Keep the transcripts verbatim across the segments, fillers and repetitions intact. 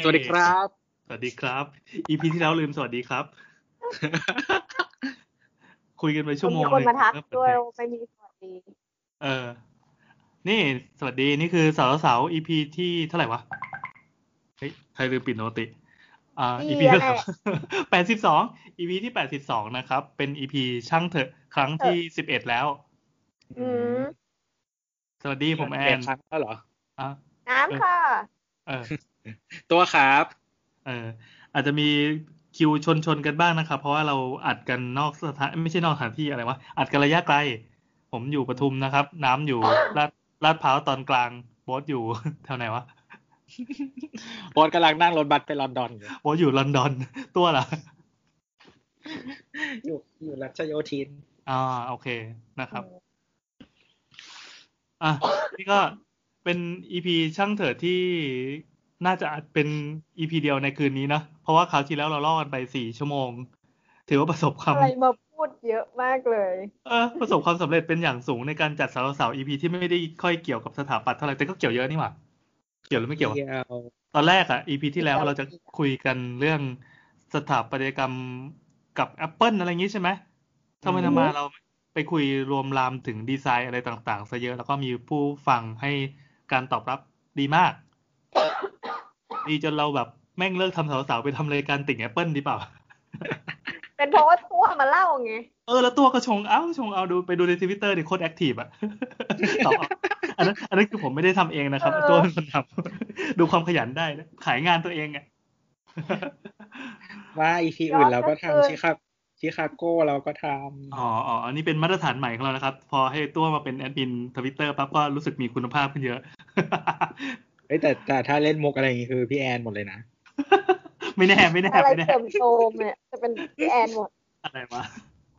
สวัสดีครับสวัสดีครับ อี พี ที่แล้วลืมสวัสดีครับ คุยกันไปชั่วโมงมีคนมาทักนึงด้วยไม่มีสวัสดีเออ นี่สวัสดีนี่คือสาวสาว อี พี ที่เท่าไหร่วะ เฮ้ยใครลืมปิดโนติอ่า อี พี เท่าไหร่แปดสิบสอง อี พี ที่แปดสิบสองนะครับ เป็น อี พี ช่างเถอะครั้งที่สิบเอ็ดแล้วอืมสวัสดีผมแอเปลี่ยนนครั้งแล้วเหรออ่ะน้ำค่ะเออตัวครับเอออาจจะมีคิวชนชนกันบ้างนะครับเพราะว่าเราอัดกันนอกสถานไม่ใช่นอกสถานที่อะไรวะอัดกันระยะไกลผมอยู่ปทุมนะครับ น้ำอยู่ลาดลาดพร้าวตอนกลางโบ๊ทอยู่ แถวไหนวะโบ๊ทกำลังนั่งรถบัสไปลอนดอนอยู่โบ๊ทอยู่ลอนดอน ตัวล่ะอยู่อยู่รัชโยธินอ่าโอเคนะครับอ่ะนี่ก็เป็น อี พี ช่างเถิดที่น่าจะเป็น อี พี เดียวในคืนนี้นะเพราะว่าคราวที่แล้วเราล่อกันไปสี่ชั่วโมงถือว่าประสบความอะไรมาพูดเยอะมากเลยเออประสบความสำเร็จเป็นอย่างสูงในการจัดสาวสาว อี พี ที่ไม่ได้ค่อยเกี่ยวกับสถาปัตย์เท่าไหร่แต่ก็เกี่ยวเยอะนี่หว่าเกี่ยวหรือไม่เกี่ยวตอนแรกอ่ะ อี พี ที่แล้วเราจะคุยกันเรื่องสถาปัตยกรรมกับ Apple อะไรอย่างงี้ใช่ไหมทำไมทำมาเราไปคุยรวมรามถึงดีไซน์อะไรต่างๆซะเยอะแล้วก็มีผู้ฟังให้การตอบรับดีมากดีจนเราแบบแม่งเลิกทำสาวๆไปทำรายการติ่ง Apple ดีเปล่าเป็นเพราะว่าตัวมาเล่าไงเออแล้วตัวก็ชงเอ้าชงเอาดูไปดูใน Twitter ดิโคตรแอคทีฟอ่ะ ตอบอันนั้นอันนั้นคือผมไม่ได้ทำเองนะครับตัวเป็นคนทำดูความขยันได้นะขายงานตัวเองไงว่า อี พี อื่นเราก็ทำชิคาชิคาโก้เราก็ทำอ๋ออ๋ออันนี้เป็นมาตรฐานใหม่ของเรานะครับพอให้ตัวมาเป็นแอดมิน Twitter ปั๊บก็รู้สึกมีคุณภาพขึ้นเยอะเฮ้ยแต่แต่ถ้าเล่นมุกอะไรอย่างงี้คือพี่แอนหมดเลยนะไม่แน่ไม่แน่อะไรไม่แน่เติมโตมเนี่ยจะเป็นพี่แอนหมดอะไรวะ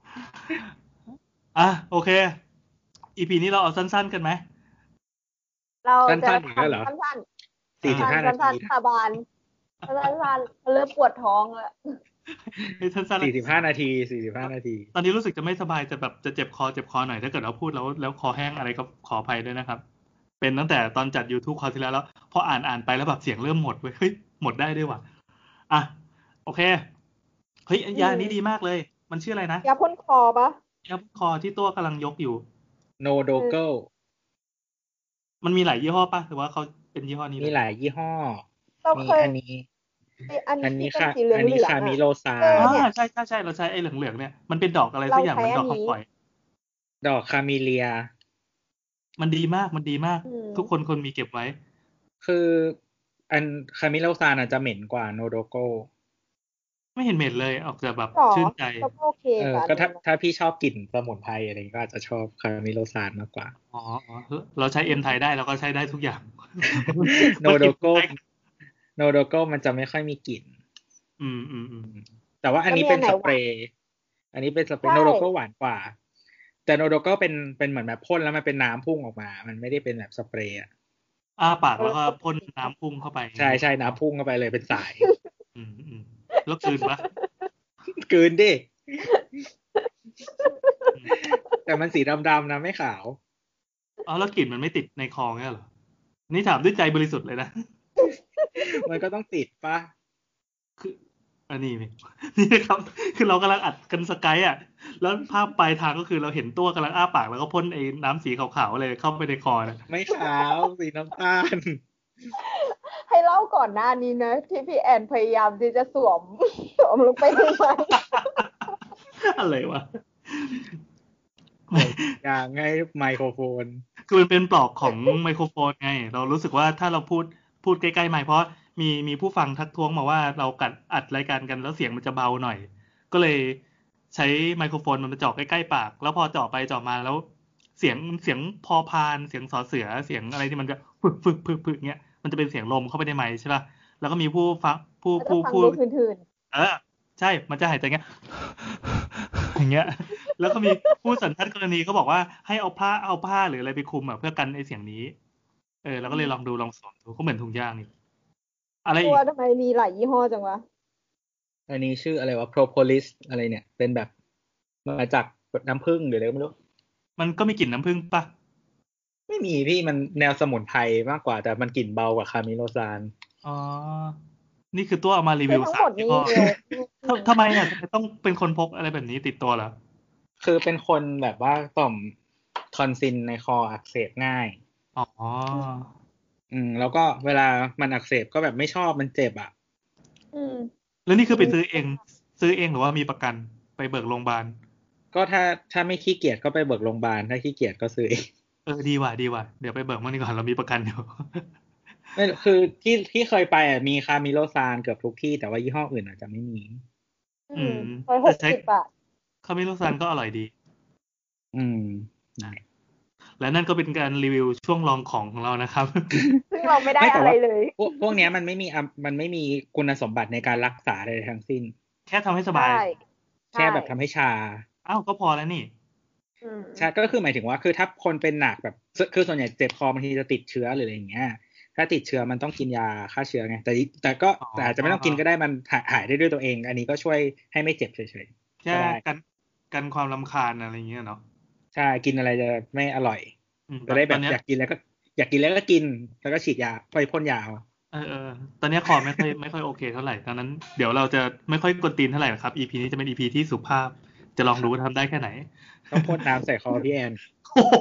อ่ะโอเค อี พี นี้เราเอาสั้นๆกันไหมเราจะสั้นๆอีกแล้วเหรอสั้นๆสี่สิบห้านาทีสั้นๆสาบานสั้นๆเริ่มปวดท้องแล้วสี่สิบห้านาทีสี่สิบห้านาทีตอนนี้รู้สึกจะไม่สบายจะแบบจะเจ็บคอเจ็บคอหน่อยถ้าเกิดเราพูดแล้วแล้วคอแห้งอะไรก็ขออภัยด้วยนะครับเป็นตั้งแต่ตอนจัด YouTube คราวที่แล้วแล้วพออ่านอ่านไปแล้วแบบเสียงเริ่มหมดเว้ยเฮ้ยหมดได้ด้วยว่ะอ่ะโอเคเฮ้ยยานี้ดีมากเลยมันชื่ออะไรนะยาพ่นคอปะยาพ่นคอที่ตัวกำลังยกอยู่ No Dogle มันมีหลายยี่ห้อป่ะหรือว่าเขาเป็นยี่ห้อนี้มีหลายยี่ห้อมีอันนี้อันนี้ค่ะอันนี้คามิโลซาอ่าใช่ใช่ใช่เราใช้ไอ้เหลืองๆเนี่ยมันเป็นดอกอะไรสักอย่างมันดอกคำปล่อยดอกคามิเลียมันดีมากมันดีมากทุกคนคนมีเก็บไว้คืออันคามิโลซาน่ะจะเหม็นกว่าโนโดโกไม่เห็นเหม็นเลยออกจะแบบชื่นใจเออก็ถ้าถ้าพี่ชอบกลิ่นสมุนไพรอะไรก็อาจจะชอบคามิโลซานมากกว่าอ๋อเราใช้เอ็มไทยได้เราก็ใช้ได้ทุกอย่างโนโดโกโนโดโกมันจะไม่ค่อยมีกลิ่นอืมอืมอืมแต่ว่าอันนี้เป็นสเปรย์อันนี้เป็นสเปรย์โนโดโกหวานกว่าแต่โนโดโกเป็นเป็นเหมือนแบบพ่นแล้วมันเป็นน้ำพุ่งออกมามันไม่ได้เป็นแบบสเปรย์อ่ะอ้าปากแล้วก็พ่นน้ำพุ่งเข้าไปใช่ใช่น้ำพุ่งเข้าไปเลยเป็นสายอืมอืมแล้วกลืนปะกลืนดิแต่มันสีดำๆนะไม่ขาวอ๋อแล้วกลิ่นมันไม่ติดในคอแค่เหรอนี่ถามด้วยใจบริสุทธิ์เลยนะมันก็ต้องติดปะคืออันนี้นี่นี่นะครับคือเรากำลังอัดกันสกายอ่ะแล้วภาพปลายทางก็คือเราเห็นตัวกำลังอ้าปากแล้วก็พ่นไอ้น้ำสีขาวๆเลยเข้าไปในคอนะไม่ขาวสีน้ำตาลให้เล่าก่อนหน้านี้นะที่พี่แอนพยายามที่จะสวมสวมลงไปในไมค์อะไรวะอย่างไงไมโครโฟนคือมันเป็นปลอกของไมโครโฟนไงเรารู้สึกว่าถ้าเราพูดพูดใกล้ๆไมค์เพราะมีมีผู้ฟังทักท้วงมาว่าเรากัดอัดรายการกันแล้วเสียงมันจะเบาหน่อยก็เลยใช้ไมโครโฟนมันมาจ่อใกล้ๆปากแล้วพอจ่อไปจ่อมาแล้วเสียงเสียงพอพานเสียงสอเสือเสียงอะไรที่มันจะฟึกฟึกฟึกฟึกเงี้ยมันจะเป็นเสียงลมเข้าไปในไมค์ใช่ป่ะแล้วก็มีผู้ฟังผู้ผู้ผู้เออใช่มันจะหายใจเงี้ยอย่างเงี้ยแล้วก็มีผู้สันทัดกรณีเขาบอกว่าให้เอาผ้าเอาผ้าหรืออะไรไปคลุมอ่ะเพื่อกันไอ้เสียงนี้เออแล้วก็เลยลองดูลองสวมดูก็เหมือนถุงยางนี่อะไรอีกตัวทำไมมีหลายยี่ห้อจังวะอันนี้ชื่ออะไรวะ propolis อะไรเนี่ยเป็นแบบมาจากน้ำผึ้งหรืออะไรก็ไม่รู้มันก็มีกลิ่นน้ำผึ้งป่ะไม่มีพี่มันแนวสมุนไพรมากกว่าแต่มันกลิ่นเบากว่าคามิโลซานอ๋อนี่คือตัวเอามารีคือวิวทั้งสาหมมดยี่นี้ห้อเลยทำทำไมอ่ะทำไมต้องเป็นคนพกอะไรแบบนี้ติดตัวเหรอคือเป็นคนแบบว่าต่อมทอนซิลในคออักเสบง่ายอ๋ออืมแล้วก็เวลามันอักเสบก็แบบไม่ชอบมันเจ็บอ่ะอืมแล้วนี่คือไปซื้อเอง ซื้อเองหรือว่ามีประกันไปเบิกโรงพยาบาลก็ถ้าถ้าไม่ขี้เกียจก็ไปเบิกโรงพยาบาลถ้าขี้เกียจก็ซื้อเองเออดีว่ะดีว่ะเดี๋ยวไปเบิกมั่งดีกว่าเรามีประกันอยู่ไม่คือที่ที่เคยไปอ่ะมีคามิโลซานเกือบทุกที่แต่ว่ายี่ห้ออื่นอาจจะไม่มีอืมอืมร้อยหแต่กใช้สิบบาทคามิโลซันก็อร่อยดีอืมและนั่นก็เป็นการรีวิวช่วงลองของของเรานะครับซึ่งเราไม่ได้ไม่แต่อะไรว่าเลยพวกพวกเนี้ยมันไม่มีอ่ะมันไม่มีคุณสมบัติในการรักษาใดๆทั้งสิ้นแค่ทำให้สบายใช่แค่แบบทำให้ชาอ้าวก็พอแล้วนี่อืมชาก็คือหมายถึงว่าคือถ้าคนเป็นหนักแบบคือส่วนใหญ่เจ็บคอบางทีจะติดเชื้อหรืออะไรอย่างเงี้ยถ้าติดเชื้อมันต้องกินยาฆ่าเชื้อไงแต่แต่ก็อ๋อแต่อาจจะไม่ต้องกินก็ได้มันหายหายได้ด้วยตัวเอง อันนี้ก็ช่วยให้ไม่เจ็บเฉยๆแค่ก็ได้กันกันความรำคาญอะไรอย่างเงี้ยเนาะใช่กินอะไรจะไม่อร่อยอืมจะได้แบตอบ นเนี้ยอยากกินแล้วก็อยากกินแล้วก็กินแล้วก็ฉีดยาไปพ่นยาเอาเออเออตอนเนี้ยคอไม่ค่อยไม่ค่อยโอเคเท่าไหร่ดังนั้นเดี๋ยวเราจะไม่ค่อยกวนตีนเท่าไหร่ครับ อี พี นี้จะเป็น อี พี ที่สุภาพ จะลองดูว่าทำได้แค่ไหนต้องพ่นน้ำใส่คอพี่แอนโอ้โห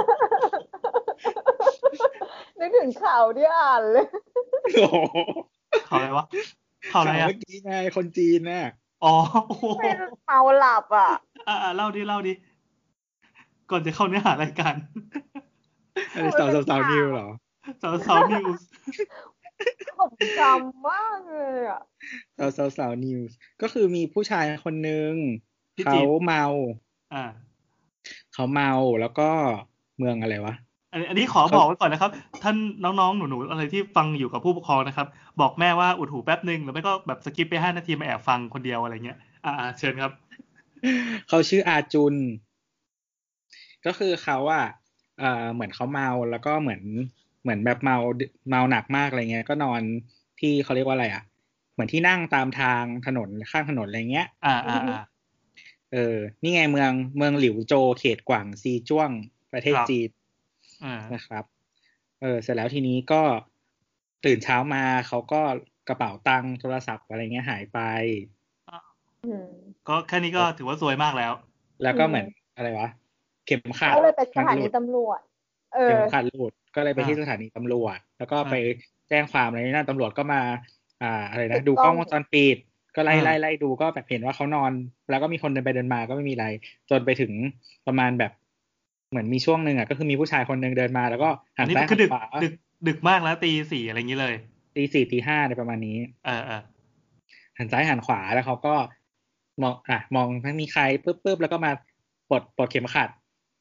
นึกถึงข่าวที่อ่านเลยโอ้โหข่าวอะไรวะข่าวอะไรข่าวอ่ะเมื่อกี้ไงคนจีนน่ะอ๋อโอ้โหเป็นเมาหลับอ่ะอ่าเล่าดิเล่าดิก่อนจะเข้าเนื้อหารายการอะไรสาวสาวนิวเหรอสาวสาวนิวส์ผมจำมากเลยอ่ะสาวสาวสาวนิวส์ก็คือมีผู้ชายคนหนึ่งที่เขาจีนเมาอ่าเขาเมาแล้วก็เมืองอะไรวะอันนี้อันนี้ขอบอกไว้ก่อนนะครับ ท่านน้องๆหนูๆอะไรที่ฟังอยู่กับผู้ปกครองนะครับ บอกแม่ว่าอุดหูแป๊บนึงหรือไม่ก็แบบสกิปไปห้านาทีมาแอบฟังคนเดียวอะไรเงี้ยอ่าเชิญครับเขาชื่ออาจุน ก็คือเขาอะเอ่อเหมือนเขาเมาแล้วก็เหมือนเหมือนแบบเมาเมาหนักมากอะไรเงี้ยก็นอนที่เขาเรียกว่าอะไรอะเหมือนที่นั่งตามทางถนนข้างถนนอะไรเงี้ยอ่าอ่าอ่าเออนี่ไงเมืองเมืองหลิวโจวเขตกวางซีจ้วงประเทศครับจีนอ่านะครับ เออเสร็จแล้วทีนี้ก็ตื่นเช้ามาเขาก็กระเป๋าตังค์โทรศัพท์อะไรเงี้ยหายไปอืมก็แค่นี้ก็ถือว่าซวยมากแล้วแล้วก็เหมือนอะไรวะเข็มขัดก็เลยไปสมันถาหนีลุดตำรวจ เอเข็อมขัดหลุดก็เลยไปอ่าที่สถานีตำรวจ แล้วก็อ่าไปแจ้งความอะไรนั่นตำรวจก็มา อ่าอะไรตินะดดูกกล้ล้ออง งวงจรปิด ก็ไล่อ่าไล่ไล่ดูก็แบบเห็นว่าเขานอน แล้วก็มีคนเดินไปเดินมาก็ไม่มีอะไร จนไปถึงประมาณแบบ เหมือนมีช่วงหนึ่งอ่ะก็คือมีผู้ชายคนหนึ่งเดินมา แล้วก็หัอันนนี้ซ้ายคืหัอน ดึกขวาดึกดึกมากแล้วตีสี่อะไรอย่างนี้เลยตีสี่ตีห้าอะไรประมาณนี้เออเออหันซ้ายหันขวาแล้วเขาก็มองอ่ะมองไม่มีใครปุ๊บปุ๊บแล้วก็มาปลดปลดเข็มขัด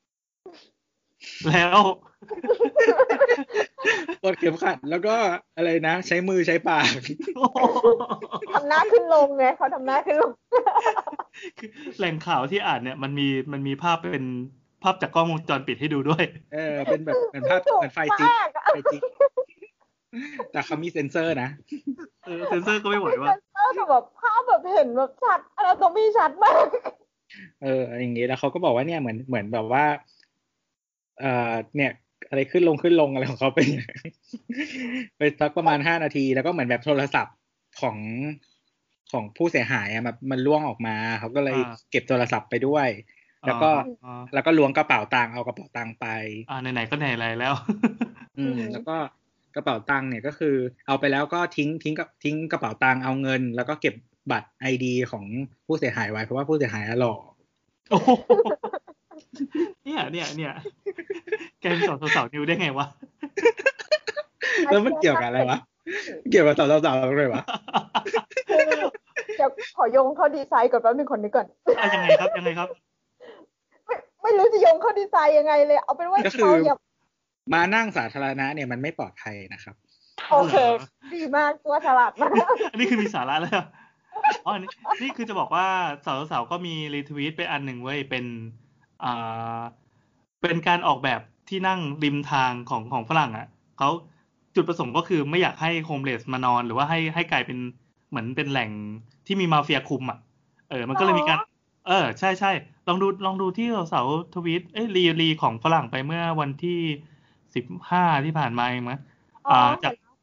แล้วปลดเข็มขัด แล้วก็อะไรนะ ใช้มือใช้ปากทำหน้าขึ้นลงไงเขาทำหน้าขึ้นลงคือแหล่งข่าวที่อ่านเนี่ยมันมีมันมีภาพเป็นภาพจากกล้องวงจรปิดให้ดูด้วยเออเป็นแบบเหมือนภาพเหมือนไฟจริงมากอะไฟจริงแต่เขามีเซ็นเซอร์นะเออเซนเซอร์ก็ไม่ไหวเซว่านเซอร์แต่แบบภาพแบบเห็นแบบชัดอนาโตมีชัดมากเอออย่างนี้แล้วเขาก็บอกว่าเนี่ยเหมือนเหมือนแบบว่าเอ่อเนี่ยอะไรขึ้นลงขึ้นลงอะไรของเขาเป็น ไปสักประมาณห้านาที แล้วก็เหมือนแบบโทรศัพท์ของของผู้เสียหายอะมันมันล่วงออกมาเขาก็เลยอ่าเก็บโทรศัพท์ไปด้วย แล้วก็อ๋อแล้วก็ล้วงกระเป๋าตังค์เอากระเป๋าตังค์ไปอ่าไหนๆก็ไหนอะไรแล้วอืมแล้วก็กระเป๋าตังค์เนี่ยก็คือเอาไปแล้วก็ทิ้งทิ้งกับทิ้งกระเป๋าตังค์เอาเงิน แล้วก็เก็บบัตร ไอ ดี ของผู้เสียหายไว้เพราะว่าผู้เสียหายอะหล่อโอ้โหเนี่ยเนี่ยเนี่ยแกเป็นสาวสาวนิวได้ไงวะแล้วมันเกี่ยวกับอะไรวะ เกี่ยวกับสาวๆๆเลยวะคือเดี๋ยวขอโยงเข้าดีไซน์ก่อนแป๊บนึงคนนี้ก่อนอ่ะยังไงครับยังไงครับไม่ไม่รู้จะโยงเข้าดีไซน์ยังไงเลย เอาเป็นว่าก็คือเราอย่ามานั่งสาธารณะเนี่ยมันไม่ปลอดภัยนะครับโอเค ดีมากตัวฉลาดมากอันนี้คือมีสาระแล้ว อ๋อนี่นี่คือจะบอกว่าสาวๆก็มีรีทวีตไปอันหนึ่งเว้ยเป็นอ่าเป็นการออกแบบที่นั่งริมทางของของฝรั่งอ่ะเขาจุดประสงค์ก็คือไม่อยากให้โฮมเลสมานอนหรือว่าให้ให้กลายเป็นเหมือนเป็นแหล่งที่มีมาเฟียคุมอ่ะเออมันก็เลยมีการ เออใช่ใช่ลองดูลองดูที่สาวๆทวีตเอ้ยรีรีของฝรั่งไปเมื่อวันที่สิบห้าที่ผ่านมาเองมั้ยอ๋ออ่าจาก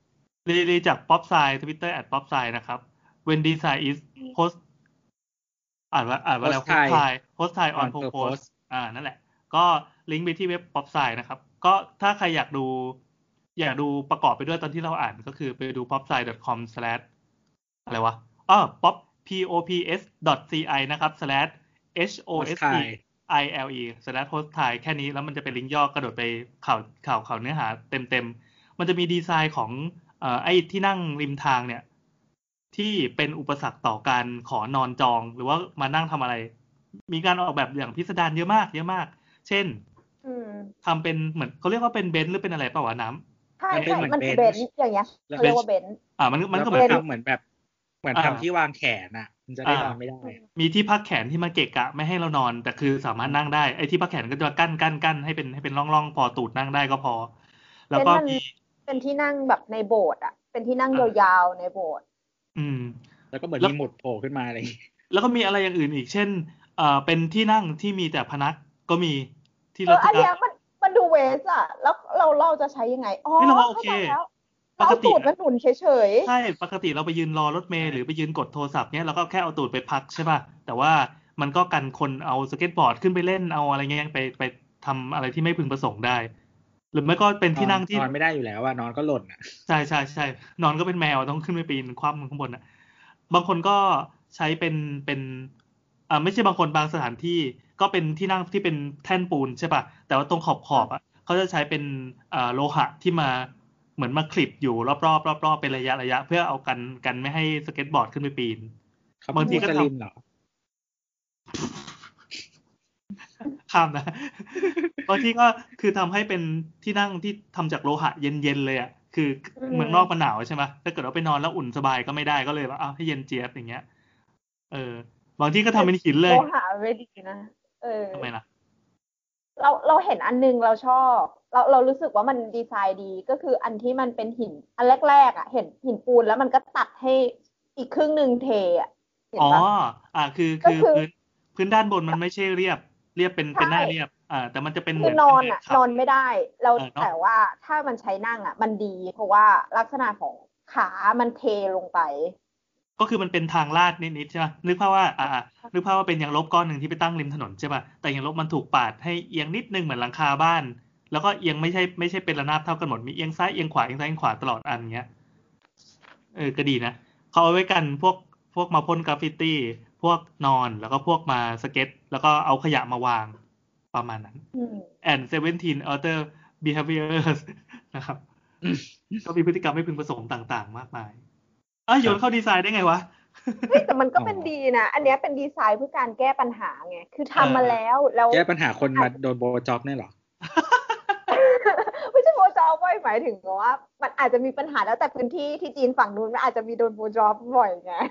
รีรีจาก popsci Twitter at popsci นะครับ when design is post อ่านว่าอ่านว่าอะไร Post Thai post Thai on on purpose purpose อ่านั่นแหละก็ลิงก์ไปที่เว็บ popsci นะครับก็ถ้าใครอยากดูอยากดูประกอบไปด้วยตอนที่เราอ่านก็คือไปดู popsci dot com slash อะไรวะอ้อ pop pops.ci นะครับ slash hostile slash hostile แค่นี้แล้วมันจะเป็นลิงก์ย่อกระโดดไปข่าวข่าวข่าวเนื้อหาเต็มๆมันจะมีดีไซน์ของเอ่อไอ้ที่นั่งริมทางเนี่ยที่เป็นอุปสรรคต่อการขอนอนจองหรือว่ามานั่งทำอะไรมีการออกแบบอย่างพิสดารเยอะมากเยอะมากเช่นทำเป็นเหมือนเขาเรียกว่าเป็นเบนซ์หรือเป็นอะไรเปล่าวะน้ำใช่ใช่มันเป็นเบนซ์อย่างเงี้ยเขาเรียกว่าเบนซ์อ่ามันมันก็เหมือนทำเหมือนแบบเหมือนทำที่วางแขนอ่ะมันจะได้นอนไม่ได้มีที่พักแขนที่มาเกะกะไม่ให้เรานอนแต่คือสามารถนั่งได้ไอ้ที่พักแขนก็จะกั้นกั้นกั้นให้เป็นให้เป็นร่องๆพอตูดนั่งได้ก็พอแล้วก็มีเป็นที่นั่งแบบในโบสถ์อ่ะเป็นที่นั่งยาวๆในโบสถ์อืมแล้วก็เหมือนมีหมุดโผล่ขึ้นมาอะไรแล้วก็มีอะไรอย่างอื่นอีกเช่นเอ่อเป็นที่นั่งที่มีแต่พนักก็มีที่เราอันเนี้ยมันมันดูเวสอ่ะแล้วเราเราจะใช้ยังไงอ๋อเราโอเคปกติมันหนุนเฉยๆใช่ปกติเราไปยืนรอรถเมล์หรือไปยืนกดโทรศัพท์เนี้ยเราก็แค่เอาตูดไปพักใช่ป่ะแต่ว่ามันก็กันคนเอาสเก็ตบอร์ดขึ้นไปเล่นเอาอะไรเงี้ยไปไปทำอะไรที่ไม่พึงประสงค์ได้หรือไม่ก็เป็นที่นั่งที่นอนไม่ได้อยู่แล้วอ่ะนอนก็หล่นอ่ะใช่ใช่ใช่นอนก็เป็นแมวต้องขึ้นไปปีนคว่ำข้างบนอ่ะบางคนก็ใช้เป็นเป็นอ่าไม่ใช่บางคนบางสถานที่ก็เป็นที่นั่งที่เป็นแท่นปูนใช่ป่ะแต่ว่าตรงขอบขอบอ่ะเขาจะใช้เป็นอ่าโลหะที่มาเหมือนมาคลิปอยู่รอบๆรอบๆเป็นระยะระยะเพื่อเอากันกันไม่ให้สเก็ตบอร์ดขึ้นไปปีนบางทีก็ทำเหรอข้ามนะบางทีก็คือทำให้เป็นที่นั่งที่ทำจากโลหะเย็นๆเลยอ่ะคือเมืองนอกมันหนาวใช่ไหมถ้าเกิดว่าไปนอนแล้วอุ่นสบายก็ไม่ได้ก็เลยว่าอ้าวให้เย็นเจี๊ยบอย่างเงี้ยเออบางที่ก็ทำเป็นหินเลยโลหะไม่ดีนะเออทำไมล่ะเราเราเห็นอันนึงเราชอบเราเรารู้สึกว่ามันดีไซน์ดีก็คืออันที่มันเป็นหินอันแรกๆอ่ะเห็นหินปูนแล้วมันก็ตัดให้อีกครึ่งนึงเทอ่ะอ๋ออ่าคือคือพื้นพื้นด้านบนมันไม่ใช่เรียบเรียบเป็นเป็นหน้าเรียบอ่าแต่มันจะเป็นเหมือนนอนอ่ะนอนไม่ได้แล้วแต่ว่าถ้ามันใช้นั่งอ่ะมันดีเพราะว่าลักษณะของขามันเทลงไปก็คือมันเป็นทางลาดนิดๆใช่ป่ะนึกภาพว่าอ่านึกภาพว่าเป็นยางลบก้อนหนึ่งที่ไปตั้งริมถนนใช่ป่ะแต่ยางลบมันถูกปาดให้เอียงนิดนึงเหมือนหลังคาบ้านแล้วก็เอียงไม่ใช่ไม่ใช่เป็นระนาบเท่ากันหมดมีเอียงซ้ายเอียงขวาเอียงซ้ายเอียงขวาตลอดอันเงี้ยเออก็ดีนะเขาเอาไว้กันพวกพวกมาพ่นกราฟฟิตี้พวกนอนแล้วก็พวกมาสเก็ตแล้วก็เอาขยะมาวางประมาณนั้น and seventeen other behaviors นะครับก็มีพฤติกรรมไม่พึงประสงค์ต่างๆมากมายอ่ะโยนเข้าดีไซน์ได้ไงวะเฮ้ยแต่มันก็เป็นดีนะอันนี้เป็นดีไซน์เพื่อการแก้ปัญหาไงคือทำมาแล้วแล้วแก้ปัญหาคนมาโดนโบจ็อบเนี่ยหรอไม่ใช่โบจ็อบไว้หมายถึงว่ามันอาจจะมีปัญหาแล้วแต่พื้นที่ที่จีนฝั่งนู้นมันอาจจะมีโดนโบจ็อบบ่อยไง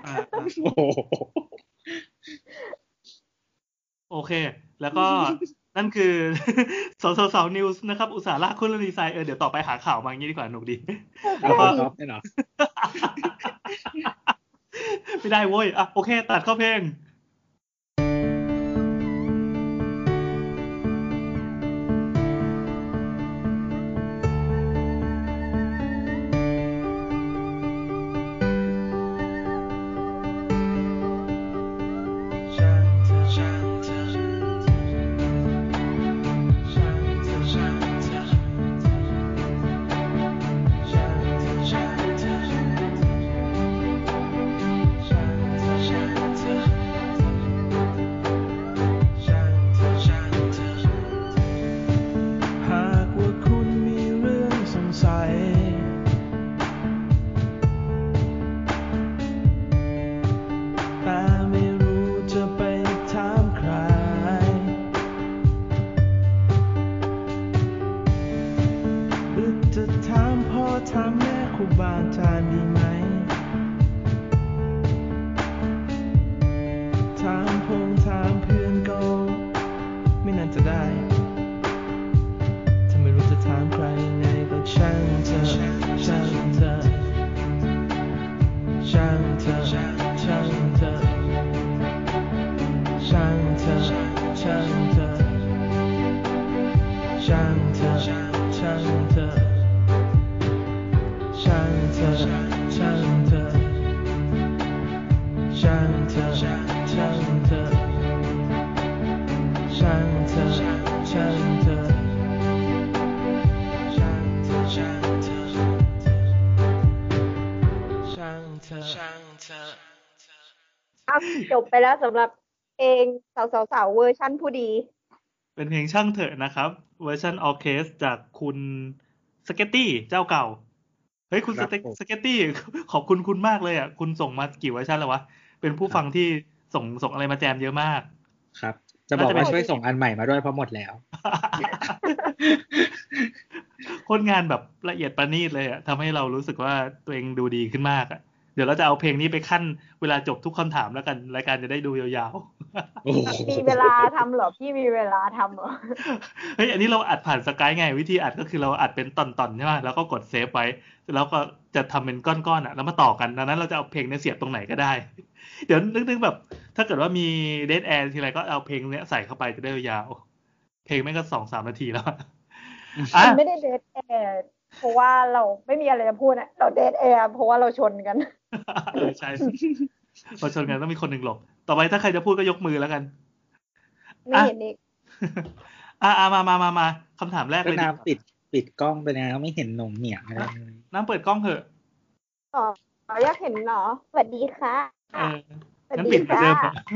โอเคแล้วก็นั่นคือสาวสาวนิวส์นะครับอุตส่าห์ลากคุณดีไซน์เออเดี๋ยวต่อไปหาข่าวมาอย่างนี้ดีกว่าหนุกดีแล้วก็จ็อบได้หรอไม่ได้โว้ยอ่ะโอเคตัดเข้าเพลงช่างเธอช่างเธอช่างเธอช่างเธอช่างเธอช่างเธอช่างเธออ่ะจบไปแล้วสำหรับเพลงสาวๆๆเวอร์ชั่นผู้ดีเป็นเพลงช่างเถอะนะครับเวอร์ชันออร์เคสจากคุณสเก็ตตี้เจ้าเก่าเฮ้ยคุณคสรับเต็กผมสเก็ตตี้ ขอบคุณคุณมากเลยอ่ะคุณส่งมากี่เวอร์ชันแล้ววะเป็นผู้ฟังที่ส่งส่งอะไรมาแจมเยอะมากครับ จะบอกว่าช่วยส่งอันใหม่มาด้วยเพราะหมดแล้วโคตรงานแบบละเอียดประณีตเลยอ่ะทำให้เรารู้สึกว่าตัวเองดูดีขึ้นมากอ่ะเดี๋ยวเราจะเอาเพลงนี้ไปขั้นเวลาจบทุกคำถามแล้วกันรายการจะได้ดูยาวโอ้โหมีเวลาทำเหรอพี่มีเวลาทำเหรอๆ เฮ้ยอันนี้เราอัดผ่านสกายไงวิธีอัดก็คือเราอัดเป็นตอนๆใช่ไหมแล้วก็กดเซฟไว้แล้วก็จะทำเป็นก้อนๆอ่ะแล้วมาต่อกันดังนั้นเราจะเอาเพลงเนี้ยเสียบตรงไหนก็ได้ เดี๋ยวนึกๆแบบถ้าเกิดว่ามีเดดแอร์ทีไรก็เอาเพลงเนี้ยใส่เข้าไปจะได้ยาวๆเพลงแม่งก็สองสามนาทีแล้วอะ อ่ะมันไม่ได้เดทแอร์เพราะว่าเราไม่มีอะไรจะพูดนะเราเดทแอร์เพราะว่าเราชนกันเออใช่พอชนกันต้องมีคนหนึ่งหลบต่อไปถ้าใครจะพูดก็ยกมือแล้วกันไม่เห็นอีกอ่ะอ่ะมามามามาคำถามแรกก็เลยดีกว่าน้ำปิดปิดกล้องไปแล้วไม่เห็นหนงเหนียงอะไรเลยน้ำเปิดกล้องเถอะอ๋ออยากเห็นเหรอสวัสดีค่ะเออสวัสงั้นดีปิดเหมือนค่ะเดิมเถอะ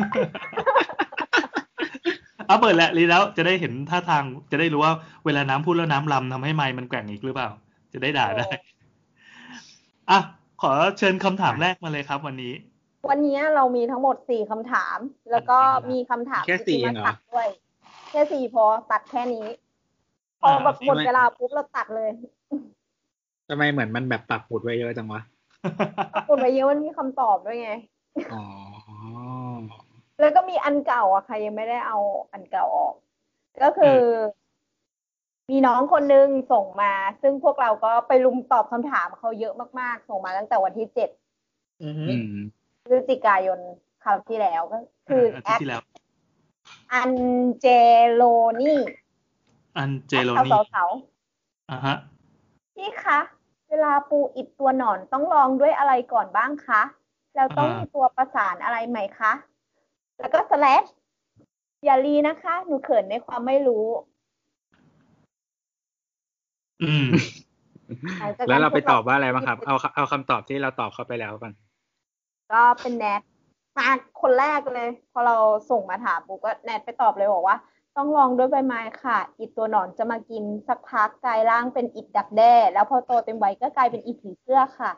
เอาเปิดแหละรีแล้วจะได้เห็นท่าทางจะได้รู้ว่าเวลาน้ำพูดแล้วน้ำลำทำให้ไมค์มันแกว่งอีกหรือเปล่า จะได้ด่าได้อ่ะขอเชิญคำถามแรกมาเลยครับวันนี้วันนี้เรามีทั้งหมดสี่คำถาม แล้วก็อันนี้มีคำถามแค่สี่ที่เอมางเหรตัอดด้วย แค่สี่พอตัดแค่นี้ พอแบบหมดเวลาปุ๊บเราตัดเลยทำไมเหมือนมันแบบปักหมุดไว้เยอะจังวะปรากฏไปเยอะมันมีคำตอบด้วยไงอ๋อแล้วก็มีอันเก่าอ่ะใครยังไม่ได้เอาอันเก่าออก ก็คือ มีน้องคนนึงส่งมา ซึ่งพวกเราก็ไปรุมตอบคำถามเขาเยอะมากๆ ส่งมาตั้งแต่วันที่เจ็ดอือฮึอืมพฤศจิกายนคราวที่แล้วก็คืออาแอทิตย์ดที่แล้วอันเจโลนี่อันเจโรแอดนี่เสาอ่ะฮะๆพี่คะ เวลาปูอิดตัวหนอนต้องลองด้วยอะไรก่อนบ้างคะ แล้วต้องอ่ามีมีตัวประสานอะไรไหมคะ แล้วก็สแลชอย่ารีนะคะ หนูเขินในความไม่รู้อืมหลังจากแล้วนั้นเราพไปวกตอบว่าอะไรบ้างครับ เอาเอาคำตอบที่เราตอบเข้าไปแล้วกันก็เป็นแนทมาคนแรกเลย พอเราส่งมาถามปุ๊บก็แนทไปตอบเลยบอกว่า ต้องลองด้วยใบไม้ค่ะ อิดตัวหนอนจะมากินสักพักกลายร่างเป็นอิดดักแด้แล้วพอโตเต็มวัยก็กลายเป็นอิดผีเสื้อค่ะ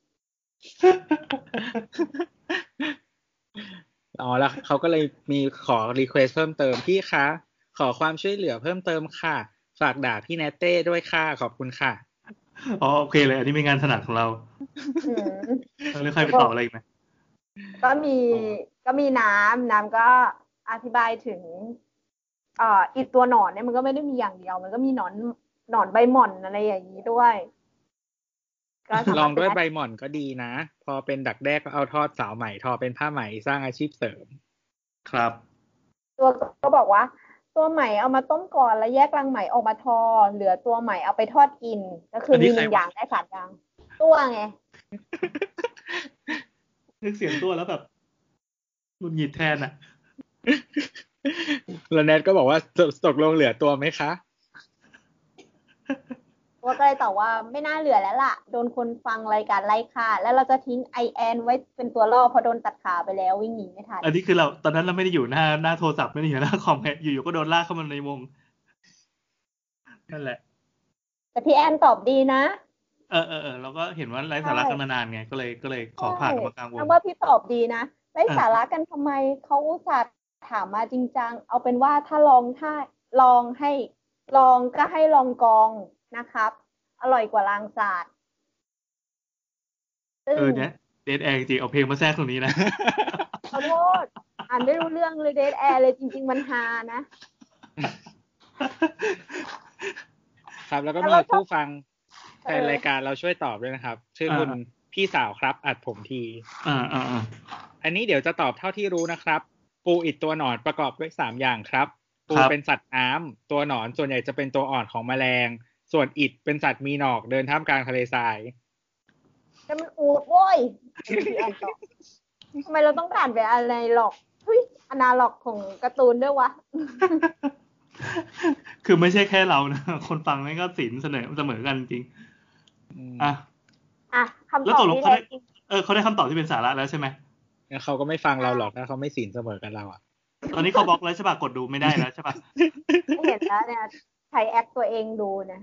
อ๋อแล้วเขาก็เลยมีขอรีเควสเพิ่มเติมพี่คะขอความช่วยเหลือเพิ่มเติมค่ะฝากด่าพี่แนตเต้ด้วยค่ะขอบคุณค่ะอ๋อโอเคเลยอันนี้เป็นงานถนัดของเราอืมเราเลยใครไปตอบอะไรอีกไหมก็มีอ๋อก็มีน้ำน้ำก็อธิบายถึงเอ่ออิดตัวหนอนเนี่ยมันก็ไม่ได้มีอย่างเดียว มันก็มีหนอนหนอนใบหม่อนอะไรอย่างนี้ด้วย ก็สาลมาอรง ถด้วยเป็นใบหม่อนก็ดีนะ พอเป็นดักแด้ก็เอาทอดสาวใหม่ทอเป็นผ้าไหมสร้างอาชีพเสริมครับตัวก็บอกว่า ตัวไหมเอามาต้มก่อนแล้วแยกรังไหมออกมาทอ เหลือตัวไหมเอาไปทอดกิน ก็คืออนนี้มีหนึ่งใครวะอย่างได้สามอย่างตัวไงนึกเสียงตัวแล้วแบบหงุดหงิดแทนอ่ะแล้วแนทก็บอกว่าตตกลงเหลือตัวไหมคะตัวก็เลยตอบว่าไม่น่าเหลือแล้วล่ะ โดนคนฟังรายการไล่ฆ่า แล้วเราจะทิ้งไอแอนไว้เป็นตัวล่อเพราะโดนตัดขาไปแล้ววิ่งหนีไม่ทันอันนี้คือเราตอนนั้นเราไม่ได้อยู่หน้าหน้าโทรศัพท์ไม่ได้อยู่หน้าคอมไงอยู่ๆก็โดนลากเข้ามาในวงนั่นแหละแต่พี่แอนตอบดีนะเออเออเออเราก็เห็นว่าไร้สาระกันมานานไงก็เลยก็เลยขอผ่านมากลางวงใช่ว่าพี่ตอบดีนะไร้อ่าสาระกันทำไมเขาอุตส่าห์ถามมาจริงจัง เอาเป็นว่าถ้าลองถ้าลองให้ลองก็ให้ลองกองนะครับ อร่อยกว่าลางศาสตร์ซึ่งเออเนี่ยเดทแอร์จริงๆเอาเพลงมาแทรกตรงนี้นะขอโทษ อ่านไม่รู้เรื่องเลยเดทแอร์เลยจริง ๆ มันฮานะครับ แล้วก็แล้วมีเราชอบผู้ฟังแฟนเออรายการเราช่วยตอบด้วยนะครับ ชื่อคุณอ่าพี่สาวครับอัดผมทีอ่าอ่าอ่าอันนี้เดี๋ยวจะตอบเท่าที่รู้นะครับ ปูอิดตัวหนอนประกอบด้วยสามอย่างครับ ปูเป็นสัตว์น้ำตัวหนอนส่วนใหญ่จะเป็นตัวอ่อนของแมลง ส่วนอิดเป็นสัตว์มีหนอกเดินท่ามกลางทะเลทรายแต่มันอูดโว้ยพี่แอนตอบทำไมเราต้องผ่านไปอะไรหรอกเฮ้ยอนาล็อกของการ์ตูนด้วยวะคือไม่ใช่แค่เรานะ คนฟังนี่ก็ศิลป์เสนอเสมอกันจริงอืมอ่ะอ่ะคำแล้วตอตบกลงที่เขาแท้ได้จริงเออเขาได้คำตอบที่เป็นสาระแล้วใช่ไหมแล้วเขาก็ไม่ฟังเราหรอกถ้าเขาไม่ศีลเสมอกันเราอ่ะตอนนี้เขาบล็อกแล้วใช่ป่ะกดดูไม่ได้แล้วใช่ป่ะไม่เห็นแล้วเนี่ยใช้แอคตัวเองดูเนี่ย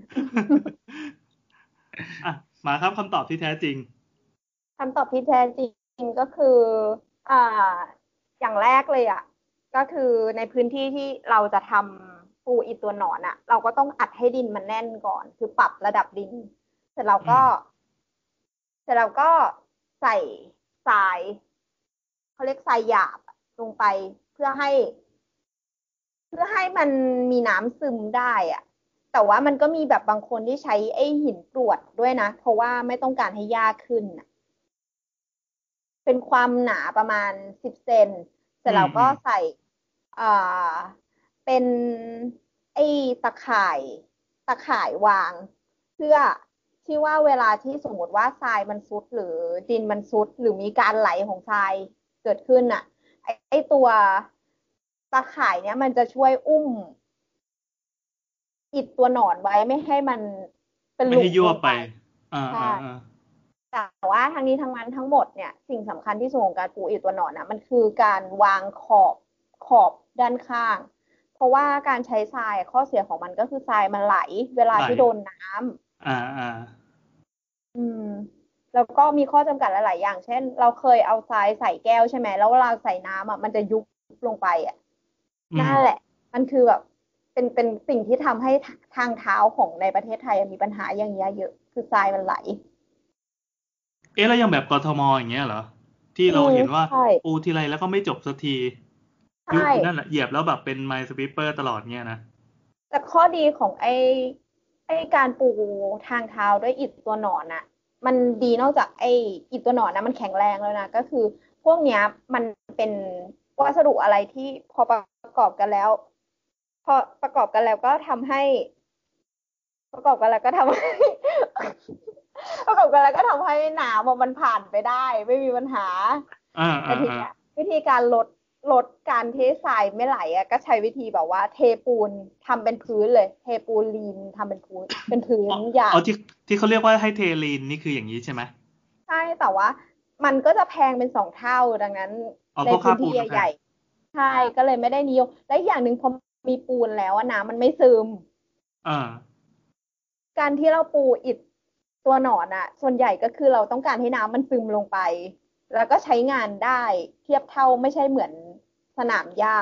อ่ะมาครับคำตอบที่แท้จริงคำตอบที่แท้จริงก็คือ อ่า อย่างแรกเลยอ่ะ ก็คือในพื้นที่ที่เราจะทำปูอีตัวหนอนอ่ะ เราก็ต้องอัดให้ดินมันแน่นก่อน คือปรับระดับดิน เสร็จเราก็อืมเสร็จเราก็ใส่ทรายเขาเรียกทรายหยาบลงไปเพื่อให้ เพื่อให้มันมีน้ำซึมได้อ่ะ แต่ว่ามันก็มีแบบบางคนที่ใช้ไอ้หินกรวดด้วยนะ เพราะว่าไม่ต้องการให้หญ้าขึ้นน่ะ เป็นความหนาประมาณสิบเซน เสร็จแล้วก็ใส่อ่าเป็นไอ้ตะข่ายตะข่ายวาง เพื่อที่ว่าเวลาที่สมมติว่าทรายมันซุดหรือดินมันซุดหรือมีการไหลของทรายเกิดขึ้นน่ะ ไอ้ไอ้ตัวตะข่ายเนี้ยมันจะช่วยอุ้มอิฐตัวหนอนไว้ไม่ให้มันเป็นหไม่ลุมให้ยั่วลงไปไปอ่าใช่อ่าอ่าแต่ว่าทั้งนี้ทั้งนั้นทั้งหมดเนี่ยสิ่งสำคัญที่สุดของการปูอิฐตัวหนอนนะมันคือการวางขอบขอบด้านข้าง เพราะว่าการใช้ทรายข้อเสียของมันก็คือทรายมันไหล เวลาไหลที่โดนน้ำอ่าอ่าอืม แล้วก็มีข้อจำกัดหลายๆอย่าง เช่น เราเคยเอาทรายใส่แก้วใช่ไหมแล้วเวลาใส่น้ำอ่ะมันจะยุบลงไปอ่ะอืมนั่นแหละ มันคือแบบเป็นเป็นสิ่งที่ทำให้ทางเท้าของในประเทศไทยมีปัญหาอย่างเงี้ยเยอะคือทรายมันไหลเอ๊ะแล้วอย่างแบบกทมอย่างเงี้ยเหรอที่เราเห็นว่าใช่ปูทีไรแล้วก็ไม่จบสักทีใช่ยุคนั่นแหละเหยียบแล้วแบบเป็น Minesweeper ตลอดเงี้ยนะแต่ข้อดีของไอ้ไอ้การปูทางเท้าด้วยอิฐตัวหนอนน่ะ มันดีนอกจากไอ้อิฐตัวหนอนนะมันแข็งแรงแล้วนะก็คือพวกเนี้ยมันเป็นวัสดุอะไรที่พอประกอบกันแล้ว พอประกอบกันแล้วก็ทำให้ ประกอบกันแล้วก็ทำให้ ประกอบกันแล้วก็ทำให้น้ำอะมันผ่านไปได้ ไม่มีปัญหาอ่าแต่อ่าทีอ่าเนี้ยวิธีการลดลดการเททรายไม่ไหลอ่ะก็ใช้วิธีแบบว่าเทปูนทำเป็นพื้นเลย เทปูนลีนทำเป็นพื้นเป็นพื้นอ๋อหยาอ๋อบ ที่ที่เขาเรียกว่าให้เทลีนนี่คืออย่างนี้ใช่ไหมใช่แต่ว่ามันก็จะแพงเป็นสองเท่าดังนั้นอ๋อในเพราะพื้ค่าน ปูที่นมันแพใหญ่งๆใช่ก็เลยไม่ได้นิยมและอีกอย่างหนึ่งพอมีปูนแล้วอะน้ำมันไม่ซึมอ่าการที่เราปูอิฐตัวหนอนอะส่วนใหญ่ก็คือเราต้องการให้น้ำมันซึมลงไป แล้วก็ใช้งานได้เทียบเท่าไม่ใช่เหมือนสนามหญ้า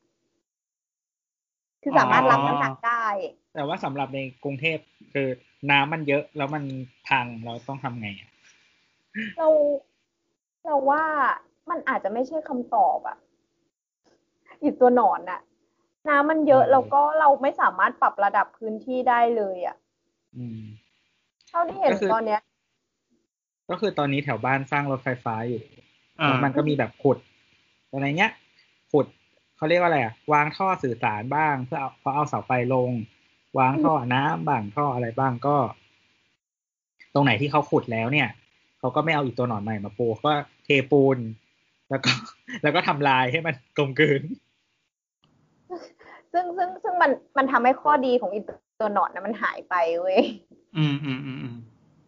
คือสามารถรับน้ำหนักได้แต่ว่าสำหรับในกรุงเทพคือน้ำมันเยอะแล้วมันพังเราต้องทำไงอะเราเราว่ามันอาจจะไม่ใช่คำตอบอะอิฐตัวหนอนอะน้ำมันเยอะแล้วก็เราไม่สามารถปรับระดับพื้นที่ได้เลยอะอืมเท่าที่เห็นก็คือตอนเนี้ยก็คือตอนนี้แถวบ้านสร้างรถไฟฟ้าอยู่อ่าแล้วมันก็มีแบบขุดอะไรเงี้ย ขุดเขาเรียกว่าอะไรอ่ะ วางท่อสื่อสารบ้างเพื่อเอาพอเอาเสาไฟลง วางท่อน้ำบ้างท่ออะไรบ้างก็ ตรงไหนที่เขาขุดแล้วเนี่ยเขาก็ไม่เอาอีกตัวหนอนใหม่มาปูก็เทปูน แล้วก็ แล้วก็ทำลายให้มันกลมกลืนซึ่งซึ่งซึ่งมันมันทำให้ข้อดีของอิฐตัวหนอนนะมันหายไปเว้ยอืมอืมอืมอืม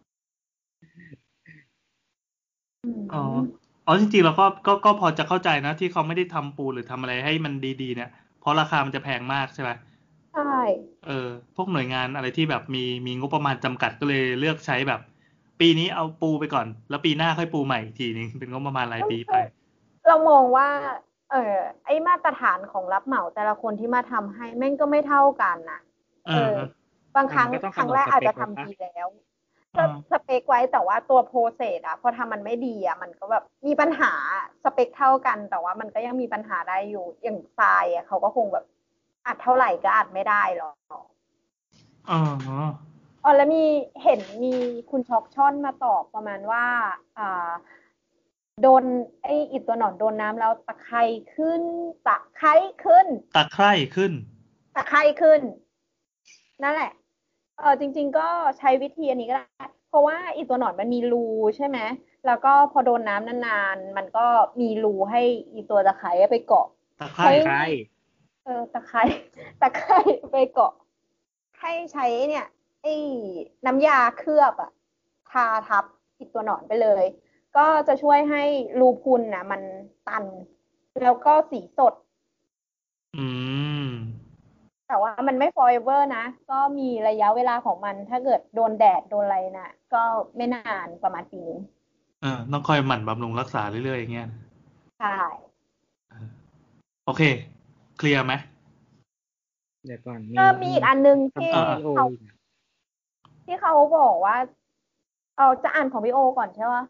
อ๋อ อ๋อจริงๆเราก็ก็ก็พอจะเข้าใจนะที่เขาไม่ได้ทำปูหรือทำอะไรให้มันดีๆเนี่ยเพราะราคามันจะแพงมากใช่ไหมใช่เออพวกหน่วยงานอะไรที่แบบมีมีงบประมาณจำกัดก็เลยเลือกใช้แบบ ปีนี้เอาปูไปก่อน แล้วปีหน้าค่อยปูใหม่อีกทีนึงเป็นงบประมาณรายปีไปเรามองว่า เออไอ้มาตรฐานของรับเหมาแต่ละคนที่มาทำให้แม่งก็ไม่เท่ากันนะเอเอออ บางครั้งมันก็ต้องครั้งกำหนดแรกสอาจเปจะคทำไว้ปะดีแล้วอ่าสเปคไว้แต่ว่าตัวโปรเซสอะพอทำมันไม่ดีอะมันก็แบบมีปัญหาสเปคเท่ากัน แต่ว่ามันก็ยังมีปัญหาได้อยู่อย่างทรายอะเขาก็คงแบบอัดเท่าไหร่ก็อัดไม่ได้หรอกอ๋ออ๋อแล้วมีเห็นมีคุณช็อกช่อนมาตอบประมาณว่า อ่า โดนไอ้อิฐตัวหนอนโดนน้ำแล้วตะไคร่ขึ้นตะไคร่ขึ้นตะไคร่ขึ้นตะไคร่ขึ้น นั่นแหละ เออจริง ๆ ก็ใช้วิธีอันนี้ก็ได้เพราะว่าอีตัวหนอนมันมีรูใช่ไหมแล้วก็พอโดนน้ำนานๆมันก็มีรูให้อีตัวตะไคร้ไปเกาะตะไคใช้ร้ใช่เออตะไคร้ตะไคร้ไปเกาะ ให้ใช้เนี่ยไอ้น้ำยาเคลือบอะทาทับอีตัวหนอนไปเลย ก็จะช่วยให้รูพุนนะมันตัน แล้วก็สีสดอืมแต่ว่ามันไม่ forever นะ ก็มีระยะเวลาของมัน ถ้าเกิดโดนแดดโดนอะไรนะก็ไม่นานประมาณปีนึงเออต้องคอยหมั่นบำรุงรักษาเรื่อยๆอย่างเงี้ยใช่เออโอเค เคลียร์ไหมเดี๋ยวก่อนก็มีอีกอันนึงที่อ่าวิดีโอเขาที่เขาบอกว่า เอาจะอ่านของพี่โอก่อนใช่ไหม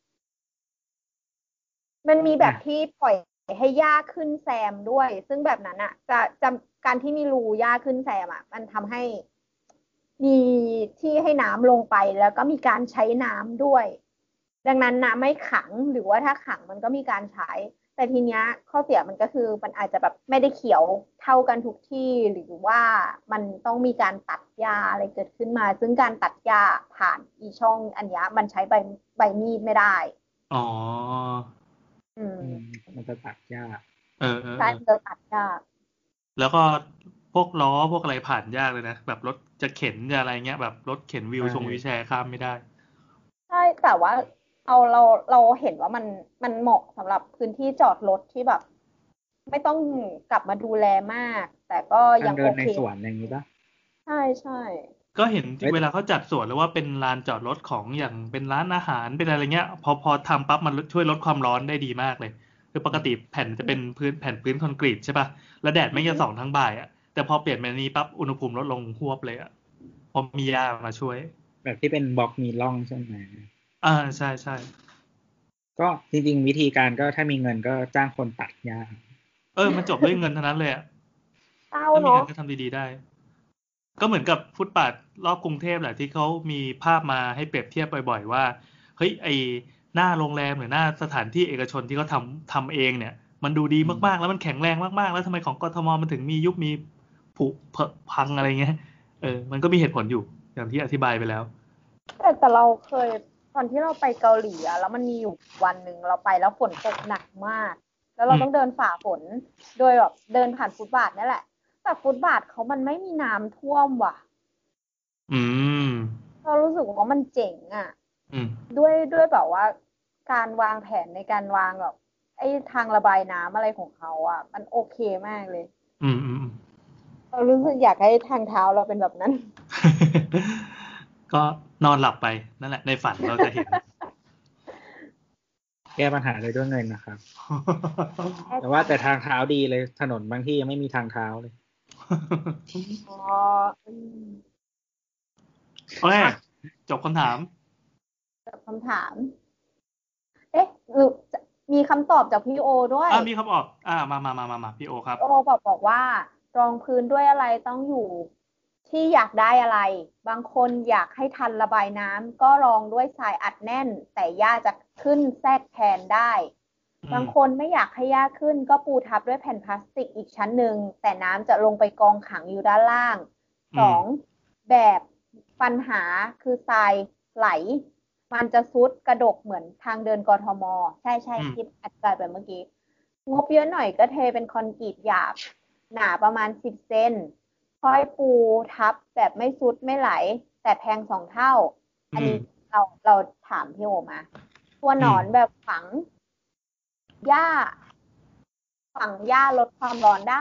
มันมีแบบที่ปล่อยให้หญ้าขึ้นแซมด้วย ซึ่งแบบนั้นอ่ะ จะจะการที่มีรูหญ้าขึ้นแซมอ่ะ มันทำให้มีที่ให้น้ำลงไปแล้วก็มีการใช้น้ำด้วย ดังนั้นน้ำไม่ขังหรือว่าถ้าขังมันก็มีการใช้ แต่ทีเนี้ยข้อเสียมันก็คือมันอาจจะแบบไม่ได้เขียวเท่ากันทุกที่หรือว่ามันต้องมีการตัดหญ้าอะไรเกิดขึ้นมา ซึ่งการตัดหญ้าผ่านอีช่องอันเนี้ยมันใช้ใบใบมีดไม่ได้อ๋ออืมอืมมันจะตัดยากเออเออใช่เออมันจะตัดยากแล้วก็พวกล้อพวกอะไรผ่านยากเลยนะ แบบรถจะเข็นจะอะไรเงี้ย แบบรถเข็นวิวใช่ชงวิวแชร์ข้ามไม่ได้ใช่แต่ว่าเอาเราเราเห็นว่ามันมันเหมาะสำหรับพื้นที่จอดรถที่แบบ ไม่ต้องกลับมาดูแลมาก แต่ก็ทายัง งเดิโอนในเคสวนอย่างนี้ปะใช่ใช่ก็เห็นเฮ้ยเวลาเขาจัดสวนหรือว่าเป็นลานจอดรถของอย่างเป็นร้านอาหารเป็นอะไรเงี้ย พอพอทำปั๊บมันช่วยลดความร้อนได้ดีมากเลย คือปกติแผ่นจะเป็นพื้นแผ่นพื้นคอนกรีตใช่ป่ะ แล้วแดดไม่จะส่องทั้งบ่ายอ่ะ แต่พอเปลี่ยนเป็นอันนี้ปั๊บอุณหภูมิลดลงหวบเลยอ่ะพอมีหญ้ามาช่วยแบบที่เป็นบล็อกมีร่องใช่ไหมอ่าใช่ใช่ก็จริงๆวิธีการก็ถ้ามีเงินก็จ้างคนตัดหญ้าเออมันจบด้วยเงินเท่านั้นเลยอ่ะเศร้าถ้ามีเนาะเงินก็ทำดีๆได้ ก็เหมือนกับฟุตบาทรอบกรุงเทพแหละที่เขามีภาพมาให้เปรียบเทียบบ่อยๆว่าเฮ้ยไอหน้าโรงแรมหรือหน้าสถานที่เอกชนที่เขาทำทำเองเนี่ย มันดูดีมากๆแล้วมันแข็งแรงมากๆแล้วทำไมของกทมมันถึงมียุบมีผุเพอะพังอะไรเงี้ยเออมันก็มีเหตุผลอยู่อย่างที่อธิบายไปแล้วแต่แต่เราเคยตอนที่เราไปเกาหลีอะแล้วมันมีอยู่วันหนึ่งเราไปแล้วฝนตกหนักมาก แล้วเราอืมต้องเดินฝ่าฝนโดยแบบเดินผ่านฟุตบาทนี่แหละ แต่ฟุตบาทเขามันไม่มีน้ำท่วมว่ะอืมเรารู้สึกว่ามันเจ๋งอะอืมด้วยด้วยแบบว่า การวางแผนในการวางแบบไอ้ทางระบายน้ำอะไรของเขาอะมันโอเคมากเลยอืมอืมอืมเรารู้สึกอยากให้ทางเท้าเราเป็นแบบนั้นก็นอนหลับไปนั่นแหละในฝันเราจะเห็นแก้ปัญหาเลยด้วยเงินนะครับ แต่ว่าแต่ทางเท้าดีเลยถนนบางที่ยังไม่มีทางเท้าเลยอ๋ออืมโอเคจบคำถามแบบคำถาม เอ๊ะหรือจะมีคำตอบจากพี่โอด้วยอ่ามีคำออกอ่ามามามามามาพี่โอครับโอบอกบอกว่ารองพื้นด้วยอะไรต้องอยู่ที่อยากได้อะไร บางคนอยากให้ทันระบายน้ำก็รองด้วยทรายอัดแน่น แต่หญ้าจะขึ้นแทรกแทนได้อืมบางคนไม่อยากให้หญ้าขึ้นก็ปูทับด้วยแผ่นพลาสติกอีกชั้นหนึ่งแต่น้ำจะลงไปกองขังอยู่ด้านล่างอืสมองแบบปัญหาคือทรายไหล มันจะซุดกระดกเหมือนทางเดินกทม ใช่ใช่อืมที่อธิบายไปเมื่อกี้ งบเยอะหน่อยก็เทเป็นคอนกรีตหยาบ หนาประมาณสิบเซนค่อยปูทับแบบไม่ซุดไม่ไหล แต่แพงสองเท่า อันอืมนี้เราเราถามพี่โอมาตัวหนอนอืมแบบฝังหญ้า ฝังหญ้าลดความร้อนได้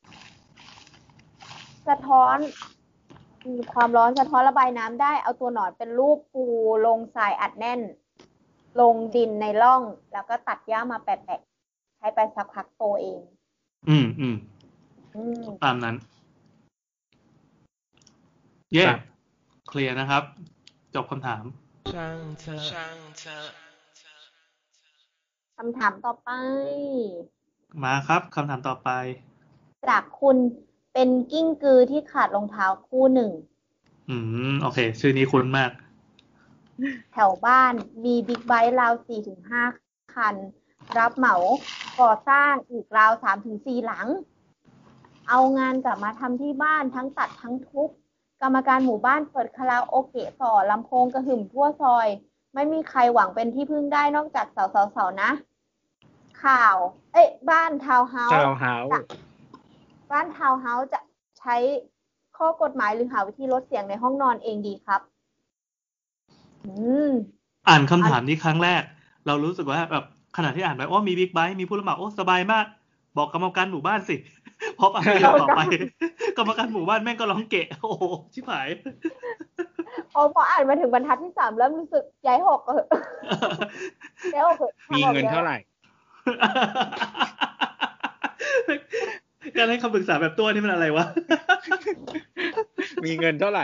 สะท้อนอืมความร้อนสะท้อนระบายน้ำได้ เอาตัวหนอนเป็นรูปปูลงทรายอัดแน่น ลงดินในร่อง แล้วก็ตัดหญ้ามาแปะๆใช้ไปสักพักโตเองอืมอืมอืมตามนั้น เย่ครับเคลียร์นะครับ จบคำถามช่างเธอช่างเธอคำถามต่อไปมาครับคำถามต่อไปจากคุณเป็นกิ้งกือที่ขาดรองเท้าคู่หนึ่งอืมโอเค ชื่อนี้คุ้นมากแถวบ้านมีบิ๊กไบค์ราว สี่ถึงห้า คัน รับเหมาก่อสร้างอีกราว สามถึงสี่ หลัง เอางานกลับมาทำที่บ้านทั้งตัดทั้งทุบกรรมการหมู่บ้านเปิดคาราโอเกะต่อลำโพงกระหึ่มทั่วซอย ไม่มีใครหวังเป็นที่พึ่งได้นอกจากสาวๆๆนะ ข่าว เอ้ยบ้านทาวน์เฮาส์ทาวน์เฮาส์บ้านทาวน์เฮาส์จะใช้ข้อกฎหมายหรือหาวิธีลดเสียงในห้องนอนเองดีครับ อืมอ่านคำถามนี้ครั้งแรก เรารู้สึกว่าแบบขณะที่อ่านไปโอ้มีบิ๊กไบค์มีผู้รับเหมาโอ้สบายมาก บอกกรรมการหมู่บ้านสิ พออ่านประโยคต่อไป กรรมการหมู่บ้านแม่งก็ร้องเกะโอ้โหชิบหายพอพออ่านมาถึงบรรทัดที่สามเริ่มรู้สึกย้ายหอกเหอะ ย้ายหอกเหอะมีเงินเท่าไหร่การให้คำปรึกษาแบบตัวนี่มันอะไรวะมีเงินเท่าไหร่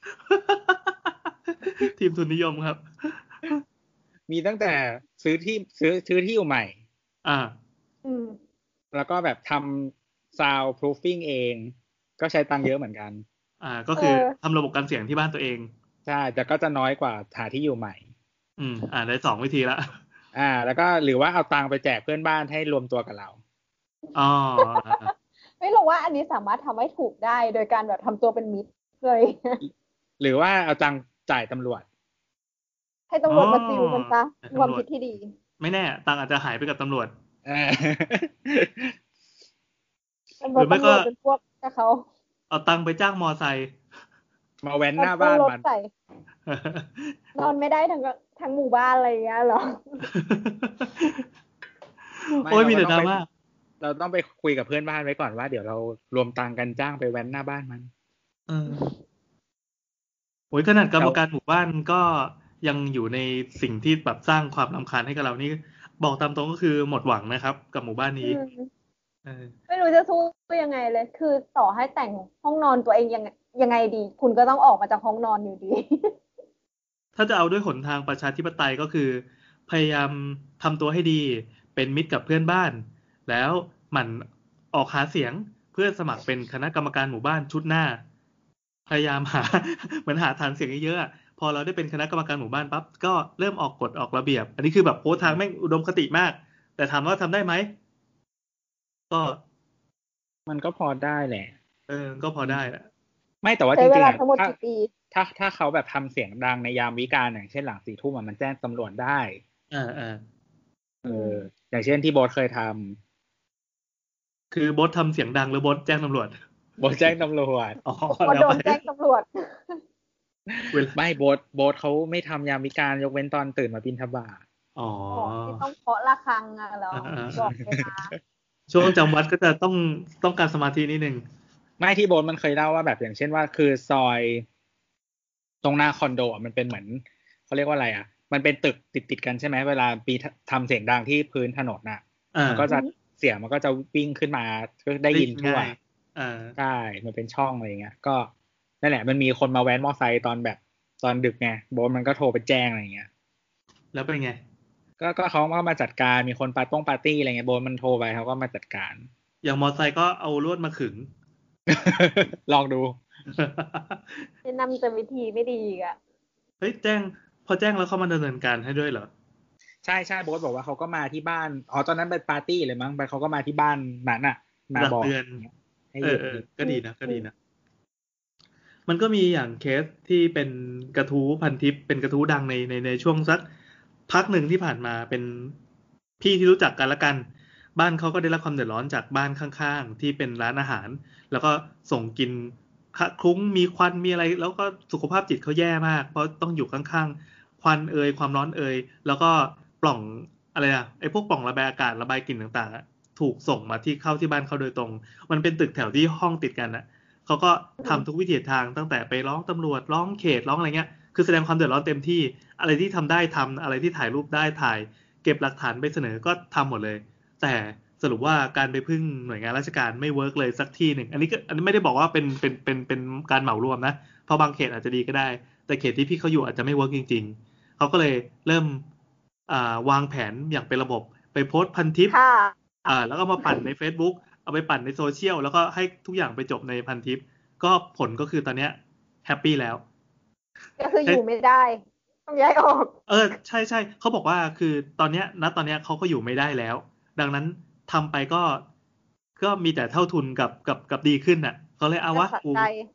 ทีมทุนนิยมครับมีตั้งแต่ซื้อที่ซื้อซื้อที่อยู่ใหม่อ่าอืมแล้วก็แบบทำ sound proofing เอง ก็ใช้ตังค์เยอะเหมือนกันอ่า ก็คือเออทำระบบการเสียงที่บ้านตัวเองใช่ แต่ก็จะน้อยกว่าหาที่อยู่ใหม่อืม อ่าได้สองวิธีละอ่า แล้วก็หรือว่าเอาตังค์ไปแจกเพื่อนบ้านให้รวมตัวกับเราอ๋อไม่รู้ว่าอันนี้สามารถทำให้ถูกได้โดยการแบบทำตัวเป็นมิตรเลยหรือว่าเอาตังค์จ่ายตำรวจให้ตำรวจมาติวมันซะให้ตำรวจความคิดที่ดีไม่แน่ตังค์อาจจะหายไปกับตำรวจเออตำรวจหรือไม่ตำก็รวจเป็นพวกกับเขาเอาตังค์ไปจ้างมอไซค์มาแว้นหน้าบ้านรถมันใส่นอนไม่ได้ทั้งทั้งหมู่บ้านอะไรอย่างเงี้ยเหรอไม่โอ้ยมีเราแต่ก็ดต้ราองไปม่าเราต้องไปคุยกับเพื่อนบ้านไว้ก่อนว่าเดี๋ยวเรารวมตังค์กันจ้างไปแว้นหน้าบ้านมันเออโอ้ยขนาดกรรมเราการหมู่บ้านก็ยังอยู่ในสิ่งที่แบบสร้างความรำคาญให้กับเรานี่บอกตามตรงก็คือหมดหวังนะครับ กับหมู่บ้านนี้อืมเออไม่รู้จะสู้ยังไงเลย คือต่อให้แต่งห้องนอนตัวเองยังยังไงดี คุณก็ต้องออกมาจากห้องนอนอยู่ดีถ้าจะเอาด้วยหนทางประชาธิปไตยก็คือ พยายามทำตัวให้ดี เป็นมิตรกับเพื่อนบ้าน แล้วหมั่นออกหาเสียงเพื่อสมัครเป็นคณะกรรมการหมู่บ้านชุดหน้า พยายามหา เหมือนหาฐานเสียงเยอะๆอะพอเราได้เป็นคณะกรรมการหมู่บ้านปั๊บก็เริ่มออกกฎออกระเบียบ อันนี้คือแบบโอ้ทางแม่งอุดมคติมาก แต่ถามว่าทำได้ไหมก็มันก็พอได้แหละเออก็พอได้แหละไม่แต่ว่าจใช้เวริงๆลาอ่ะทั้งหมดถ้ากี่ปีถ้าถ้าเขาแบบทำเสียงดังในยามวิกาลอย่างเช่นหลังสี่ทุ่มอะมันแจ้งตำรวจได้อ่าอ่าเออ อย่างเช่นที่โบ๊ทเคยทำคือโบ๊ททำเสียงดังหรือโบ๊ทแจ้งตำรวจโบ๊ทแจ้งตำรวจอ๋อก็แล้วโดไปนแจ้งตำรวจเวลาไม่โบ๊ทโบ๊ทเขาไม่ทำยามวิกาลยกเว้นตอนตื่นมาบิณฑบาตอ๋ออ๋อที่ต้องเคาะระฆังอะเหรออ่าๆบอกเวลาช่วงจำวัดก็จะต้องต้องการสมาธินิดนึงไม่ที่โบ๊ทมันเคยเล่าว่าแบบอย่างเช่นว่าคือซอยตรงหน้าคอนโดอะมันเป็นเหมือนเขาเรียกว่าอะไรอ่ะ มันเป็นตึกติดติดกันใช่ไหมเวลาปีทำเสียงดังที่พื้นถนนน่ะอ่ามันก็จะเสียงมันก็จะวิ่งขึ้นมาก็ได้ยินทั่วง่ายอ่าใช่ มันเป็นช่องอะไรเงี้ย ก็นั่นแหละ มันมีคนมาแว้นมอไซค์ตอนแบบตอนดึกไงโบ๊ทมันก็โทรไปแจ้งอะไรเงี้ยแล้วเป็นไงก็ก็เขาก็มาจัดการ มีคนปาต้งปาร์ตี้อะไรเงี้ยโบ๊ทมันโทรไปเขาก็มาจัดการอย่างมอไซค์ก็เอาลวดมาขึงลองดูแนะนำแต่วิธีไม่ดีอีกอะเฮ้ยแจ้งพอแจ้งแล้วเขามาดำเนินการให้ด้วยเหรอใช่ใช่โบ๊ทบอกว่าเขาก็มาที่บ้าน อ๋อ ตอนนั้นเป็นปาร์ตี้เลยมั้งไปเขาก็มาที่บ้านนั้นอ่ะ มาบอกตักเตือนให้เอหยุอดเออก็ดีนะก็ดีนะ มันก็มีอย่างเคสที่เป็นกระทู้พันทิปเป็นกระทู้ดังในในในช่วงสักพักหนึ่งที่ผ่านมาเป็นพี่ที่รู้จักกันละกัน บ้านเขาก็ได้รับความเดือดร้อนจากบ้านข้างๆที่เป็นร้านอาหาร แล้วก็ส่งกินคะคลุ้งมีควันมีอะไร แล้วก็สุขภาพจิตเขาแย่มากเพราะต้องอยู่ข้างๆควันเอ่ยความร้อนเอ่ยแล้วก็ปล่องอะไรอะไอพวกปล่องระบายอากาศระบายกลิ่นต่างๆอะถูกส่งมาที่เข้าที่บ้านเขาโดยตรง มันเป็นตึกแถวที่ห้องติดกันอะเขาก็ทำทุกวิถีทางตั้งแต่ไปร้องตำรวจร้องเขตร้องอะไรเงี้ยคือแสดงความเดือดร้อนเต็มที่อะไรที่ทำได้ทำอะไรที่ถ่ายรูปได้ถ่ายเก็บหลักฐานไปเสนอก็ทำหมดเลย แต่สรุปว่าการไปพึ่งหน่วยงานราชการไม่เวิร์กเลยสักที่หนึ่งอันนี้ก็อันนี้ไม่ได้บอกว่าเป็นเป็นเป็นเป็นการเหมารวมนะเพราะบางเขตอาจจะดีก็ได้แต่เขตที่พี่เขาอยู่อาจจะไม่เวิร์กจริงๆเขาก็เลยเริ่มอ่าวางแผนอย่างเป็นระบบไปโพสต์พันทิปค่ะอ่าแล้วก็มาปั่นใน Facebook เอาไปปั่นในโซเชียลแล้วก็ให้ทุกอย่างไปจบในพันทิปก็ผลก็คือตอนเนี้ยแฮปปี้แล้วก็คืออยู่ไม่ได้ ต้องย้ายออกเออใช่ใช่เขาบอกว่าคือตอนเนี้ยณตอนเนี้ยเขาก็อยู่ไม่ได้แล้ว ดังนั้นทำไปก็ก็มีแต่เท่าทุนกับกับกับดีขึ้นน่ะเขาเลยเอาวะสะกูใจ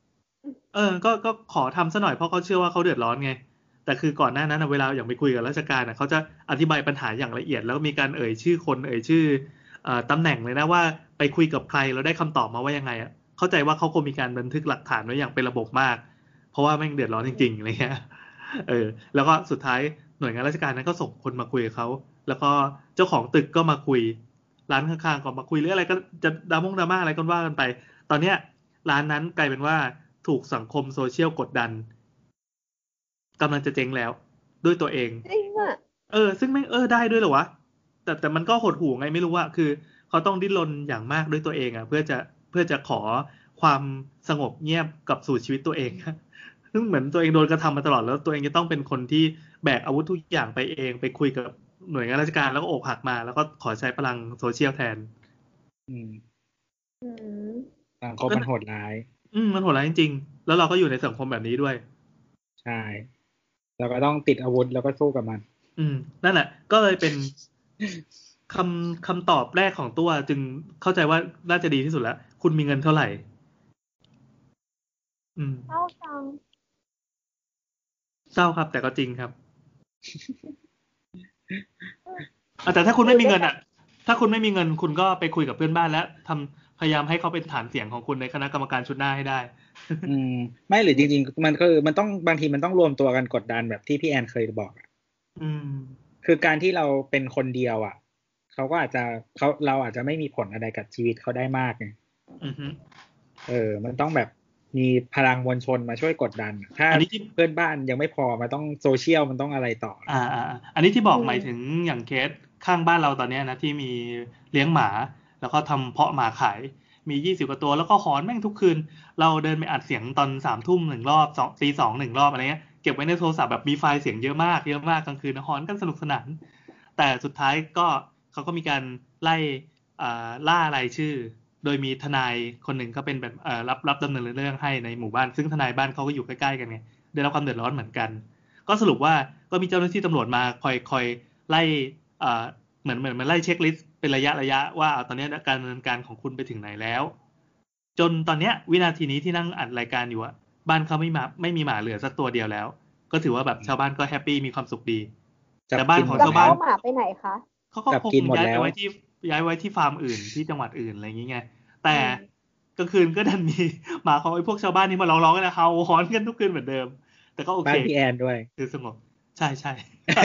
เออก็ก็ขอทำซะหน่อยเพราะเขาเชื่อว่าเขาเดือดร้อนไงแต่คือก่อนหน้านั้นนะเวลาอย่างไปคุยกับราชการนะเขาจะอธิบายปัญหาอย่างละเอียดแล้วมีการเอ่ยชื่อคนเอ่ยชื่อเอ่อตำแหน่งเลยนะว่าไปคุยกับใครแล้วได้คำตอบมาว่ายังไงอ่ะเข้าใจว่าเขาคงมีการบันทึกหลักฐานไว้อย่างเป็นระบบมากเพราะว่าแม่งเดือดร้อนจริงๆอะไรเงี้ยเออแล้วก็สุดท้ายหน่วยงานราชการนั้นก็ส่งคนมาคุยกับเขาแล้วก็เจ้าของตึกก็มาคุยร้านข้างๆก็มาคุยหรืออะไรก็จะดรามงดราม่าอะไรก็ว่ากันไปตอนเนี้ยร้านนั้นกลายเป็นว่าถูกสังคมโซเชียลกดดันกำลังจะเจ๊งแล้วด้วยตัวเองจริงอ่ะเออซึ่งแม่งเออได้ด้วยเหรอวะแต่แต่มันก็หดหู่ไงไม่รู้ว่าคือเขาต้องดิ้นรนอย่างมากด้วยตัวเองอ่ะเพื่อจะเพื่อจะขอความสงบเงียบกลับสู่ชีวิตตัวเองซึ่งเหมือนตัวเองโดนกระทำมาตลอดแล้วตัวเองจะต้องเป็นคนที่แบกอาวุธทุกอย่างไปเองไปคุยกับหน่วยงานราชการแล้วก็อกหักมาแล้วก็ขอใช้พลังโซเชียลแทนอืมอืมสังคมมันโหดร้ายอืมมันโหดร้ายจริงๆแล้วเราก็อยู่ในสังคมแบบนี้ด้วยใช่เราก็ต้องติดอาวุธแล้วก็สู้กับมันอืมนั่นแหละก็เลยเป็นคำคำตอบแรกของตัวจึงเข้าใจว่าน่าจะดีที่สุดแล้วคุณมีเงินเท่าไหร่อืมเศร้าจังเศร้าครับแต่ก็จริงครับแต่ถ้าคุณไม่มีเงินอ่ะถ้าคุณไม่มีเงินคุณก็ไปคุยกับเพื่อนบ้านแล้วทำพยายามให้เขาเป็นฐานเสียงของคุณในคณะกรรมการชุดหน้าให้ได้อืมไม่หรือจริงๆมันก็มันต้องบางทีมันต้องรวมตัวกันกดดันแบบที่พี่แอนเคยบอกอ่ะอืมคือการที่เราเป็นคนเดียวอ่ะเขาก็อาจจะเขาเราอาจจะไม่มีผลอะไรกับชีวิตเขาได้มากไงอือฮึเออมันต้องแบบมีพลังมวลชนมาช่วยกดดันถ้าเพื่อนบ้านยังไม่พอมันต้องโซเชียลมันต้องอะไรต่ออ่าอ่าอันนี้ที่บอกหมายถึงอย่างเคสข้างบ้านเราตอนนี้นะที่มีเลี้ยงหมาแล้วก็ทำเพาะหมาขายมียี่สิบกว่าตัวแล้วก็หอนแม่งทุกคืนเราเดินไปอัดเสียงตอนสามทุ่มหนึ่งรอบสองตีสองหนึ่งรอบอะไรเงี้ยเก็บไว้ในโทรศัพท์แบบมีไฟล์เสียงเยอะมากเยอะมากกลางคืนหอนกันสนุกสนานแต่สุดท้ายก็เขาก็มีการไล่อ่าล่ารายชื่อโดยมีทนายคนหนึ่งเขาเป็นแบบเอ่อรับรับดำเนินเรื่องให้ในหมู่บ้านซึ่งทนายบ้านเขาก็อยู่ใกล้ๆกันไงได้รับความเดือดร้อนเหมือนกันก็สรุปว่าก็มีเจ้าหน้าที่ตำรวจมาคอยคอยไล่อ่าเหมือนเหมือนมันไล่เช็คลิสต์เป็นระยะระยะว่าตอนนี้การดำเนินการของคุณไปถึงไหนแล้วจนตอนเนี้ยวินาทีนี้ที่นั่งอัดรายการอยู่อะบ้านเขาไม่มาไม่มีหมาเหลือสักตัวเดียวแล้วก็ถือว่าแบบชาวบ้านก็แฮปปี้มีความสุขดีแต่บ้านของชาวบ้านแล้วหมาไปไหนคะเขาก็คงย้ายไปไว้ที่ย้ายไว้ที่ฟาร์มอื่นที่จังหวัดอื่นอะไรอย่างเงี้ยแต่กลางคืนก็ดันมีหมาของไอ้พวกชาวบ้านนี่มาร้องๆกันนะเห่าหอนกันทุกคืนเหมือนเดิมแต่ก็โอเคบ้านพี่แอนด้วยคือสงบใช่ใช่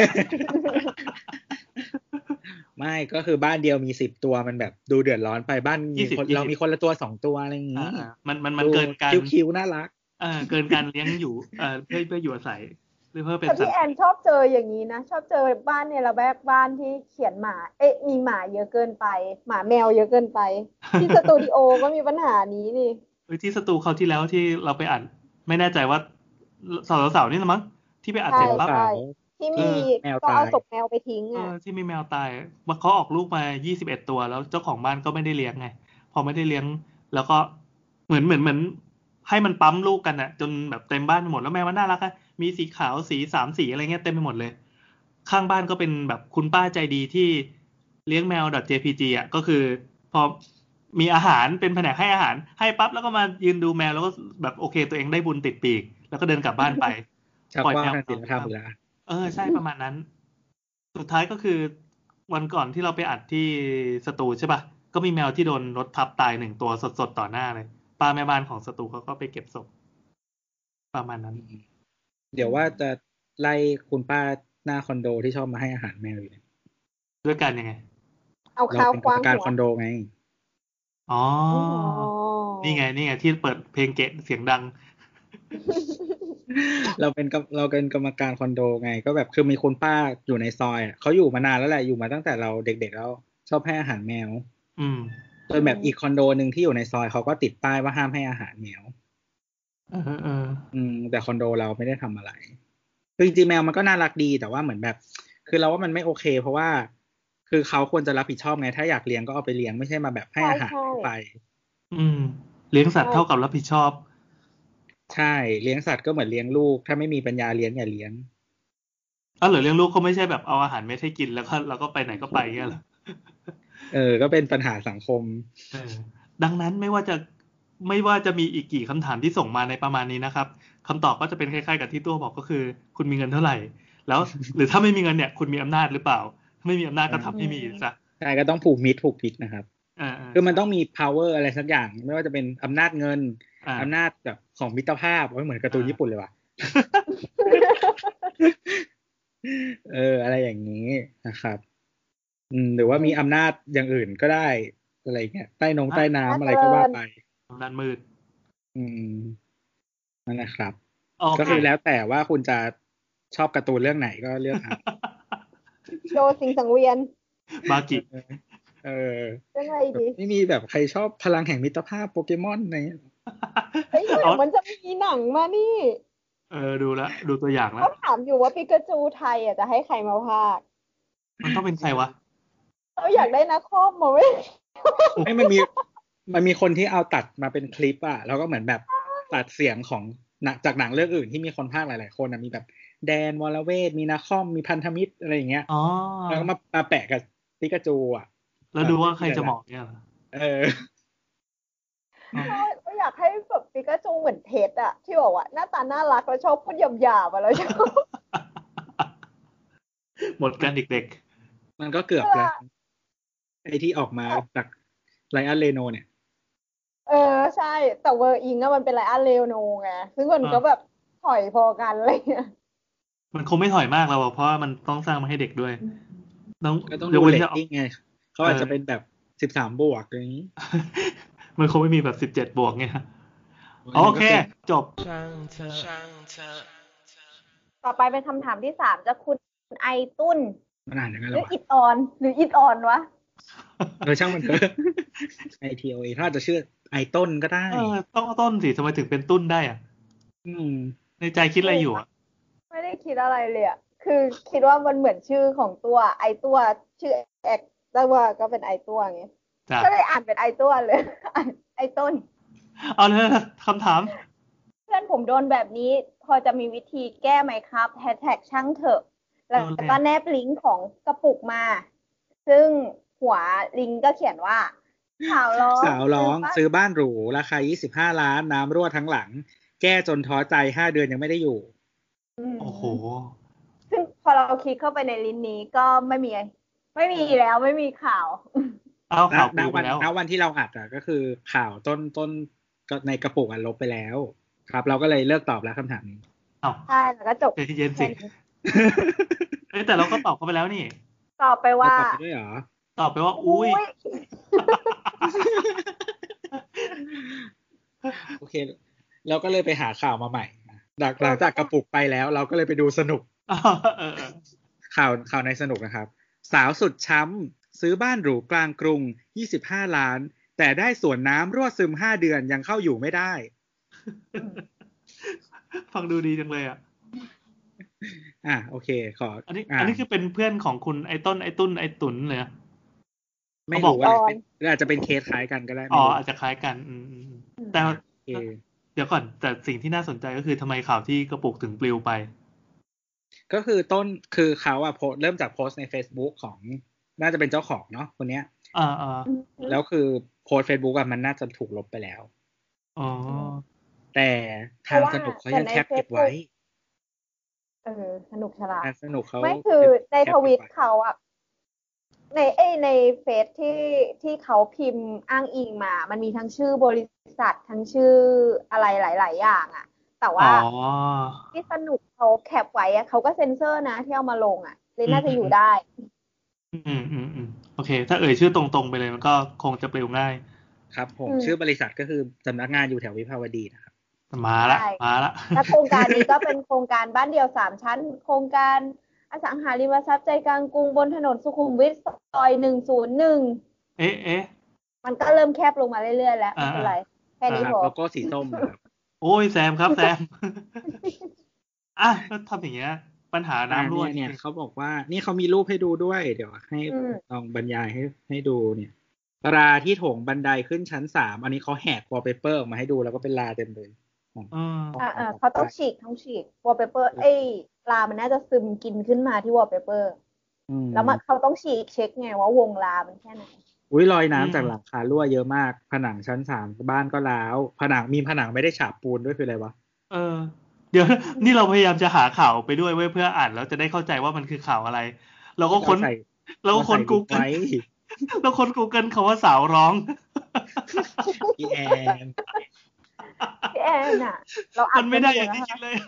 ไม่ก็คือบ้านเดียวมีสิบตัวมันแบบดูเดือดร้อนไปบ้านมีคนเรามีคนละตัวสองตัวอะไรอย่างนี้มันมันมันเกินการคิ้วๆน่ารักเออเกินการเลี้ยงอยู่เออเพื่อเพื่ออยู่อาศัยหรือเพื่อเป็นแต่พี่แอนชอบเจออย่างนี้นะชอบเจอบ้านเนี่ยระแวกบ้านที่เขียนหมาเอ๊ะมีหมาเยอะเกินไปหมาแมวเยอะเกินไปที่สตูดิโอก็มีปัญหานี้นี่เออที่สตูเขาที่แล้วที่เราไปอัดไม่แน่ใจว่าสาวสาวนี่นะมั้งที่ไปอัดเสร็จปั๊บที่มีก็เอาศพแมวไปทิ้งอ่ะที่มีแมวตายว่าเขาออกลูกมายี่สิบเอ็ดตัวแล้วเจ้าของบ้านก็ไม่ได้เลี้ยงไงพอไม่ได้เลี้ยงแล้วก็เหมือนเหมือนเหมือนให้มันปั๊มลูกกันอ่ะจนแบบเต็มบ้านไปหมดแล้วแมวมันน่ารักอะมีสีขาวสีสามสีอะไรเงี้ยเต็มไปหมดเลยข้างบ้านก็เป็นแบบคุณป้าใจดีที่เลี้ยงแมว .jpg อ่ะก็คือพอมีอาหารเป็นแผนกให้อาหารให้ปั๊บแล้วก็มายืนดูแมวแล้วก็แบบโอเคตัวเองได้บุญติดปีกแล้วก็เดินกลับบ้านไปปล่อยแมวศิลธรรมอยู่แล้วเออใช่ประมาณนั้นสุดท้ายก็คือวันก่อนที่เราไปอัดที่สตูใช่ป่ะก็มีแมวที่โดนรถทับตายหนึ่งตัวสดๆต่อหน้าเลยป้าแม่บ้านของสตูเขาก็ไปเก็บศพประมาณนั้นเดี๋ยวว่าจะไล่คุณป้าหน้าคอนโดที่ชอบมาให้อาหารแมวอยู่เนี่ยด้วยกันยังไงเอาข้าวคว้างการคอนโดไงอ๋อนี่ไงนี่ไงที่เปิดเพลงเกะเสียงดังเราเป็นเราเป็นกรรมการคอนโดไงก็แบบคือมีคุณป้าอยู่ในซอยอ่ะเขาอยู่มานานแล้วแหละอยู่มาตั้งแต่เราเด็กๆแล้วชอบให้อาหารแมวอืมโดยแบบอีกคอนโดนึงที่อยู่ในซอยเขาก็ติดป้ายว่าห้ามให้อาหารแมวเออเอออืมแต่คอนโดเราไม่ได้ทำอะไรคือจริงๆแมวมันก็น่ารักดีแต่ว่าเหมือนแบบคือเราว่ามันไม่โอเคเพราะว่าคือเขาควรจะรับผิดชอบไงถ้าอยากเลี้ยงก็เอาไปเลี้ยงไม่ใช่มาแบบให้อาหารไปอืมเลี้ยงสัตว์เท่ากับรับผิดชอบใช่เลี้ยงสัตว์ก็เหมือนเลี้ยงลูกถ้าไม่มีปัญญาเลี้ยงอย่าเลี้ยงอ๋อเหรอเลี้ยงลูกเขาไม่ใช่แบบเอาอาหารเม็ดให้กินแล้วก็เราก็ไปไหนก็ไปเงี้ยเหรอเออก็เป็นปัญหาสังคมเออดังนั้นไม่ว่าจะไม่ว่าจะมีอีกกี่คำถามที่ส่งมาในประมาณนี้นะครับคำตอบก็จะเป็นคล้ายๆกับที่ตัวบอกก็คือคุณมีเงินเท่าไหร่แล้ว หรือถ้าไม่มีเงินเนี่ยคุณมีอำนาจหรือเปล่าถ้าไม่มีอำนาจก็ทำให้มีซะใช่ก็ต้องผูกมิตรผูกพิตนะครับคือมันต้องมี power อะไรสักอย่างไม่ว่าจะเป็นอำนาจเงินอำนาจแบบของมิตรภาพเหมือนการ์ตูนญี่ปุ่นเลยว่ะ เอออะไรอย่างนี้นะครับอืมหรือว่ามีอำนาจอย่างอื่นก็ได้อะไรเงี้ยใต้นงใต้น้ำอะไรก็ว่าไปอำนาจมืดอืมนั่นแหละครับก็คือแล้วแต่ว่าคุณจะชอบการ์ตูนเรื่องไหนก็เลือกเอาโชว์สิงสังเวียนบากิเออเรื่องอะไรดีไม่มีแบบใครชอบพลังแห่งมิตรภาพโปเกมอนอะไรเงี้ยเฮ้ยมันจะมีหนังมานี่เออดูละดูตัวอย่างแล้วเขาถามอยู่ว่าปิกาจูไทยอ่ะจะให้ใครมาพากย์มันต้องเป็นใครวะเราอยากได้นักคอมมาเว้ยให้มันมีมันมีคนที่เอาตัดมาเป็นคลิปอ่ะแล้วก็เหมือนแบบตัดเสียงของจากหนังเรื่องอื่นที่มีคนพากย์หลายๆคนนะมีแบบแดนวรเวทมีนาคอมมีพันธมิตรอะไรอย่างเงี้ยอ๋อแล้วก็มามาแปะกับปิกาจูอ่ะแล้วดูว่าใครจะเหมาะเนี่ยเออก็อยากให้แบบปิกาจูเหมือนเท็ดอะที่บอกว่าหน้าตาน่ารักแล้วชอบพูดหยาบๆแล้วชอบหมดกันเด็กๆมันก็เกือบแล้วไอ้ที่ออกมาจากไลออนเลโนเนี่ยเออใช่แต่เวอร์อิงอะมันเป็นไลออนเลโนไงซึ่งมันก็แบบถอยพอกันอะไรเงี้ยมันคงไม่ถอยมากแล้วเพราะว่ามันต้องสร้างมาให้เด็กด้วยต้องก็ต้องดูเรตติ้งไงเขาอาจจะเป็นแบบสิบสามบวกอย่างนี้มันคงไม่มีแบบสิบเจ็ดบวกไงโอเคจบช่างเธอช่างเธอต่อไปเป็นคำถามที่สามจะคุณไอตุ้นมันอ่านยังไงหรืออิดออนหรืออิดออนวะเออช่างมันเถอะ ไอ ที โอ เอ ถ้าจะชื่อไอต้นก็ได้เออต้องต้นสิทำไมถึงเป็นตุ้นได้อ่ะอืมในใจคิดอะไรอยู่อ่ะไม่ได้คิดอะไรเลยอ่ะคือคิดว่ามันเหมือนชื่อของตัวไอตัวชื่อแอกแต่ว่าก็เป็นไอตัวไงก็เลยอ่านเป็นไอตัวเลยไอต้นเอาเลยคำถามเพื่อนผมโดนแบบนี้พอจะมีวิธีแก้ไหมครับแฮชแท็กช่างเถอะแล้วก็แนบลิงก์ของกระปุกมาซึ่งหัวลิงก์ก็เขียนว่าสาวร้องสาวร้องซื้อบ้านหรูราคายี่สิบห้าล้านน้ำรั่วทั้งหลังแก้จนท้อใจห้าเดือนยังไม่ได้อยู่โอ้โหซึ่งพอเราคลิกเข้าไปในลิงก์นี้ก็ไม่มีไม่มีแล้วไม่มีข่าวเอาข่าวณวันณวันที่เราอัดอ่ะก็คือข่าวต้นต้นในกระปุกอ่ะลบไปแล้วครับเราก็เลยเลิกตอบแล้วคำถามนี้อ้าวใช่แล้วก็จบเย็นสิเอ้แต่เราก็ตอบเข้าไปแล้วนี่ตอบไปว่าตอบไปด้วยเหรอตอบไปว่าอุ้ยโอเคเราก็เลยไปหาข่าวมาใหม่หลังจากกระปุกไปแล้วเราก็เลยไปดูสนุกข่าวข่าวในสนุกนะครับสาวสุดช้ำซื้อบ้านหรูกลางกรุงยี่สิบห้าล้านแต่ได้สวนน้ำรั่วซึมห้าเดือนยังเข้าอยู่ไม่ได้ฟังดูดีจังเลยอ่ะอ่ะโอเคขออันนี้อันนี้คือเป็นเพื่อนของคุณไอ้ต้นไอ้ตุ้นไอ้ตุนเลยไม่บอกว่าหรืออาจจะเป็นเคสคล้ายกันก็ได้อ๋ออาจจะคล้ายกันอืมแต่เดี๋ยวก่อนแต่สิ่งที่น่าสนใจก็คือทำไมข่าวที่กระปุกถึงปลิวไปก็คือต้นคือเขาอะโพสเริ่มจากโพสใน Facebook ของน่าจะเป็นเจ้าของเนาะคนเนี้ยอ่าอ่าแล้วคือโพส Facebook อะมันน่าจะถูกลบไปแล้วอ๋อแต่ทางสนุกเขายังแคปเก็บไว้เออสนุกฉลาดสนุกเขาไม่คือในทวิตเขาอะในเอ้ในเฟซที่ที่เขาพิมพ์อ้างอิงมามันมีทั้งชื่อบริษัททั้งชื่ออะไรหลายๆอย่างอะแต่ว่าที่สนุกเขาแคปไว้อะเขาก็เซ็นเซอร์นะที่เอามาลงอะเลยน่าจะอยู่ได้อืมอืมอืมโอเคถ้าเอ่ยชื่อตรงๆไปเลยมันก็คงจะปลิวง่ายครับผมชื่อบริษัทก็คือสำนักงานอยู่แถววิภาวดีนะครับมาละมาละและโครงการนี้ก็เป็นโครงการบ้านเดี่ยวสามชั้นโครงการอสังหาริมทรัพย์ใจกลางกรุงบนถนนสุขุมวิทซอยหนึ่งศูนย์หนึ่งเอ๊ะเอ๊ะมันก็เริ่มแคบลงมาเรื่อยๆแล้วไม่เป็นไรแค่นี้พอโลโก้สีส้มครับโอ้ยแซมครับแซมอ่ะก็ทำอย่างเงี้ยปัญหาน้ำรั่วเนี่ยเขาบอกว่านี่เขามีรูปให้ดูด้วยเดี๋ยวให้ลองบรรยายให้ให้ดูเนี่ยราที่โถงบันไดขึ้นชั้นสามอันนี้เขาแหกวอลเปเปอร์ออกมาให้ดูแล้วก็เป็นราเต็มเลยอืมอ่าเขาต้องฉีกต้องฉีกวอลเปเปอร์ไอ้ลามันน่าจะซึมกินขึ้นมาที่วอลเปเปอร์แล้วมันเขาต้องฉีกเช็คไงว่าวงลามันแค่ไหนอุ้ยรอยอืน้ำจากมหลังคารั่วเยอะมาก ผนังชั้นสามบ้านก็ร้าว ผนังมีผนังไม่ได้ฉาบปูนด้วยคืออะไรวะเออ เดี๋ยว นี่เราพยายามจะหาข่าวไปด้วยเว้ยเพื่ออ่านแล้วจะได้เข้าใจว่ามันคือข่าวอะไร เราก็เราค้นใส่เราก็เราค้ใส่นวิก Google ไว้เราค้น Google คำว่าสาวร้องพี่แอนพี่แอนน่ะ เราอัมัดนกัไม่นได้ออยู่ ย่างนะที่คะคิดเลยอะ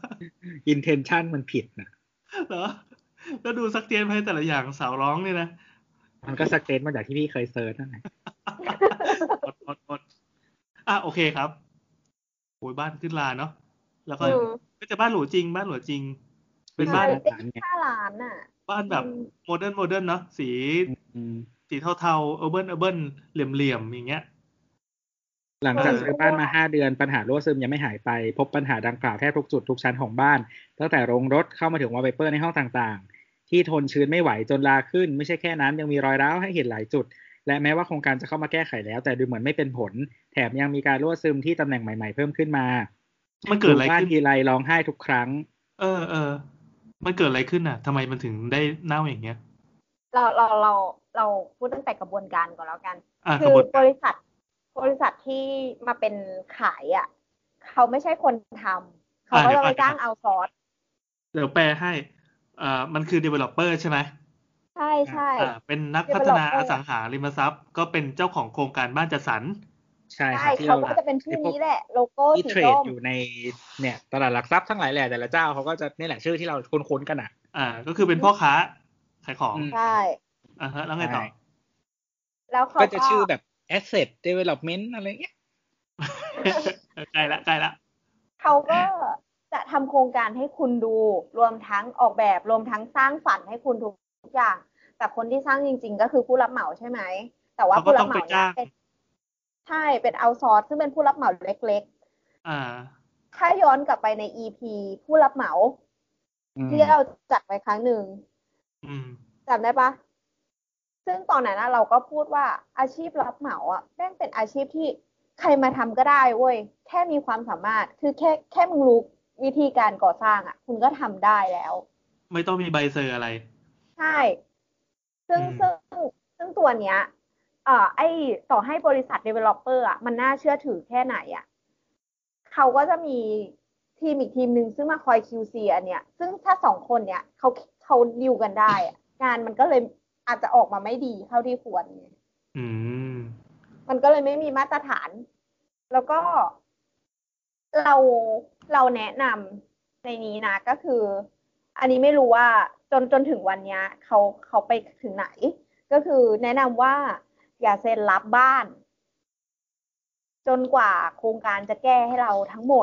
intention มันผิดน่ะเหรอ แล้วดูซักเจนให้แต่ละอย่างสาวร้องนี่นะมันก็สเตทมาจากที่พี่เคยเซิร์ชนั่นแหละอดอดอดอ่ะโอเคครับโอ้ยบ้านขึ้นลาเนาะแล้วก็อืมก็จะบ้านหรูจริง บ้านหรูจริง เป็นใช่บ้านได้ห้าล้านน่ะบ้านแบบอืมโมเดิร์นโมเดิร์นเนาะสีอืมสีเทาๆเออร์เบิร์นเออร์เบิร์นเหลี่ยมๆอย่างเงี้ยหลังเอจากอซื้อบ้านมาห้าเดือนปัญหารั่วซึมยังไม่หายไป พบปัญหาดังกล่าวแทบทุกจุดทุกชั้นของบ้าน ตั้งแต่โรงรถเข้ามาถึงวอลเปเปอร์ในห้องต่างๆ ที่ทนชื้นไม่ไหวจนลาขึ้น ไม่ใช่แค่นั้นยังมีรอยร้าวให้เห็นหลายจุด และแม้ว่าโครงการจะเข้ามาแก้ไขแล้ว แต่ดูเหมือนไม่เป็นผล แถมยังมีการรั่วซึมที่ตำแหน่งใหม่ๆเพิ่มขึ้นมามันเกิดอะไรดูบ้านขึ้นทีไรร้องไห้ทุกครั้งเออเออมันเกิดอะไรขึ้นอ่ะทำไมมันถึงได้เน่าอย่างเงี้ยเราเราเราเราพูดตั้งแต่กระบวนการก่อนแล้วกันอ่ะคืกระอบวนบการริษัท บริษัทที่มาเป็นขายอ่ะ เขาไม่ใช่คนทำเขาอ่ะก็เดี๋ยจะวไปก่อนจ้างเอาซอร์สเดี๋ยวแปลให้อ่ามันคือ developer ใช่ไหมใช่ใช่อ่าเป็นนักพัฒนาอ developer สังหาริมทรัพย์ ก็เป็นเจ้าของโครงการบ้านจัดสรรใช่คใช่รับที่เขาเราก็จะเป็นชื่อไอ้พวกนี้แหละ โลโก้ที่สีเทรส้ดมอยู่ในเนี่ยตลาดหลักทรัพย์ทั้งหลายแหละแต่ละเจ้าเขาก็จะนี่แหละชื่อที่เราคุ้นๆกันอ่ะอ่า ก็คือเป็นพ่อค้าขายของอืมใช่อ่าฮะแล้วไงต่อใช่แล้วเขาก็ก็จะชื่อแบบ asset development อะไรเงี้ยใกล้ละใกล้ละเขาก็จะทำโครงการให้คุณดู รวมทั้งออกแบบ รวมทั้งสร้างฝันให้คุณทุกอย่าง แต่คนที่สร้างจริง ๆ ก็คือผู้รับเหมาใช่ไหม แต่ว่าเขาก็ผู้ต้รัอบ งเหไปมาเนี่จ้าย งเป็น ใช่ เป็นเอาซอร์สซึ่งเป็นผู้รับเหมาเล็กอ่าๆ ถ้าย้อนกลับไปใน อี พี ผู้รับเหมาอืมที่เราจัดไปครั้งหนึ่งอืมจำได้ปะ ซึ่งตอนนั้นนะเราก็พูดว่าอาชีพรับเหมาอ่ะแม่งเป็นอาชีพที่ใครมาทำก็ได้เว้ย แค่มีความสามารถ คือแค่แค่มึงรู้วิธีการก่อสร้างอ่ะ คุณก็ทำได้แล้วไม่ต้องมีใบเซอร์อะไรใช่ ซึ่งอืมซึ่งซึ่งตัวเนี้ยเอ่อไอต่อให้บริษัท developer อ่ะมันน่าเชื่อถือแค่ไหนอ่ะเขาก็จะมีทีมอีกทีมหนึ่งซึ่งมาคอย คิว ซี อันเนี้ย ซึ่งถ้าสองคนเนี้ยเขาเขาดิวกันได้อ่ะงานมันก็เลยอาจจะออกมาไม่ดีเท่าที่ควรไงอืมมันก็เลยไม่มีมาตรฐาน แล้วก็เราเราแนะนำในนี้นะก็คือ อันนี้ไม่รู้ว่าจนจนถึงวันเนี้ยเขาเขาไปถึงไหน ก็คือแนะนำว่าอย่าเซ็นรับบ้าน จนกว่าโครงการจะแก้ให้เราทั้งหมด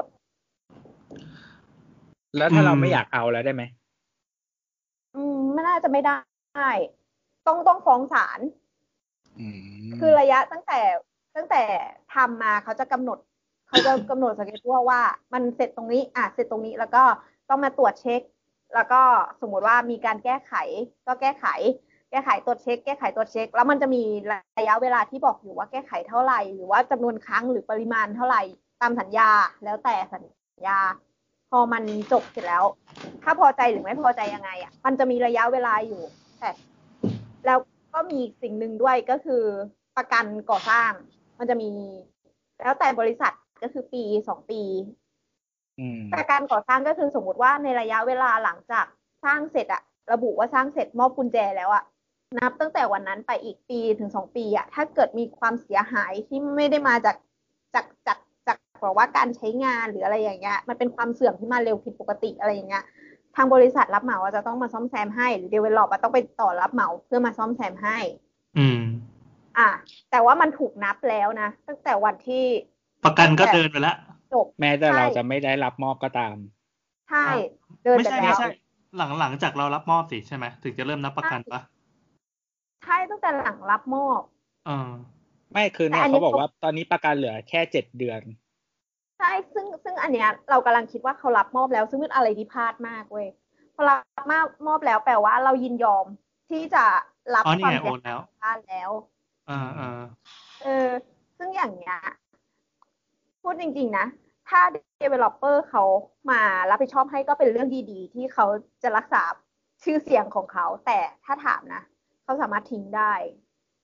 แล้วถ้าเราอืมไม่อยากเอาแล้วได้ไหมอืมไม่น่าจะไม่ได้ ต้องต้องฟ้องศาลอืมคือระยะตั้งแต่ตั้งแต่ทำมาเขาจะกำหนดเขาจะกำหนดสเกจว่าว่ามันเสร็จตรงนี้อ่ะเสร็จตรงนี้แล้วก็ต้องมาตรวจเช็ค แล้วก็สมมติว่ามีการแก้ไขก็แก้ไข แก้ไขตรวจเช็ค แก้ไขตรวจเช็ค แล้วมันจะมีระยะเวลาที่บอกอยู่ว่าแก้ไขเท่าไหร่หรือว่าจำนวนครั้งหรือปริมาณเท่าไหร่ตามสัญญาแล้วแต่สัญญา พอมันจบเสร็จแล้ว ถ้าพอใจหรือไม่พอใจยังไงอ่ะมันจะมีระยะเวลาอยู่แต่แล้วก็มีสิ่งหนึ่งด้วยก็คือประกันก่อสร้าง มันจะมีแล้วแต่บริษัทก็คือปีสองปีอืมประกันก่อสร้างก็คือสมมุติว่าในระยะเวลาหลังจากสร้างเสร็จอะระบุว่าสร้างเสร็จมอบกุญแจแล้วอะนับตั้งแต่วันนั้นไปอีกปีถึงสองปีอะถ้าเกิดมีความเสียหายที่ไม่ได้มาจากจากจากจากแบบว่าการใช้งานหรืออะไรอย่างเงี้ยมันเป็นความเสื่อมที่มาเร็วผิดปกติอะไรอย่างเงี้ยทางบริษัทรับเหมาจะต้องมาซ่อมแซมให้หรือ develop ต้องไปต่อรับเหมาเพื่อมาซ่อมแซมให้อืมอ่ะแต่ว่ามันถูกนับแล้วนะตั้งแต่วันที่ประกันก็เดินไปแล้วจบแม้แต่ใช่เราจะไม่ได้รับมอบก็ตามใช่เดินไม่ไปใช่แล้ไม่วใช่ หลังหลังจากเรารับมอบสิใช่ไหมถึงจะเริ่มนับประกันปะใช่ตั้งแต่หลังรับมอบเออไม่คือเนี่ยแต่อันนี้เขาบอกว่าตอนนี้ประกันเหลือแค่เจ็ดเดือนใช่ซึ่งซึ่งอันเนี้ยเรากำลังคิดว่าเขารับมอบแล้วซึ่งเป็นอะไรที่พลาดมากเว้ยพอรับมอบมอบแล้วแปลว่าเรายินยอมที่จะรับอ๋อนี่ความไงเสียโอนแล้หายว ของบ้านแล้วเออเออเออซึ่งอย่างเงี้ยพูดจริงๆนะถ้า developer เขามารับผิดชอบให้ก็เป็นเรื่องดีๆที่เขาจะรักษาชื่อเสียงของเขาแต่ถ้าถามนะเขาสามารถทิ้งได้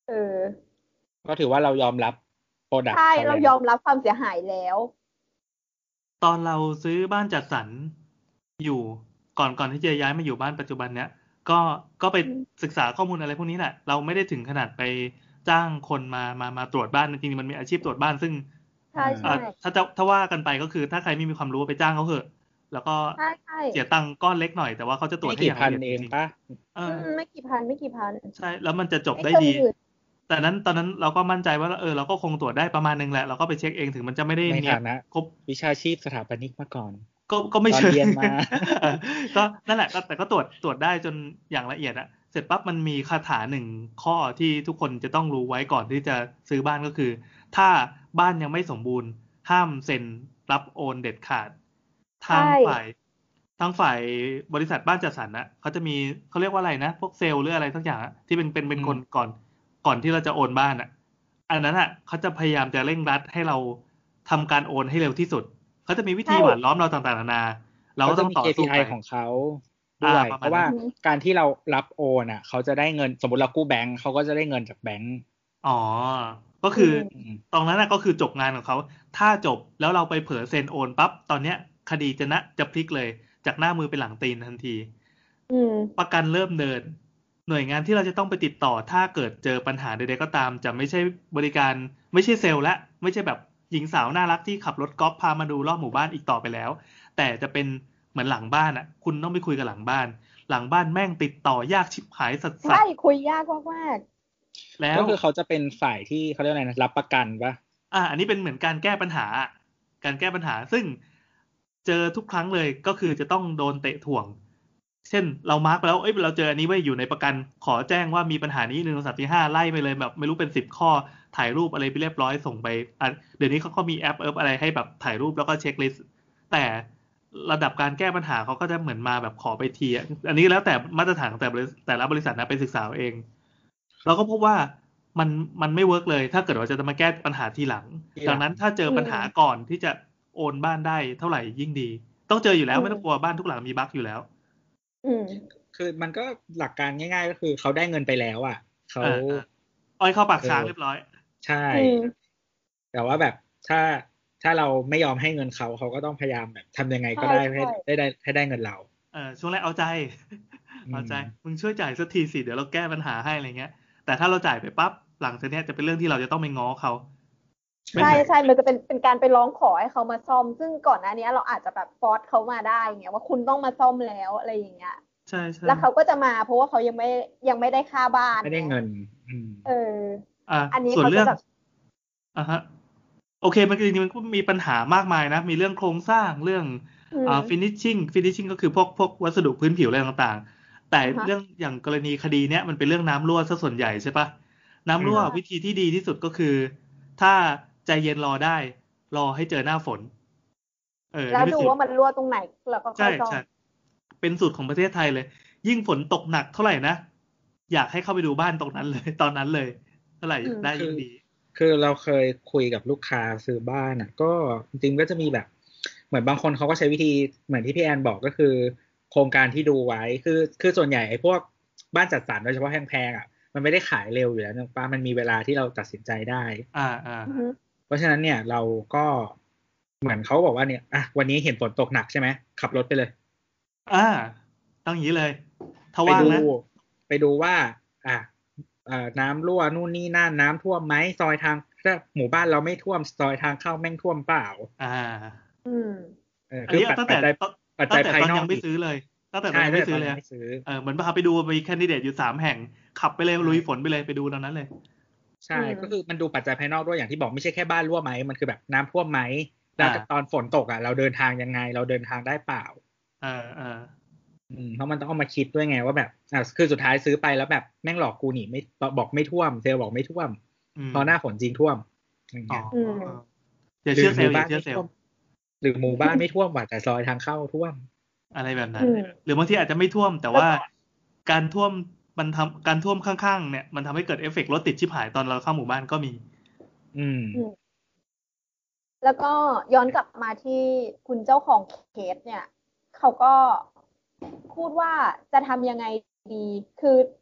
เออก็ถือว่าเรายอมรับโปรดักต์ใช่เขาเราแล้วยอมรับความเสียหายแล้วตอนเราซื้อบ้านจัดสรรอยู่ก่อนก่อนที่จะย้ายมาอยู่บ้านปัจจุบันเนี้ยก็ก็ไปอืมศึกษาข้อมูลอะไรพวกนี้แหละเราไม่ได้ถึงขนาดไปจ้างคนมามามาตรวจบ้านจริงๆมันมีอาชีพตรวจบ้านซึ่งใช่อ่าใช่ถ้าจะถ้าว่ากันไปก็คือถ้าใครไม่มีความรู้ไปจ้างเขาเถอะ แล้วก็ใช่ใช่เสียตังค์ก้อนเล็กหน่อยแต่ว่าเขาจะตรวจไม่ให้อกี่ย่างพัละนเอียดเอจงริงปะๆเออือมไม่กี่พันไม่กี่พันใช่แล้วมันจะจบไม่ได้เชิงดีหมื่นแต่นั้นตอนนั้นเราก็มั่นใจว่าเออเราก็คงตรวจได้ประมาณนึงแหละเราก็ไปเช็คเองถึงมันจะไม่ได้ในเนียฐาบนะครบวิชาชีพสถาปนิกมาก่อนก็ก็ไม่ตอนเชิงเรียนมาเออก็นั่นแหละก็แต่ก็ตรวจตรวจได้จนอย่างละเอียดอะเสร็จปั๊บมันมีคาถาหนึ่งข้อที่ทุกคนจะต้องรู้ไว้ก่อนที่จะซื้อบ้านก็คือ ถ้าบ้านยังไม่สมบูรณ์ห้ามเซ็นรับโอนเด็ดขาดทางใช่ฝ่ายทางฝ่ายบริษัทบ้านจัดสรรนะเขาจะมีเขาเรียกว่าอะไรนะพวกเซลล์หรืออะไรสักอย่างอะที่เป็นเป็นเป็นอืมคนก่อนก่อนที่เราจะโอนบ้านอะอันนั้นอะเขาจะพยายามจะเร่งรัดให้เราทำการโอนให้เร็วที่สุดเขาจะมีวิธีใช่หว่านล้อมเราต่างๆนานาเราเขาก็จะต้องมีต่อสู้เค พี ไอไปของเขาด้วยอ่าประเพมาณราะว่านั้นอืมการที่เรารับโอนอ่ะ เขาจะได้เงินสมมติเรากู้แบงก์เขาก็จะได้เงินจากแบงก์อ๋อ ก็คืออือมตรงนั้นนะก็คือจบงานของเขา ถ้าจบแล้วเราไปเผลอเซ็นโอนปั๊บ ตอนเนี้ยคดีจะนะจะพลิกเลย จากหน้ามือเป็นหลังตีนทันทีอืมประกันเริ่มเดิน หน่วยงานที่เราจะต้องไปติดต่อ ถ้าเกิดเจอปัญหาใดๆก็ตาม จะไม่ใช่บริการไม่ใช่เซลล์และไม่ใช่แบบหญิงสาวน่ารักที่ขับรถกอล์ฟพามาดูรอบหมู่บ้านอีกต่อไปแล้ว แต่จะเป็นเหมือนหลังบ้านอ่ะ คุณต้องไปคุยกับหลังบ้าน หลังบ้านแม่งติดต่อยากชิบหายสัสใช่คุยยากมากๆแล้ก็วคือเขาจะเป็นฝ่ายที่เขาเรียกอะไรนะรับประกันปะอ่า อันนี้เป็นเหมือนการแก้ปัญหา การแก้ปัญหา ซึ่งเจอทุกครั้งเลยก็คือจะต้องโดนเตะถ่วง เช่นเรามาร์กไปแล้ว เอ้ย เราเจออันนี้ไว้อยู่ในประกัน ขอแจ้งว่ามีปัญหานี้หนึ่งสองสามสี่ห้าไล่ไปเลยแบบไม่รู้เป็นสิบข้อ ถ่ายรูปอะไรไปเรียบร้อยส่งไปอ่ะเดี๋ยวนี้เขาก็มีแอปเอิบอะไรให้แบบถ่ายรูปแล้วก็เช็คลิสต์ แต่ระดับการแก้ปัญหาเขาก็จะเหมือนมาแบบขอไปทีอ่ะอันนี้แล้วแต่มาตรฐานของแต่บริษัทแต่ละบริษัทนะไปศึกษาเอาเอง เราก็พบว่ามันมันไม่เวิร์กเลย ถ้าเกิดว่าจะมาแก้ปัญหาทีหลังทีหลังดังนั้นถ้าเจอปัญหาก่อนที่จะโอนบ้านได้เท่าไหร่ยิ่งดี ต้องเจออยู่แล้วอืมไม่ต้องกลัวบ้านทุกหลังมีบั๊กอยู่แล้วๆ อืมคือมันก็หลักการง่าย ๆ ก็คือเขาได้เงินไปแล้วอ่ะเขาเออเออ อ้อยเข้าปากช้างเออเรียบร้อยใช่อืมแต่ว่าแบบถ้าถ้าเราไม่ยอมให้เงินเขาเขาก็ต้องพยายามแบบทำยังไงก็ใช่ได้ให้ใช่ได้ได้ให้ได้เงินเราเออช่วงแรกเอาใจอืมเอาใจ มึงช่วยจ่ายสักทีสิเดี๋ยวเราแก้ปัญหาให้อะไรเงี้ย แต่ถ้าเราจ่ายไปปั๊บหลังจากเนี้ยจะเป็นเรื่องที่เราจะต้องไปง้อเขาไม่ใช่เหมือนใช่มันจะเป็นเป็นการไปร้องขอให้เขามาซ่อม ซึ่งก่อนหน้านี้เราอาจจะแบบฟอร์สเขามาได้เงี้ยว่าคุณต้องมาซ่อมแล้วอะไรอย่างเงี้ยใช่ใช่แล้วเขาก็จะมาเพราะว่าเขายังไม่ยังไม่ได้ค่าบ้านไม่ได้งเงิน อืมเอออ่าอันนี้ส่วนเขาเรื่จะองแบบอ่าฮะโอเคมันจริงๆมันก็มีปัญหามากมายนะ มีเรื่องโครงสร้างเรื่องอืมอ่า finishing finishing ก็คือพวกพวกวัสดุพื้นผิวอะไรต่างๆ แต่อ่าฮะเรื่องอย่างกรณีคดีเนี้ยมันเป็นเรื่องน้ำรั่วซะส่วนใหญ่ใช่ปะน้ำรั่วอืมวิธีที่ดีที่สุดก็คือ ถ้าใจเย็นรอได้ รอให้เจอหน้าฝน เออแล้วนี่เป็นดูสูตรว่ามันรั่วตรงไหนแล้วก็ค่ใช่อยซ่อมใช่เป็นสูตรของประเทศไทยเลย ยิ่งฝนตกหนักเท่าไหร่นะ อยากให้เข้าไปดูบ้านตรงนั้นเลย ตอนนั้นเลย เท่าไหร่อืมได้คืยิ่องดีคือเราเคยคุยกับลูกค้าซื้อบ้านอ่ะ ก็จริงๆก็จะมีแบบ เหมือนบางคนเขาก็ใช้วิธีเหมือนที่พี่แอนบอกก็คือ โครงการที่ดูไว้ คือคือส่วนใหญ่ไอ้พวกบ้านจัดสรรโดยเฉพาะแพงๆอ่ะมันไม่ได้ขายเร็วอยู่แล้วนะป้ามันมีเวลาที่เราตัดสินใจได้อ่าอ่าอือฮึเพราะฉะนั้นเนี่ยเราก็เหมือนเขาบอกว่าเนี่ยอ่ะวันนี้เห็นฝนตกหนักใช่ไหมขับรถไปเลยอ่าต้องอย่างนี้เลย ถ้าไปว่างดูนะไปดูว่า อ่ะเอ่อน้ำรั่วนู่นนี่นั่นน้ำท่วมไหมซอยทางถ้าหมู่บ้านเราไม่ท่วมซอยทางเข้าแม่งท่วมเปล่าอ่าอืมเอออันคือนี้ปัจตั้งปัแต่จจัยตอนปัจตั้จังยแต่ภายตอนนอกยังไม่อีกซื้อเลย ตั้งแต่ตอใช่นยังตั้งไม่แต่ซื้ตออนเลยยังอะไม่ซื้อเออเหมือนพาไปดูมีแคนดิเดตอยู่สามแห่ง ขับไปเลยใช่ลุยฝนไปเลยไปดูตอนนั้นเลยใช่อืมก็คือมันดูปัจจัยภายนอกด้วยอย่างที่บอกไม่ใช่แค่บ้านรั่วไหมมันคือแบบน้ำท่วมไหมแล้วอ่าตอนฝนตกอ่ะเราเดินทางยังไง เราเดินทางได้เปล่าเออเอออืมเพราะมันต้องเอามาคิดด้วยไงว่าแบบอ่ะคือสุดท้ายซื้อไปแล้วแบบแม่งหลอกกูหนีไม่บอกไม่ท่วมเซลล์บอกไม่ท่วมอืมพอหน้าฝนจริงท่วมอย่างอ๋อเงี้ยอืมเอออย่าหรืเชื่ออหเซลมู่ล์อย่าบ้านเชื่อไม่เซลท่วล์มหรือหมู่บ้านไม่ท่วมว่ะแต่ซอยทางเข้าท่วมอะไรแบบนั้อืนมหรือบางทีอาจจะไม่ท่วม แต่ว่าการท่วมมันทำการท่วมข้างๆเนี่ยมันทำให้เกิดเอฟเฟกต์รถติดชิบหายตอนเราเข้าหมู่บ้านก็มีอืมอืม แล้วก็ย้อนกลับมาที่คุณเจ้าของเคสเนี่ยเขาก็พูดว่าจะทำยังไงดี คือ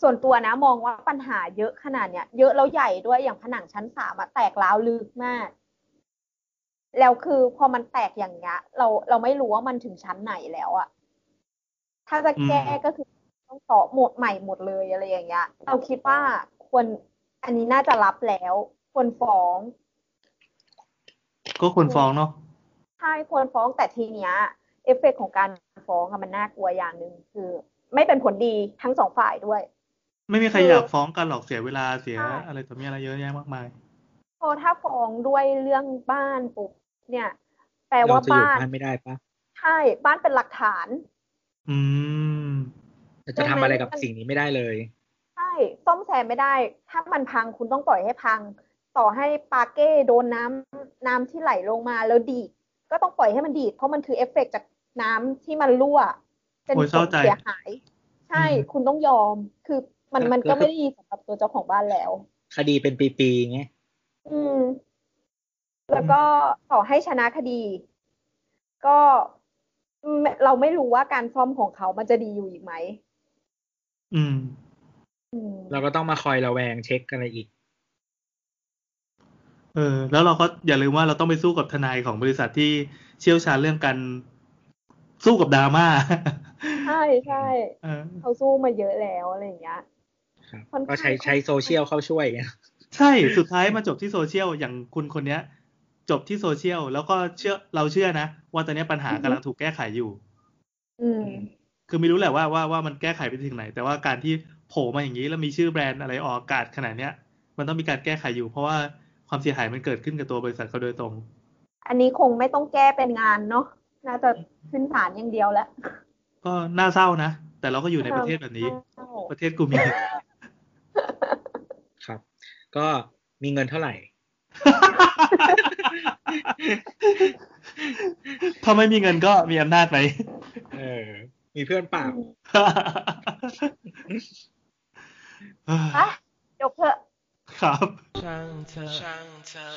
ส่วนตัวนะมองว่าปัญหาเยอะขนาดเนี้ยเยอะแล้วใหญ่ด้วยอย่างผนังชั้นสามอะแตกร้าวลึกมากแล้วคือพอมันแตกอย่างเงี้ยเราเราไม่รู้ว่ามันถึงชั้นไหนแล้วอะถ้าจะแก้ก็คือต้องต่อหมดใหม่หมดเลยอะไรอย่างเงี้ยเราคิดว่าควรอันนี้น่าจะรับแล้วควรฟ้องก็ควรฟ้องเนาะใช่ควรฟ้องแต่ทีเนี้ยเอฟเฟกต์ของการฟ้องอะมันน่ากลัวอย่างนึงคือไม่เป็นผลดีทั้งสองฝ่ายด้วยไม่มีใครอยากฟ้องกันหรอกเสียเวลาเสียอะไรต่อมีอะไรเยอะแยะมากมายพอถ้าฟ้องด้วยเรื่องบ้านปุ๊บเนี่ยแปลว่าบ้านไม่ได้ปะใช่บ้านเป็นหลักฐานอืมจะทำอะไรกับสิ่งนี้ไม่ได้เลยใช่ซ่อมแซมไม่ได้ถ้ามันพังคุณต้องปล่อยให้พังต่อให้ปาเก้โดนน้ำน้ำที่ไหลลงมาแล้วดีดก็ต้องปล่อยให้มันดีดเพราะมันคือเอฟเฟกต์จากน้ำที่มันรั่วเป็นผลเสียหายใช่คุณต้องยอมคือมันมันก็ไม่ได้ดีสำหรับตัวเจ้าของบ้านแล้วคดีเป็นปีๆไงอืมแล้วก็ต่อให้ชนะคดีก็เราไม่รู้ว่าการซ่อมของเขามันจะดีอยู่อีกไหมอืมเราก็ต้องมาคอยระแวงเช็คอะไรอีกเออแล้วเราก็อย่าลืมว่าเราต้องไปสู้กับทนายของบริษัทที่เชี่ยวชาญเรื่องการสู้กับดราม่าใช่ใช่เขาสู้มาเยอะแล้วอะไรอย่างเงี้ยก็ใช้ใช้โซเชียลเข้าช่วยใช่สุดท้ายมาจบที่โซเชียลอย่างคุณคนเนี้ยจบที่โซเชียลแล้วก็เชื่อเราเชื่อนะว่าตอนนี้ปัญหากำลังถูกแก้ไขอยู่อืมคือไม่รู้แหละว่าว่าว่ามันแก้ไขไปถึงไหนแต่ว่าการที่โผล่มาอย่างนี้แล้วมีชื่อแบรนด์อะไรออกอากาศขนาดเนี้ยมันต้องมีการแก้ไขอยู่เพราะว่าความเสียหายมันเกิดขึ้นกับตัวบริษัทเขาโดยตรงอันนี้คงไม่ต้องแก้เป็นงานเนาะน่าจะขึ้นศาลอย่างเดียวแล้วก็น่าเศร้านะแต่เราก็อยู่ในประเทศแบบนี้ประเทศกูมีครับก็มีเงินเท่าไหร่ถ้าไม่มีเงินก็มีอำนาจไหมเออมีเพื่อนเปล่าฮะจบเถอะครับช่างเธอช่างเธอ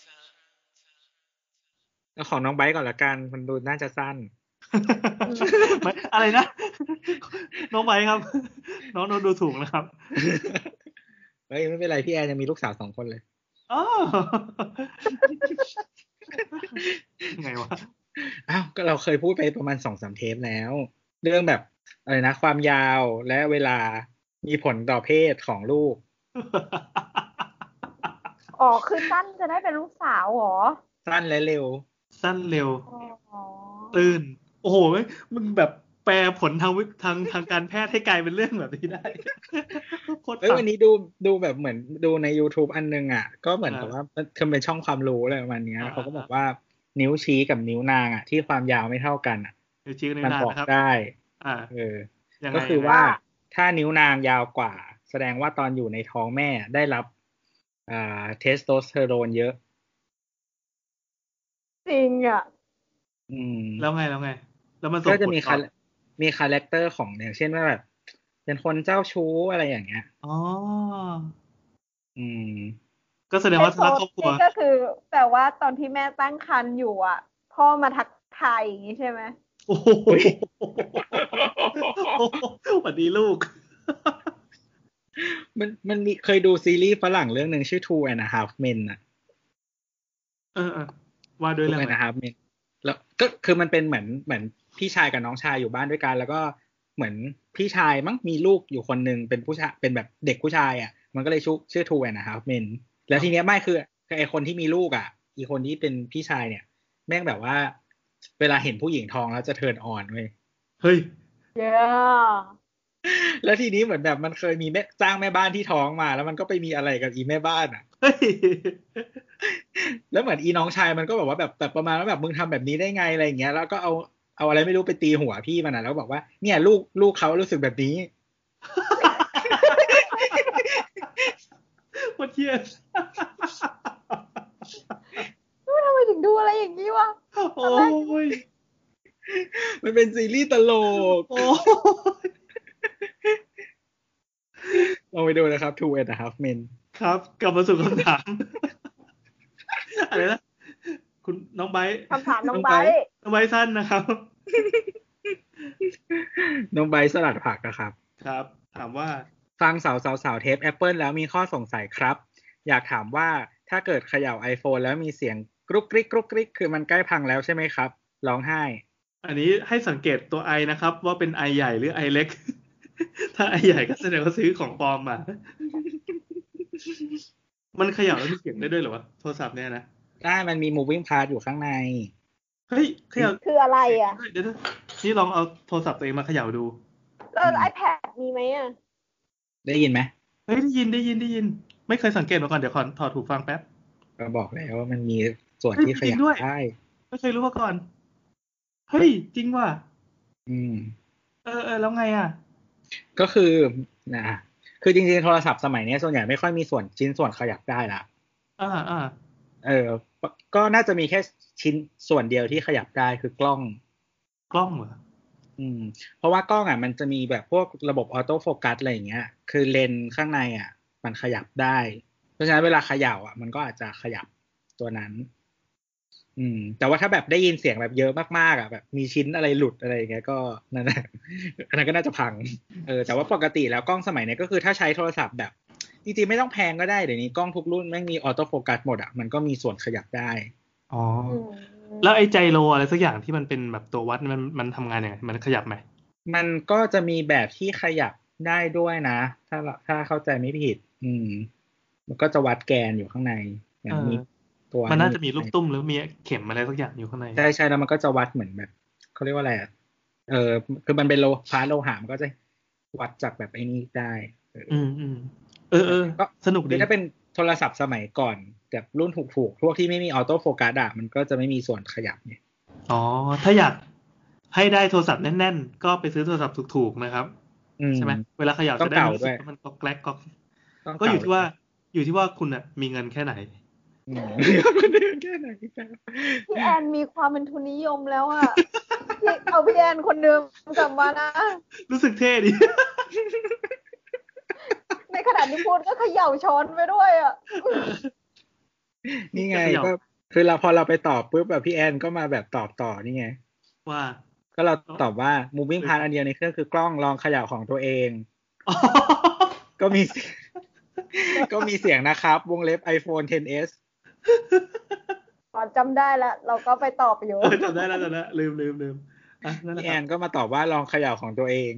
แล้วของน้องไบร์ทก่อนละกันมันดูน่าจะสั้นอะไรนะน้องไบร์ทครับน้องโดนดูถูกนะครับเฮ้ยไม่เป็นไรพี่แอนยังมีลูกสาวสองคนเลยอ๋อไงวะอ้าวก็เราเคยพูดไปประมาณ สองสาม เทปแล้วเรื่องแบบอะไรนะความยาวและเวลามีผลต่อเพศของลูกอ๋อคือสั้นจะได้เป็นลูกสาวหรอสั้นและเร็วสั้นเร็วตื่นโอ้โหมึงแบบแปลผลทางทางทางการแพทย์ให้กลายเป็นเรื่องแบบนี้ได้เอ้ยวันนี้ดูดูแบบเหมือนดูใน YouTube อันนึงอ่ะก็เหมือนกับว่าคือเป็นช่องความรู้อะไรประมาณนี้เขาก็บอกว่านิ้วชี้กับนิ้วนางอ่ะที่ความยาวไม่เท่ากันอ่ะมันบอกได้เออก็คือว่าถ้านิ้วนางยาวกว่าแสดงว่าตอนอยู่ในท้องแม่ได้รับอ่าเทสโทสเตอโรนเยอะจริงอ่ะอืมแล้วไงแล้วไงแล้วมันก็จะมีคามีคาแรคเตอร์ของอย่างเช่นว่าแบบเป็นคนเจ้าชู้อะไรอย่างเงี้ยอ๋ออืมก็แสดงว่ารักครอบครัวก็คือแต่ว่าตอนที่แม่ตั้งครรภ์อยู่อ่ะพ่อมาทักทายอย่างนี้ใช่ไหมโอ้โหสวัสดีลูกมันมันมีเคยดูซีรีส์ฝรั่งเรื่องหนึ่งชื่อ Two and a Half Men อ่ะเออๆว่าด้วยเรื่อง Two and a Half Men แล้วก็คือมันเป็นเหมือนเหมือนพี่ชายกับน้องชายอยู่บ้านด้วยกันแล้วก็เหมือนพี่ชายมั้งมีลูกอยู่คนนึงเป็นผู้ชายเป็นแบบเด็กผู้ชายอ่ะมันก็เลยชื่อชื่อ Two and a Half Men แล้วทีเนี้ยไม่คือคือไอคนที่มีลูกอ่ะอีคนที่เป็นพี่ชายเนี่ยแม่งแบบว่าเวลาเห็นผู้หญิงท้องแล้วจะเทิร์นออนเว้ยเฮ้ย yeah แล้วทีนี้เหมือนแบบมันเคยมีแม่จ้างแม่บ้านที่ท้องมาแล้วมันก็ไปมีอะไรกับอีแม่บ้านอ่ะแล้วเหมือนอีน้องชายมันก็บอกว่าแบบแบบประมาณว่าแบบมึงทำแบบนี้ได้ไงอะไรอย่างเงี้ยแล้วก็เอาเอาอะไรไม่รู้ไปตีหัวพี่มันอ่ะแล้วบอกว่าเนี่ยลูกลูกเขารู้สึกแบบนี้โคตรเหี้ยทำไมถึงดูอะไรอย่างนี้วะโอ้ยมันเป็นซีรีส์ตลกโอ้ลองไปดูนะครับ Two and a Half Men ครับกลับมาสู่คำถามอะไรนะคุณน้องไบร์ทคำถามน้องไบร์ทน้องไบร์ทสั้นนะครับน้องไบร์ทสลัดผักนะครับครับถามว่าฟังสาวสาวสาวเทป Apple แล้วมีข้อสงสัยครับอยากถามว่าถ้าเกิดเขย่า iPhone แล้วมีเสียงกรุกกริกกรุกกริกคือมันใกล้พังแล้วใช่ไหมครับร้องไห้อันนี้ให้สังเกตตัว i นะครับว่าเป็น i ใหญ่หรือ i เล็ก ถ้า i ใหญ่ก็แสดงว่าซื้อของปลอมมา มันเขย่าแล้วมีเสียงได้ด้วยเหรอวะโทรศัพท์เนี่ยนะได้มันมี moving part อยู่ข้างในเฮ้ยเขย่าคืออะไรอ่ะเดี๋ยวนี่ลองเอาโทรศัพท์ตัวเองมาเขย่าดูแล้ว iPad มีไหมอ่ะได้ยินไหมเฮ้ยได้ยินได้ยินได้ยินไม่เคยสังเกตมาก่อนเดี๋ยวขอถอดหูฟังแป๊บก็บอกแล้วว่ามันมีส่วนที่ขยับได้ไม่เคยรู้มาก่อนเฮ้ยจริงว่ะอืมเออเออแล้วไงอ่ะก็คือนะคือจริงๆโทรศัพท์สมัยนี้ส่วนใหญ่ไม่ค่อยมีส่วนชิ้นส่วนขยับได้ละอ่าอ่าเออก็น่าจะมีแค่ชิ้นส่วนเดียวที่ขยับได้คือกล้องกล้องเหรออืมเพราะว่ากล้องอ่ะมันจะมีแบบพวกระบบออโต้โฟกัสอะไรอย่างเงี้ยคือเลนส์ข้างในอ่ะมันขยับได้เพราะฉะนั้นเวลาเขย่าอ่ะมันก็อาจจะขยับตัวนั้นอืมแต่ว่าถ้าแบบได้ยินเสียงแบบเยอะมากๆอ่ะแบบมีชิ้นอะไรหลุดอะไรอย่างเงี้ยก็นั่นแหละอันนั้นก็น่าจะพังเออแต่ว่าปกติแล้วกล้องสมัยนี้ก็คือถ้าใช้โทรศัพท์แบบจริงๆไม่ต้องแพงก็ได้เดี๋ยวนี้กล้องทุกรุ่นแม่งมีออโต้โฟกัสหมดอ่ะมันก็มีส่วนขยับได้อ๋อแล้วไอ้ไจโรอะไรสักอย่างที่มันเป็นแบบตัววัดมันมันทำงานยังไงมันขยับไหมมันก็จะมีแบบที่ขยับได้ด้วยนะถ้าถ้าเข้าใจไม่ผิดอืมมันก็จะวัดแกนอยู่ข้างในอย่างนี้ตัวมันน่าจะมีลูกตุ้มหรือมีเข็มอะไรสักอย่างอยู่ข้างในใช่ใช่แล้วมันก็จะวัดเหมือนแบบเขาเรียกว่าอะไรอ่ะเออคือมันเป็นโลพาร์ทโลหะมันก็จะวัดจากแบบไอ้นี้ได้อืมอืมเออเออก็สนุกดีถ้าเป็นโทรศัพท์สมัยก่อนแบบรุ่นถูกๆพวกที่ไม่มีออโต้โฟกัสอ่ะมันก็จะไม่มีส่วนขยับเนี่ยอ๋อถ้าอยากให้ได้โทรศัพท์แน่นๆก็ไปซื้อโทรศัพท์ถูกๆนะครับใช่ไหมเวลาเขย่าจะได้รู้สึกว่ามันก็แกลกก็ก็อยู่ที่ว่าอยู่ที่ว่าคุณอ่ะมีเงินแค่ไหนแค่ไหนพี่แอนมีความเป็นทุนนิยมแล้วอ่ะเอาพี่แอนคนเดิมกลับมานะรู้สึกเท่ดิในขณะที่พูดก็เขย่าช้อนไปด้วยอ่ะนี่ไงก็คือเราพอเราไปตอบปุ๊บแบบพี่แอนก็มาแบบตอบต่อนี่ไงว่าก็เราตอบว่า moving part อันเดียวในเครื่องคือกล้องลองเขย่าของตัวเองก็มีก็มีเสียงนะครับวงเล็บ iPhone เท็น เอสอ๋อจำได้แล้วเราก็ไปตอบอยู่จำได้แล้วจำได้ลืมลืมลืมอ่ะนั่นแหละพี่แอนก็มาตอบว่าลองเขย่าของตัวเอง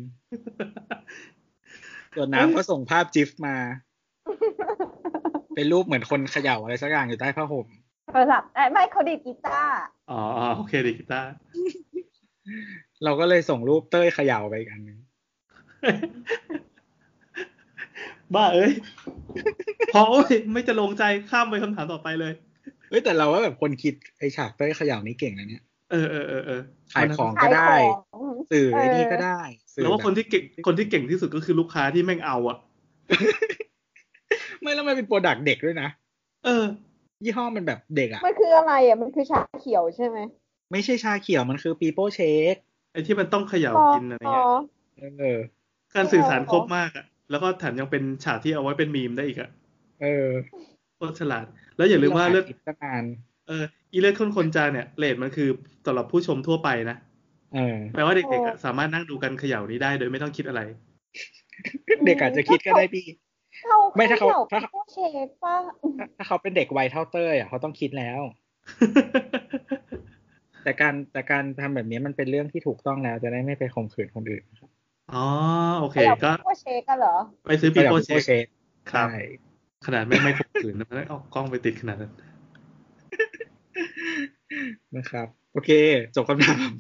ส่วนน้ำก็ส่งภาพจิฟมาเป็นรูปเหมือนคนเขย่าอะไรสักอย่างอยู่ใต้ผ้าห่มโทรศัพท์ไม่เขาดีดกีตาร์อ๋อโอเคดีดกีตาร์เราก็เลยส่งรูปเต้ยเขย่าไปอีกอันนึงบ้าเอ้ยพอโอ้ยไม่จะลงใจข้ามไปคำถามต่อไปเลยเฮ้ยแต่เราว่าแบบคนคิดไอ้ฉากเต้ยเขย่านี่เก่งนะเนี่ยเออเออเออเออขายของก็ได้สื่อไอ้นี่ก็ได้แล้วว่าคนที่เก่งคนที่เก่งที่สุดก็คือลูกค้าที่แม่งเอาอ่ะไม่แล้วมันเป็นโปรดักต์เด็กด้วยนะเออยี่ห้อมันแบบเด็กอ่ะมันคืออะไรอ่ะมันคือชาเขียวใช่ไหมไม่ใช่ชาเขียวมันคือปีโป้เชคไอ้ที่มันต้องเขย่ากินอะไรเงี้ยเออการสื่อสารครบมากอ่ะแล้วก็แถมยังเป็นฉากที่เอาไว้เป็นมีมได้อีกอ่ะเออโคตรฉลาดแล้วอย่าลืมว่าเลือดเอออีเลือดข้นคนจางเนี่ยเรทมันคือสำหรับผู้ชมทั่วไปนะเออแปลว่าเด็กๆสามารถนั่งดูกันเขย่านี้ได้โดยไม่ต้องคิดอะไรเด็กอาจจะคิดก็ได้พี่ไม่ถ้าเขาถ้าเชคป่ะถ้าเขาเป็นเด็กวัยเท่าเต้ยอ่ะเขาต้องคิดแล้วแต่การแต่การทำแบบนี้มันเป็นเรื่องที่ถูกต้องแล้วจะได้ไม่ไปข่มขืนคนอื่นครับอ๋อโอเคก็ปีโป้เชคกันเหรอไปซื้อปีโป้เชคครับขนาดไม่ไม่ข่มขืนนะไม่เอากล้องไปติดขนาดนั้นนะครับโอเคจบคำถาม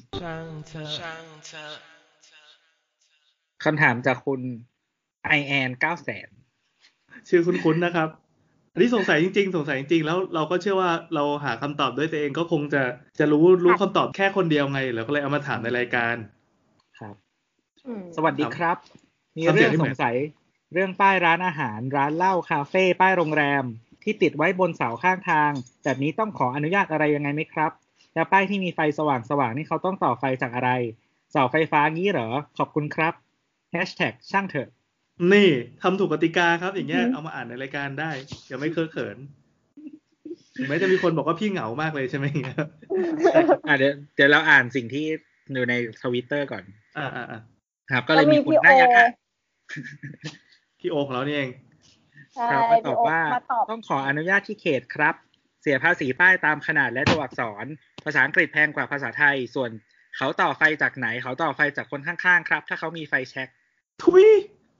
คำถามจากคุณไอแอนเก้าแสนชื่อคุ้นๆนะครับอันนี้สงสัยจริงๆสงสัยจริงๆแล้วเราก็เชื่อว่าเราหาคำตอบด้วยตัวเองก็คงจะจะรู้รู้คำตอบแค่คนเดียวไงแล้วก็เลยเอามาถามในรายการครับสวัสดีครับมีเรื่องสงสัยเรื่องป้ายร้านอาหารร้านเหล้าคาเฟ่ป้ายโรงแรมที่ติดไว้บนเสาข้างทางแบบนี้ต้องขออนุญาตอะไรยังไงไหมครับแล้วป้ายที่มีไฟสว่างสว่างนี่เขาต้องต่อไฟจากอะไรเสาไฟฟ้างี้เหรอขอบคุณครับแฮชแท็กช่างเถอะนี่ทำถูกกติกาครับอย่างเงี้ยเอามาอ่านในรายการได้อย่าไม่เคอะเขินถึงแม้จะมีคนบอกว่าพี่เหงามากเลยใช่ไหมครับอ่ะเดี๋ยวเดี๋ยวเราอ่านสิ่งที่อยู่ใน Twitter ก่อนอ่าอ่าอ่าครับก็เลยมีคุณน่าอยากอ่านพี่โอของเรานี่เองเขามาตอบว่าต้องขออนุญาตที่เขตครับเสียภาษีป้ายตามขนาดและตัวอักษรภาษาอังกฤษแพงกว่าภาษาไทยส่วนเขาต่อไฟจากไหนเขาต่อไฟจากคนข้างๆครับถ้าเขามีไฟแช็กทุย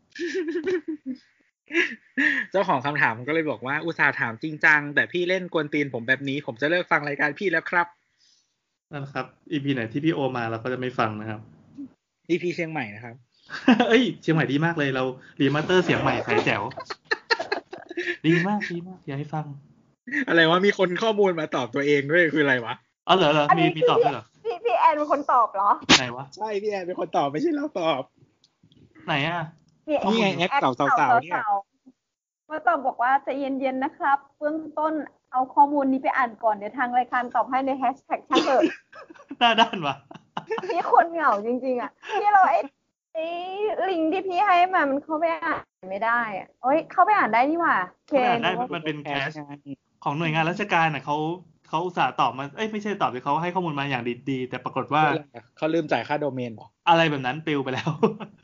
เจ้าของคำถามก็เลยบอกว่าอุตส่าห์ถามจริงจังแต่พี่เล่นกวนตีนผมแบบนี้ผมจะเลิกฟังรายการพี่แล้วครับนั่นครับ อี พี ไหนที่พี่โอมาเราก็จะไม่ฟังนะครับอี พี เชียงใหม่นะครับเอ้ยเชียงใหม่ดีมากเลยเรารีมาสเตอร์เสียงใหม่ขายแจ๋วดีมากดีมากอยากให้ฟังอะไรวะมีคนข้อมูลมาตอบตัวเองด้วยคืออะไรวะอ๋อเหรอเหรอมีมีตอบด้วยเหรอพี่พี่แอนเป็นคนตอบเหรอไหนวะใช่พี่แอนเป็นคนตอบไม่ใช่เราตอบไหนอ่ะนี่ไงแอปเก่าสาวๆเนี่ยมาตอบบอกว่าจะเย็นๆนะครับเบื้องต้นเอาข้อมูลนี้ไปอ่านก่อนเดี๋ยวทางรายการตอบให้ในแฮชแท็กช่างเถอะหน้าด้านวะพี่คนเหงาจริงๆอ่ะพี่เราไอ้ไอ้ลิงก์ที่พี่ให้มามันเข้าไปอ่านไม่ได้อ่ะเอ้ยเข้าไปอ่านได้นี่หว่าเข้าไปอ่านได้มันเป็นแคชของหน่วยงานราชการน่ะเขาเขาอุตส่าห์ตอบมาเอ้ยไม่ใช่ตอบที่เขาให้ข้อมูลมาอย่างดีๆแต่ปรากฏว่าเขาลืมจ่ายค่าโดเมนหรออะไรแบบนั้นปลิวไปแล้ว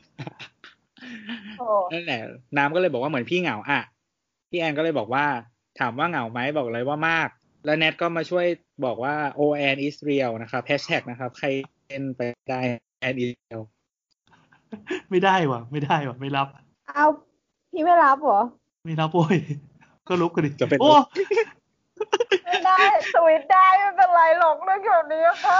นั่นแหละน้ำก็เลยบอกว่าเหมือนพี่เหงาอ่ะพี่แอนก็เลยบอกว่าถามว่าเหงาไหมบอกเลยว่ามากแล้วแนทก็มาช่วยบอกว่า โอ แอน is real นะครับแฮชแท็กนะครับใครเล่นไปได้ แอน is real ไม่ได้ว่ะไม่ได้ว่ะไม่รับเอาพี่ไม่รับเหรอไม่รับโว้ยก็ลุกกันดิจะเป็นโอ้ไม่ได้สวิตได้ไม่เป็นไรหรอกเรื่องแบบนี้ค่ะ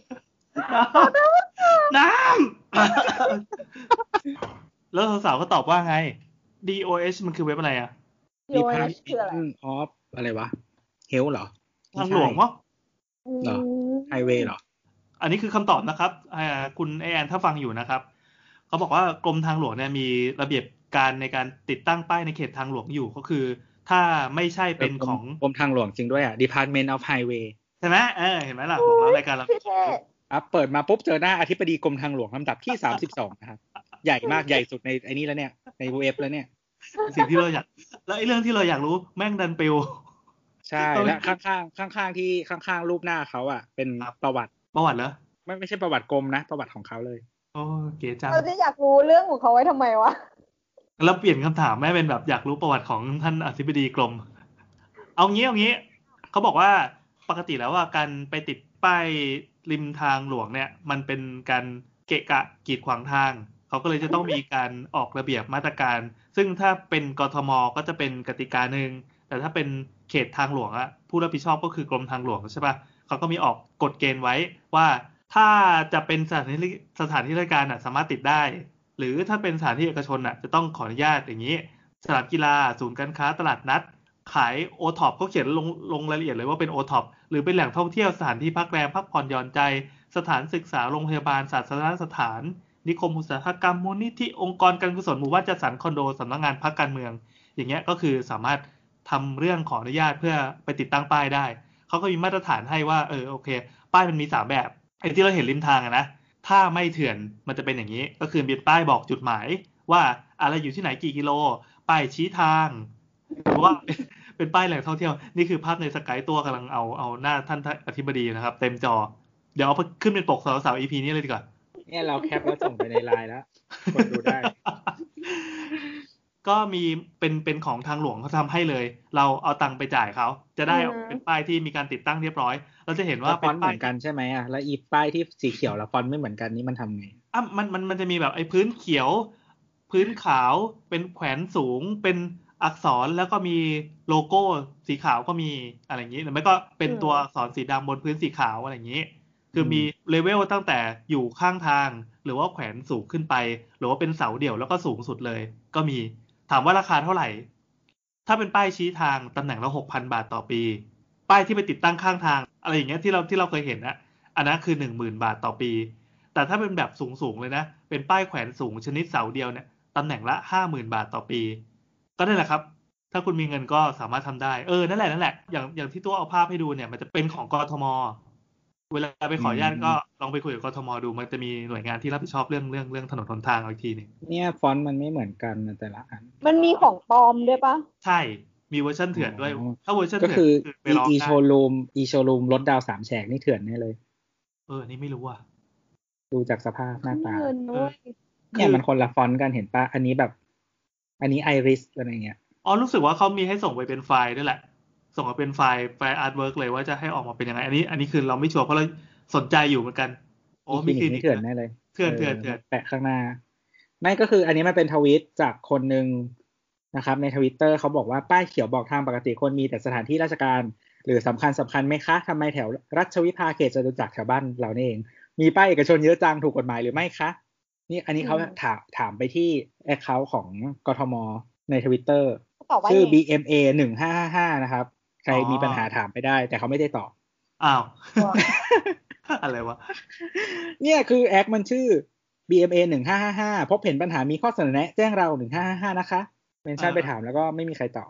น้ำแล้วสาวๆก็ตอบว่าไง ดี โอ เอช มันคือเว็บอะไรอ่ะ Department of อะไรวะ Health เหรอทางหลวงมั้งเหรอ Highway เหรออันนี้คือคำตอบนะครับคุณแอนถ้าฟังอยู่นะครับเขาบอกว่ากรมทางหลวงเนี่ยมีระเบียบการในการติดตั้งป้ายในเขตทางหลวงอยู่ก็คือถ้าไม่ใช่เป็นของกรมทางหลวงจริงด้วยอ่ะ Department of Highway ใช่ไหมเออเห็นไหมล่ะของเรารายการเราอ่ะเปิดมาปุ๊บเจอหน้าอธิบดีกรมทางหลวงลำดับที่สามสิบสองนะครับใหญ่มากใหญ่สุดในไอ้นี่แล้วเนี่ยในเว็บแล้วเนี่ยสิ่งที่เราอยากแล้วไอ้เรื่องที่เราอยากรู้แม่งดันปิวใช่และข้างๆข้างๆที่ข้างๆรูปหน้าเขาอ่ะเป็นประวัติประวัติเหรอไม่ไม่ใช่ประวัติกรมนะประวัติของเขาเลยโอ้เก๋จังเราจะอยากรู้เรื่องของเขาไว้ทำไมวะแล้วเปลี่ยนคำถามแม่เป็นแบบอยากรู้ประวัติของท่านอธิบดีกรมเอางี้เอางี้เขาบอกว่าปกติแล้วว่าการไปติดป้ายริมทางหลวงเนี่ยมันเป็นการเกะกะกีดขวางทางเขาก็เลยจะต้องมีการออกระเบียบมาตรการซึ่งถ้าเป็นกทมก็จะเป็นกติกาหนึ่งแต่ถ้าเป็นเขตทางหลวงอะผู้รับผิดชอบก็คือกรมทางหลวงใช่ป่ะเขาก็มีออกกฎเกณฑ์ไว้ว่าถ้าจะเป็นสถานที่สถานที่ราชการอะสามารถติดได้หรือถ้าเป็นสถานที่เอกชนอะจะต้องขออนุญาตอย่างนี้สนามกีฬาศูนย์การค้าตลาดนัดขายโอท็อปเขาเขียนลงลงรายละเอียดเลยว่าเป็นโอท็อปหรือเป็นแหล่งท่องเที่ยวสถานที่พักแรมพักผ่อนหย่อนใจสถานศึกษาโรงพยาบาลศาสนสถานนิคมอุตสาหกรรมมูลนิธิองค์กรการกุศลหมู่บ้านจัดสรรคอนโดสำนักงานพรรคการเมืองอย่างเงี้ยก็คือสามารถทำเรื่องขออนุญาตเพื่อไปติดตั้งป้ายได้เขาก็มีมาตรฐานให้ว่าเออโอเคป้ายมันมีสามแบบไอ้ที่เราเห็นริมทางอะนะถ้าไม่เถื่อนมันจะเป็นอย่างนี้ก็คือมีป้ายบอกจุดหมายว่าอะไรอยู่ที่ไหนกี่กิโลป้ายชี้ทางหรือว่าเป็นป้ายแหล่งท่องเที่ยวนี่คือภาพในสกายตัวกำลังเอาเอาหน้าท่านอธิบดีนะครับเต็มจอเดี๋ยวเอาขึ้นเป็นปกสาวสาว อี พี นี้เลยดีกว่าเนี่ยเราแคปแล้วส่งไปในไลน์แล้วกดดูได้ก็มีเป็นเป็นของทางหลวงเขาทำให้เลยเราเอาตังค์ไปจ่ายเขาจะได้เป็นป้ายที่มีการติดตั้งเรียบร้อยเราจะเห็นว่าเป็นป้ายเหมือนกันใช่ไหมอ่ะแล้วอีป้ายที่สีเขียวแล้วฟอนต์ไม่เหมือนกันนี่มันทำไงอ่ะมันมันมันจะมีแบบไอ้พื้นเขียวพื้นขาวเป็นแขวนสูงเป็นอักษรแล้วก็มีโลโก้สีขาวก็มีอะไรอย่างนี้หรือไม่ก็เป็นตัวอักษรสีดำบนพื้นสีขาวอะไรอย่างนี้คือมีเลเวลตั้งแต่อยู่ข้างทางหรือว่าแขวนสูงขึ้นไปหรือว่าเป็นเสาเดี่ยวแล้วก็สูงสุดเลยก็มีถามว่าราคาเท่าไหร่ถ้าเป็นป้ายชี้ทางตำแหน่งละ หกพัน บาทต่อปีป้ายที่ไปติดตั้งข้างทางอะไรอย่างเงี้ยที่เราที่เราเคยเห็นนะอันนั้นคือ หนึ่งหมื่น บาทต่อปีแต่ถ้าเป็นแบบสูงๆเลยนะเป็นป้ายแขวนสูงชนิดเสาเดียวเนี่ยตำแหน่งละ ห้าหมื่น บาทต่อปีก็นั่นแหละครับถ้าคุณมีเงินก็สามารถทำได้เออนั่นแหละนั่นแหละอย่างอย่างที่ตัวเอาภาพให้ดูเนี่ยมันจะเป็นของกทมเวลาไปขออนุญาตก็ลองไปคุยกับกทมดูมันจะมีหน่วยงานที่รับผิดชอบเรื่องเรื่องเรื่องถนนหนทางอีกทีนึงเนี่ยฟอนต์มันไม่เหมือนกันแต่ละอันมันมีของปลอมด้วยปะใช่มีเวอร์ชันเถื่อนด้วยถ้าเวอร์ชันเถื่อนก็คืออีโชว์รูมอีโชว์รูมรถดาวสามแฉกนี่เถื่อนแน่เลยเออนี่ไม่รู้อ่ะดูจากสภาพหน้าตาเนี่ยมันคนละฟอนต์กันเห็นปะอันนี้แบบอันนี้ Iris อะไรเงี้ยอ๋อรู้สึกว่าเขามีให้ส่งไปเป็นไฟล์ด้วยแหละส่งมาเป็นไฟล์ไฟล์อาร์ตเวิร์กเลยว่าจะให้ออกมาเป็นยังไงอันนี้อันนี้คือเราไม่ชัวร์เพราะเราสนใจอยู่เหมือนกันโอ้มีคลินิกเถื่อนแน่เลยเถื่อนเถื่อนเถื่อนแปะข้างหน้าไม่ก็คืออันนี้มันเป็นทวีตจากคนนึงนะครับใน Twitter เขาบอกว่าป้ายเขียวบอกทางปกติคนมีแต่สถานที่ราชการหรือสำคัญสำคัญไหมคะทำไมแถวรัชวิภาเขตจตุจักรแถวบ้านเรานี่เองมีป้ายเอกชนเยอะจังถูกกฎหมายหรือไม่คะนี่อันนี้เขาถามถามไปที่ account ของกทมใน Twitter ชื่อ บี เอ็ม เอ หนึ่งห้าห้าห้านะครับใครมีปัญหาถามไปได้แต่เขาไม่ได้ตอบอ้าว อะไรวะเนี่ยคือแอคมันชื่อ บี เอ็ม เอ หนึ่งห้าห้าห้าพบเห็นปัญหามีข้อเสนอแนะแจ้งเราหนึ่งห้าห้าห้านะคะเมนชั่นไปถามแล้วก็ไม่มีใครตอบ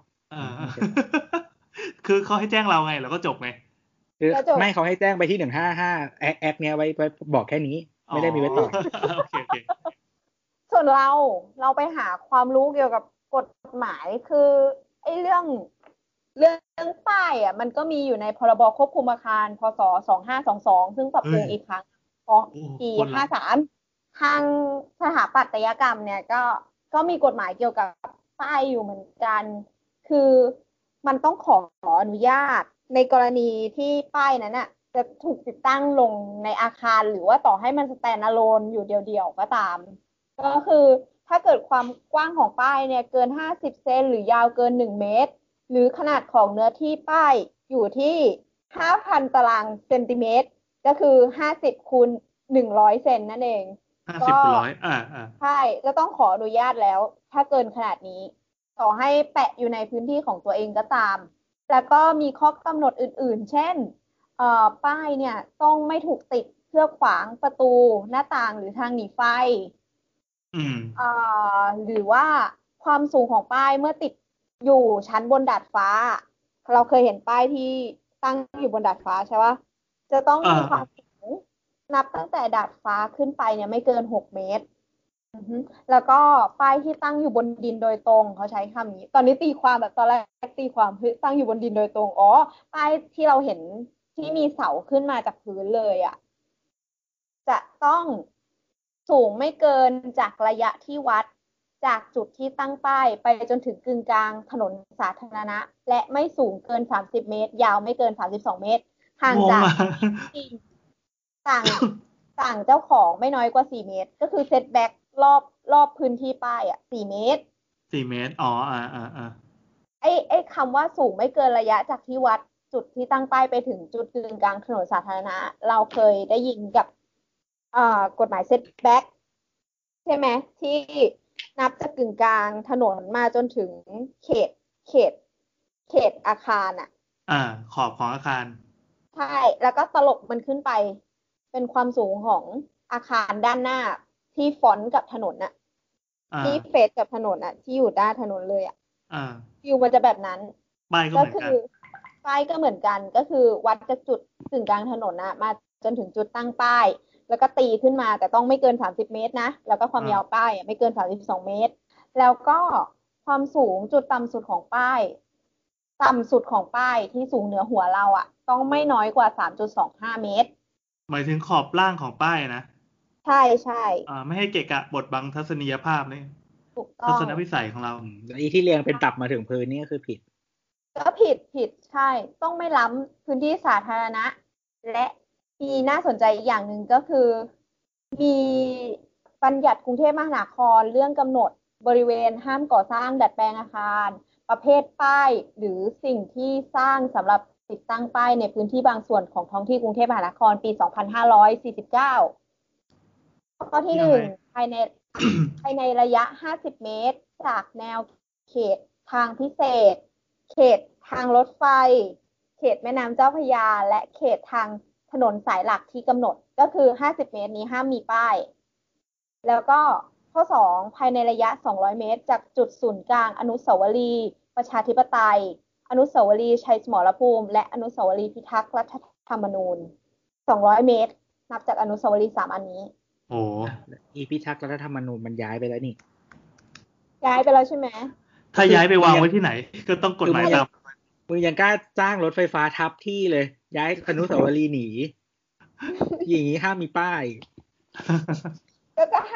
คือเขาให้แจ้งเราไงเราก็จบไงคือไม่เขาให้แจ้งไปที่หนึ่งห้าห้าแอคแอคเนี้ยไว้ไว้บอกแค่นี้ไม่ได้มีไว้ตอบโอเคโอเคส่วนเราเราไปหาความรู้เกี่ยวกับกฎหมายคือไอ้เรื่องเรื่องป้ายอ่ะมันก็มีอยู่ในพรบควบคุมอาคารพศสองห้าสองสองซึ่งปรับปรุงอีกครั้งปีห้าสามทางสถาปัตยกรรมเนี่ยก็ก็มีกฎหมายเกี่ยวกับป้ายอยู่เหมือนกันคือมันต้องขออนุญาตในกรณีที่ป้ายนั้นน่ะจะถูกติดตั้งลงในอาคารหรือว่าต่อให้มันสแตนด์อะโลนอยู่เดียวๆก็ตามก็คือถ้าเกิดความกว้างของป้ายเนี่ยเกินห้าสิบเซนหรือยาวเกินหนึ่งเมตรหรือขนาดของเนื้อที่ป้ายอยู่ที่ ห้าพัน ตารางเซนติเมตรก็คือห้าสิบคูณหนึ่งร้อยเซนนั่นเองห้าสิบคูณหนึ่งร้อยอ่าๆใช่จะต้องขออนุญาตแล้วถ้าเกินขนาดนี้ต่อให้แปะอยู่ในพื้นที่ของตัวเองก็ตามแล้วก็มีข้อกำหนดอื่นๆเช่นเอ่อป้ายเนี่ยต้องไม่ถูกติดเพื่อขวางประตูหน้าต่างหรือทางหนีไฟอืมเอ่อหรือว่าความสูงของป้ายเมื่อติดอยู่ชั้นบนดาดฟ้าเราเคยเห็นป้ายที่ตั้งอยู่บนดาดฟ้าใช่ปะจะต้องมีความสูงนับตั้งแต่ดาดฟ้าขึ้นไปเนี่ยไม่เกินหกเมตรแล้วก็ป้ายที่ตั้งอยู่บนดินโดยตรงเขาใช้คำนี้ตอนนี้ตีความแบบตอนแรกตีความคือตั้งอยู่บนดินโดยตรงอ๋อป้ายที่เราเห็นที่มีเสาขึ้นมาจากพื้นเลยอ่ะจะต้องสูงไม่เกินจากระยะที่วัดจากจุดที่ตั้งป้ายไปจนถึงกึ่งกลางถนนสาธารณะและไม่สูงเกินสามสิบเมตรยาวไม่เกินสามสิบสองเมตรห่างจากที่ต่างต่างเจ้าของไม่น้อยกว่าสี่เมตรก็คือเซตแบ็กรอบรอบพื้นที่ป้ายอ่ะสี่เมตรสี่เมตรอ๋ออ่าอ่าอ่าไอ้ไอ้คำว่าสูงไม่เกินระยะจากที่วัดจุดที่ตั้งป้ายไปถึงจุดกึ่งกลางถนนสาธารณะเราเคยได้ยินกับอ่ากฎหมายเซตแบ็กใช่ไหมที่นับจากกึ่งกลางถนนมาจนถึงเขตเขตเขตอาคารอ่ะอ่าขอบของอาคารใช่แล้วก็ตลกมันขึ้นไปเป็นความสูงของอาคารด้านหน้าที่ฟอนต์กับถนนน่ะที่เฟซกับถนนน่ะที่อยู่ด้านถนนเลยอ่ะวิวมันจะแบบนั้นก็คือป้ายก็เหมือนกันก็คือวัดจากจุดกึ่งกลางถนนน่ะมาจนถึงจุดตั้งป้ายแล้วก็ตีขึ้นมาแต่ต้องไม่เกินสามสิบเมตรนะแล้วก็ความยาวป้ายไม่เกินสามสิบสองเมตรแล้วก็ความสูงจุดต่ำสุดของป้ายต่ำสุดของป้ายที่สูงเหนือหัวเราอ่ะต้องไม่น้อยกว่า สามจุดสองห้า เมตรหมายถึงขอบล่างของป้ายนะใช่ใช่อ่าไม่ให้เกะกะบดบังทัศนียภาพนี่ถูกต้องทัศนวิสัยของเราแล้วอีที่เรียงเป็นตับมาถึงพื้นนี่ก็คือผิดก็ผิดผิดใช่ต้องไม่ล้ำพื้นที่สาธารณะและมีน่าสนใจอีกอย่างหนึ่งก็คือมีบัญญัติกรุงเทพมหานครเรื่องกำหนดบริเวณห้ามก่อสร้างดัดแปลงอาคารประเภทป้ายหรือสิ่งที่สร้างสำหรับติดตั้งป้ายในพื้นที่บางส่วนของท้องที่กรุงเทพมหานครปีสองพันห้าร้อยสี่สิบเก้าข้อที่หนึ่งภายในภายในระยะห้าสิบเมตรจากแนวเขตทางพิเศษเขตทางรถไฟเขตแม่น้ำเจ้าพระยาและเขตทางถนนสายหลักที่กำหนดก็คือห้าสิบเมตรนี้ห้ามมีป้ายแล้วก็ข้อสองภายในระยะสองร้อยเมตรจากจุดศูนย์กลางอนุสาวรีย์ประชาธิปไตยอนุสาวรีย์ชัยสมรภูมิและอนุสาวรีย์พิทักษ์รัฐธรรมนูญสองร้อยเมตรนับจากอนุสาวรีย์สามอันนี้โอ้อีพิทักษ์รัฐธรรมนูญมันย้ายไปแล้วนี่ย้ายไปแล้วใช่ไหมถ้าย้ายไปวางไว้ที่ไหนก็ต้องกฎหมายตามมึงยังกล้าจ้างรถไฟฟ้าทับที่เลยย้ายอนุสาวรีย์หนีอย่างนี้ห้ามมีป้ายก็จะห้า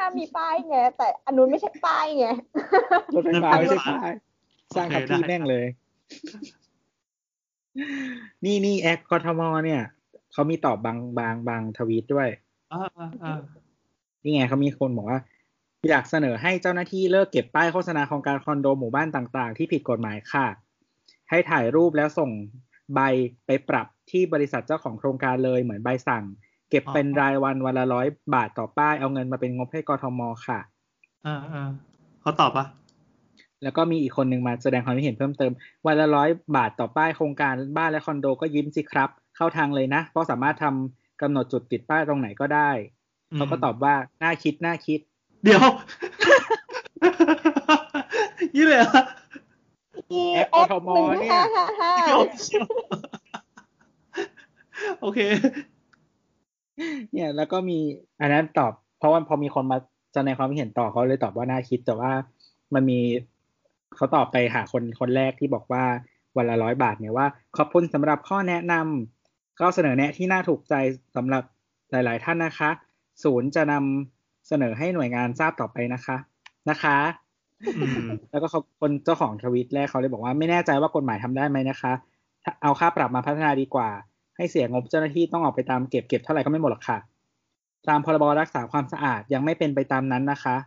ามมีป้ายไงแต่อันนู้นไม่ใช่ป้ายไงรถไฟฟ้าไม่ใช่ป้ายสร้างทับที่แม่งเลย นี่นี่แอคกทมเนี่ยเขามีตอบบางบางบางทวีตด้วยอ่าอ่านี่ไงเขามีคนบอกว่าอยากเสนอให้เจ้าหน้าที่เลิกเก็บป้ายโฆษณาโครงการคอนโดหมู่บ้านต่างๆที่ผิดกฎหมายค่ะให้ถ่ายรูปแล้วส่งใบไปปรับที่บริษัทเจ้าของโครงการเลยเหมือนใบสั่งเก็บเป็นรายวันวันละร้อยบาทต่อป้ายเอาเงินมาเป็นงบให้กทมค่ะอ่าอ่าเขาตอบปะแล้วก็มีอีกคนหนึ่งมาแสดงความคิดเห็นเพิ่มเติมวันละร้อยบาทต่อป้ายโครงการบ้านและคอนโดก็ยิ้มสิครับเข้าทางเลยนะเพราะสามารถทำกำหนดจุดติดป้ายตรงไหนก็ได้เขาก็ตอบว่าน่าคิดน่าคิดเดี๋ยวยี่เลยอ่ะแอปกทมเนี่ยโอเคเนี่ยแล้วก็มีอันนั้นตอบเพราะว่าพอมีคนมาแสดงความคิดเห็นต่อเขาเลยตอบว่าน่าคิดแต่ว่ามันมีเขาตอบไปหาคนคนแรกที่บอกว่าวันละร้อยบาทเนี่ยว่าขอบคุณสำหรับข้อแนะนำก็เสนอแนะที่น่าถูกใจสำหรับหลายๆท่านนะคะศูนย์จะนำเสนอให้หน่วยงานทราบต่อไปนะคะนะคะแล้วก็เขาคนเจ้าของทวิตแรกเขาเลยบอกว่าไม่แน่ใจว่ากฎหมายทำได้ไหมนะคะเอาค่าปรับมาพัฒนาดีกว่าให้เสียงบเจ้าหน้าที่ต้องออกไปตามเก็บเก็บเท่าไหร่ก็ไม่หมดหรอกค่ะตามพรบรักษาความสะอาดยังไม่เป็นไปตามนั้นนะคะ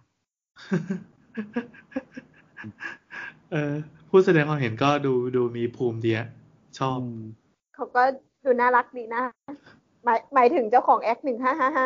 เออผู้แสดงความเห็นก็ดูดูมีภูมิดีชอบเขาก็ดูน่ารักดีนะหมายหมายถึงเจ้าของแอคหนึ่งห้าห้าห้า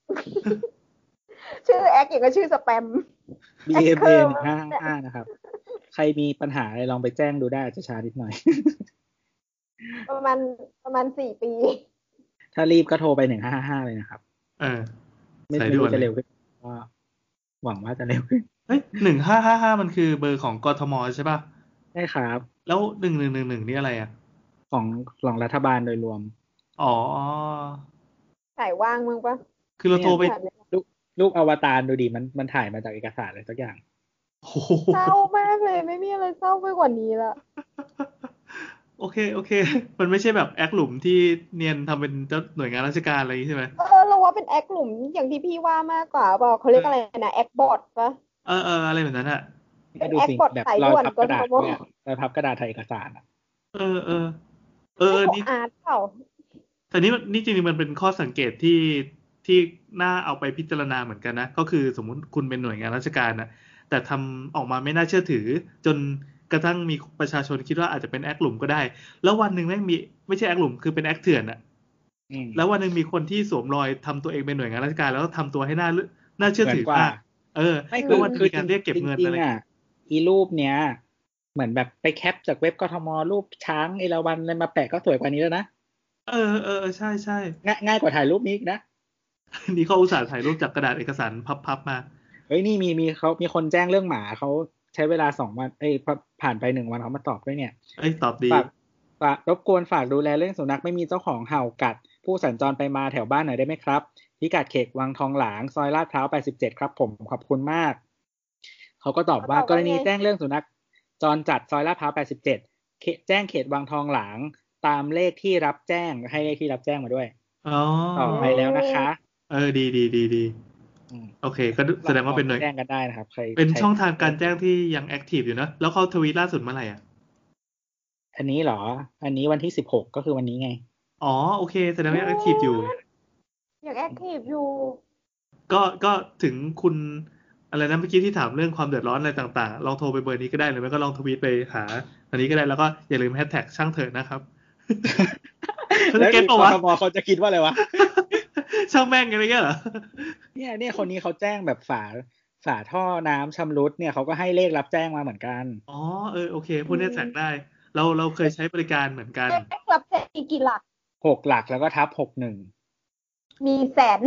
ชื่อแอคอย่างก็ชื่อสแปมบี เอ็ม เอ หนึ่งห้าห้านะครับใครมีปัญหาอะไรลองไปแจ้งดูได้อาจจะช้านิดหน่อยประมาณประมาณสี่ปีถ้ารีบก็โทรไปหนึ่งห้าห้าเลยนะครับเออไม่รู้จะเร็วขึ้นก็หวังว่าจะเร็วขึ้นเฮ้ยหนึ่งห้าห้าห้ามันคือเบอร์ของกทมใช่ป่ะใช่ครับแล้วหนึ่งหนึ่งหนึ่งหนึ่งนี่อะไรอ่ะของของรัฐบาลโดยรวมอ๋อถ่ายว่างมึงปะคือเราโทรไปลูกลูกอวตารดูดิมันมันถ่ายมาจากเอกสารอะไรสักอย่างเศร้ามากเลยไม่มีอะไรเศร้าไปกว่านี้ละโอเคโอเคมันไม่ใช่แบบแอคหลุมที่เนียนทำเป็นเจ้าหน่วยงานราชการอะไรใช่ไหมเออเราว่าเป็นแอคหลุมอย่างที่พี่ว่ามากกว่าบอกเขาเรียกอะไรนะแอคบอทปะเออเอออะไรแบบนั้นอ่ะเป็นแอคบอทสายด่วนก็ทำเนี่ยรอยพับกระดาษถ่ายเอกสารอ่ะเออเออเออนี่อาร์ตเปล่าแต่นี่นี่จริงๆมันเป็นข้อสังเกตที่ที่น่าเอาไปพิจารณาเหมือนกันนะก็คือสมมุติคุณเป็นหน่วยงานราชการนะแต่ทำออกมาไม่น่าเชื่อถือจนกระทั่งมีประชาชนคิดว่าอาจจะเป็นแอคหลุมก็ได้แล้ววันหนึ่งแม่งมีไม่ใช่แอคหลุมคือเป็นแอคเถื่อนอ่ะแล้ววันหนึ่งมีคนที่สวมรอยทำตัวเองเป็นหน่วยงานราชการแล้วทำตัวให้น่าน่าเชื่อถือกว่าเออไม่คือคือการเรียกเก็บเงินอะไรอีรูปเนี้ยเหมือนแบบไปแคปจากเว็บกทมรูปช้างเอราวัณอะไรมาแปะก็สวยกว่านี้แล้วนะเออเออใช่ใช่ง่ายง่ายกว่าถ่ายรูปนี้นะนี่เขาอุตส่าห์ถ่ายรูปจากกระดาษเอกสารพับๆมาเฮ้ยนี่มีมีเขามีคนแจ้งเรื่องหมาเขาใช้เวลาสองวันเอ้ยผ่านไปหนึ่งวันเขามาตอบด้วยเนี่ยเอ้ยตอบดีฝากฝากรบกวนฝากดูแลเรื่องสุนัขไม่มีเจ้าของเห่ากัดผู้สัญจรไปมาแถวบ้านหน่อยได้ไหมครับพิกัดเขตวังทองหลางซอยลาดพร้าวแปดสิบเจ็ดครับผมขอบคุณมากเขาก็ตอบว่ากรณีแจ้งเรื่องสุนัขจรจัดซอยลาดพร้าวแปดสิบเจ็ดแจ้งเขตวังทองหลางตามเลขที่รับแจ้งให้เลขที่รับแจ้งมาด้วยอ๋อต่อไปแล้วนะคะเออดีดีดีดีโอเคก็แสดงว่าเป็นหน่วยแจ้งกันได้นะครับใครเป็นช่องทางการแจ้งที่ยังแอคทีฟอยู่นะแล้วเขาทวีตล่าสุดเมื่อไหร่อ่ะอันนี้เหรออันนี้วันที่สิบหกก็คือวันนี้ไงอ๋อโอเคแสดงว่ายังแอคทีฟอยู่ยังแอคทีฟอยู่ก็ก็ถึงคุณอะไรนะเมื่อกี้ที่ถามเรื่องความเดือดร้อนอะไรต่างๆลองโทรไปเบอร์นี้ก็ได้หรือไม่ก็ลองทวีตไปหาอันนี้ก็ได้แล้วก็อย่าลืมแฮชแท็กช่างเถิดนะครับแล้วกทมเขาจะคิดว่าอะไรวะช่างแม่งอะไรเงี้ยเหรอเนี่ยเนี่ยคนนี้เขาแจ้งแบบฝาฝาท่อน้ำชำรุดเนี่ยเขาก็ให้เลขรับแจ้งมาเหมือนกันอ๋อเออโอเคพูดได้แท็กได้เราเราเคยใช้บริการเหมือนกันเลขรับแจ้งมีกี่หลักหกหลักแล้วก็ทับหกหนึ่งมีแสน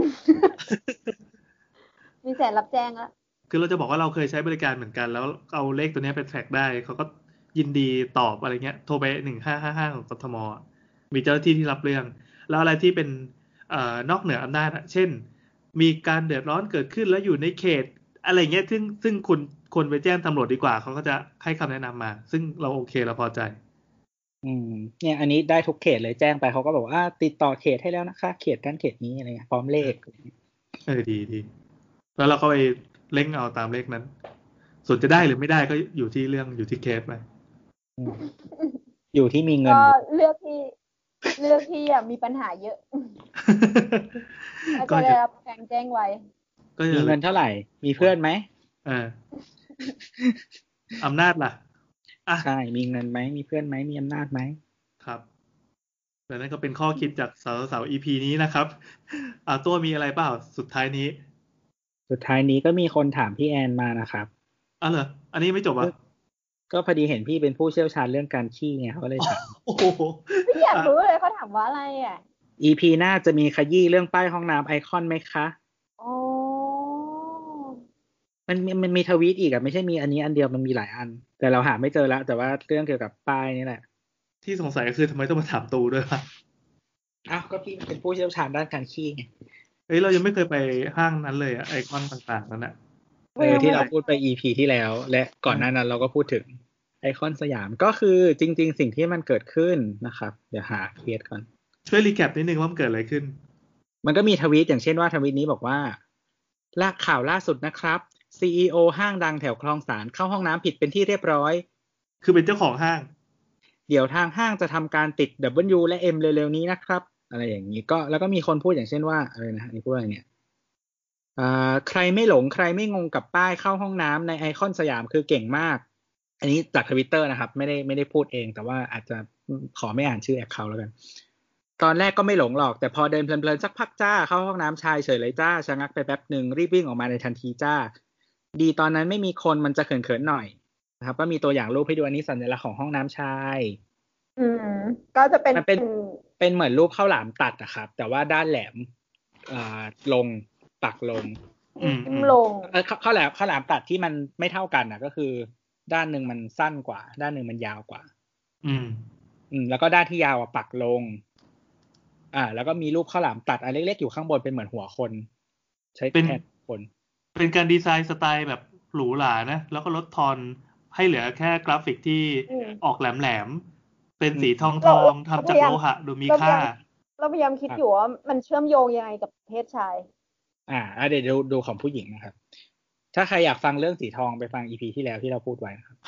มีแสนรับแจ้งแล้วคือเราจะบอกว่าเราเคยใช้บริการเหมือนกันแล้วเอาเลขตัวนี้ไปแท็กได้เขาก็ยินดีตอบอะไรเงี้ยโทรไปหนึ่งห้าห้าห้าของกทมมีเจ้าหน้าที่ที่รับเรื่องแล้วอะไรที่เป็นเอ่อนอกเหนืออำนาจเช่นมีการเดือดร้อนเกิดขึ้นแล้วอยู่ในเขตอะไรเงี้ยซึ่งซึ่งคุณคนไปแจ้งตำรวจดีกว่าเขาก็จะให้คำแนะนำมาซึ่งเราโอเคเราพอใจอืมเนี่ยอันนี้ได้ทุกเขตเลยแจ้งไปเขาก็บอกว่าติดต่อเขตให้แล้วนะคะเขตนั้นเขตนี้อะไรเงี้ยพร้อมเลขเออดีดีแล้วเราก็ไปเล่งเอาตามเลขนั้นส่วนจะได้หรือไม่ได้ก็อยู่ที่เรื่องอยู่ที่เคสไปอยู่ที่มีเงินก็เลือกที่เลือกที่อ่ะมีปัญหาเยอะ ก็จะได้รับการแจ้งไว้มีเงินเท่าไหร่มีเพื่อนไหมเอออำนาจล่ะอ่ะใช่มีเงินไหมมีเพื่อนไหมมีอำนาจไหมครับแต่นั่นก็เป็นข้อคิดจากสาวสาว อี พี นี้นะครับอ่าตัวมีอะไรเปล่าสุดท้ายนี้สุดท้ายนี้ก็มีคนถามพี่แอนมานะครับอ๋อเหรออันนี้ไม่จบอ่ะก็พอดีเห็นพี่เป็นผู้เชี่ยวชาญเรื่องการขี้ไงเขาเลยถามโอ้โหไม่อยากรู้เลยเขาถามว่าอะไรอ่ะอี พี หน้าจะมีขยี้เรื่องป้ายห้องน้ำไอคอนไหมคะอ๋อมันมันมีทวีตอีกอ่ะไม่ใช่มีอันนี้อันเดียวมันมีหลายอันแต่เราหาไม่เจอแล้วแต่ว่าเรื่องเกี่ยวกับป้ายนี่แหละที่สงสัยก็คือทำไมต้องมาถามตูด้วยวะอ้าวก็พี่เป็นผู้เชี่ยวชาญด้านการขี้ไงเฮ้ยเรายังไม่เคยไปห้างนั้นเลยอะไอคอนต่างๆนั่นแหละเออที่เราพูดไป อี พี ที่แล้วและก่อนหน้านั้นเราก็พูดถึงไอคอนสยามก็คือจริงๆสิ่งที่มันเกิดขึ้นนะครับเดี๋ยวหาเทวีตก่อนช่วยรีแคปนิดนึงว่ามันเกิดอะไรขึ้นมันก็มีทวีตอย่างเช่นว่าทวีตนี้บอกว่าลากข่าวล่าสุดนะครับ ซี อี โอ ห้างดังแถวคลองสานเข้าห้องน้ำผิดเป็นที่เรียบร้อยคือเป็นเจ้าของห้างเดี๋ยวทางห้างจะทำการติด ดับเบิลยู และ M เร็วๆนี้นะครับอะไรอย่างนี้ก็แล้วก็มีคนพูดอย่างเช่นว่าอะไรนะนี่พูดอะไรเนี่ยอ่าใครไม่หลงใครไม่งงกับป้ายเข้าห้องน้ำในไอคอนสยามคือเก่งมากอันนี้จาก Twitter นะครับไม่ได้ไม่ได้พูดเองแต่ว่าอาจจะขอไม่อ่านชื่อแอคเคาท์แล้วกันตอนแรกก็ไม่หลงหรอกแต่พอเดินเพลินๆสักพักจ้าเข้าห้องน้ำชายเฉยเลยจ้าชะงักไปแป๊บนึงรีบวิ่งออกมาในทันทีจ้าดีตอนนั้นไม่มีคนมันจะเขินๆหน่อยนะครับก็มีตัวอย่างรูปให้ดูอันนี้สัญลักษณ์ของห้องน้ำชายอืมก็จะเป็นมันเป็นเป็นเหมือนรูปข้าวหลามตัดนะครับแต่ว่าด้านแหลมอ่าลงปักลงอืมลงเออข้าวแหลมข้าวหลามตัดที่มันไม่เท่ากันนะก็คือด้านหนึ่งมันสั้นกว่าด้านหนึ่งมันยาวกว่าอืมอืมแล้วก็ด้านที่ยาวอ่ะปักลงอ่าแล้วก็มีรูปข้าวหลามตัดอันเล็กๆอยู่ข้างบนเป็นเหมือนหัวคนใช้แทนคนเป็นการดีไซน์สไตล์แบบหรูหรานะแล้วก็ลดทอนให้เหลือแค่กราฟิกที่ออกแหลมๆเป็นสีทองทองทำจากโลหะดูมีค่าเราพยายามคิดอยู่ว่ามันเชื่อมโยงยังไงกับเพศชายอ่าเดี๋ยวดูดูของผู้หญิงนะครับถ้าใครอยากฟังเรื่องสีทองไปฟัง อี พี ที่แล้วที่เราพูดไว้นะครับ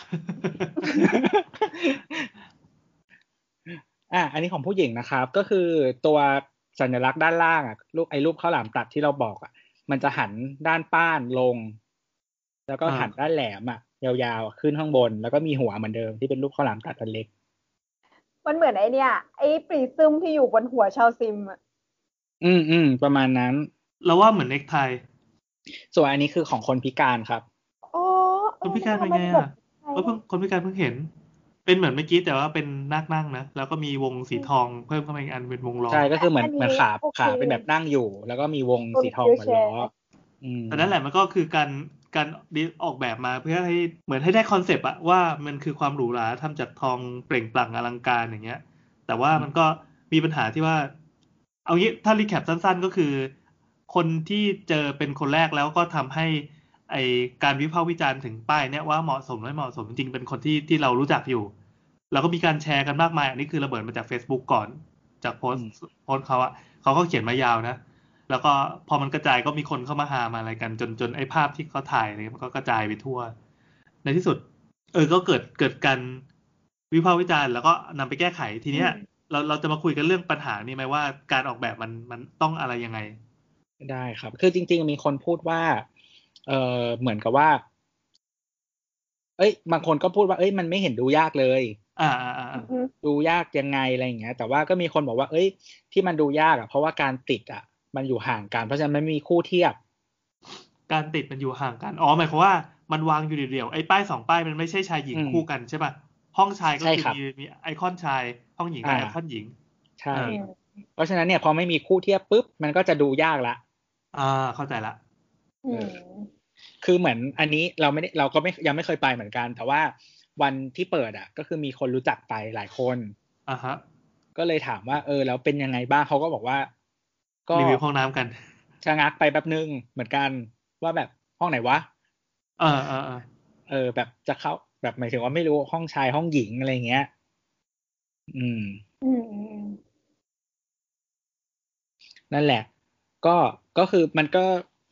อ่ะอันนี้ของผู้หญิงนะครับก็คือตัวสัญลักษณ์ด้านล่างอ่ะรูปไอ้รูปข้าวหลามตัดที่เราบอกอ่ะมันจะหันด้านป้านลงแล้วก็หันด้านแหลมอ่ะยาวๆขึ้นข้างบนแล้วก็มีหัวเหมือนเดิมที่เป็นรูปข้าวหลามตัดอันเล็กมันเหมือนไอ้เนี่ยไอ้ปรีซึมที่อยู่บนหัวชาวซิมอ่ะอืมอืมประมาณนั้นเราว่าเหมือนเน็กไทส่วนอันนี้คือของคนพิการครับอ๋อคนพิการเป็นไงอ่ะก็เพิ่งคนพิการเพิ่งเห็นเป็นเหมือนเมื่อกี้แต่ว่าเป็นนั่งนั่งนะแล้วก็มีวงสีทองเพิ่มเข้ามาอีกอันเป็นวงล้อใช่ก็คือเหมือนเหมือนขาขาเป็นแบบนั่งอยู่แล้วก็มีวงสีทองเหมือนล้อแต่นั่นแหละมันก็คือการการออกแบบมาเพื่อให้เหมือนให้ได้คอนเซปต์อะว่ามันคือความหรูหราทำจากทองเปล่งปลั่งอลังการอย่างเงี้ยแต่ว่ามันก็มีปัญหาที่ว่าเอางี้ถ้ารีแคปสั้นๆก็คือคนที่เจอเป็นคนแรกแล้วก็ทำให้ไอการวิพากษ์วิจารณ์ถึงป้ายเนี่ยว่าเหมาะสมไม่เหมาะสมจริงๆเป็นคนที่ที่เรารู้จักอยู่แล้วก็มีการแชร์กันมากมายอันนี้คือระเบิดมาจาก Facebook ก่อนจากโพสต์โพสต์เขาอะเขาก็เขียนมายาวนะแล้วก็พอมันกระจายก็มีคนเข้ามาหามาอะไรกันจนจนไอ้ภาพที่เขาถ่ายเนี่ยมันก็กระจายไปทั่วในที่สุดเออก็เกิดเกิดการวิพากษ์วิจารณ์แล้วก็นำไปแก้ไขทีเนี้ยเราเราจะมาคุยกันเรื่องปัญหานี้ไหมว่าการออกแบบมันมันต้องอะไรยังไงได้ครับคือจริงๆมีคนพูดว่าเออเหมือนกับว่าเอ้ยบางคนก็พูดว่าเอ้ยมันไม่เห็นดูยากเลยอ่าอ่าอ่าดูยากยังไงอะไรอย่างเงี้ยแต่ว่าก็มีคนบอกว่าเอ้ยที่มันดูยากอ่ะเพราะว่าการติดอ่ะมันอยู่ห่างกันเพราะฉะนั้นไม่มีคู่เทียบการติดมันอยู่ห่างกันอ๋อหมายความว่ามันวางอยู่เดี่ยวๆไอ้ป้ายสองป้ายมันไม่ใช่ชายหญิงคู่กันใช่ป่ะห้องชายก็คือมีมีไอคอนชายห้องหญิงก็ไอคอนหญิงใช่เพราะฉะนั้นเนี่ยพอไม่มีคู่เทียบปุ๊บมันก็จะดูยากละอ่าเข้าใจละคือเหมือนอันนี้เราไม่ได้เราก็ไม่ยังไม่เคยไปเหมือนกันแต่ว่าวันที่เปิดอ่ะก็คือมีคนรู้จักไปหลายคนอ่าฮะก็เลยถามว่าเออแล้วเป็นยังไงบ้างเขาก็บอกว่าก็รีวิวห้องน้ำกันชะงักไปแป๊บนึงเหมือนกันว่าแบบห้องไหนวะเออเออเออแบบจะเข้าแบบหมายถึงว่าไม่รู้ห้องชายห้องหญิงอะไรเงี้ยอืมอืมนั่นแหละก็ก็คือมันก็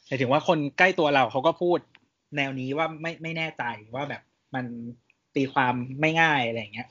แต่ถึงว่าคนใกล้ตัวเราเขาก็พูดแนวนี้ว่าไม่ไม่แน่ใจว่าแบบมันตีความไม่ง่ายอะไรอย่างเงี้ย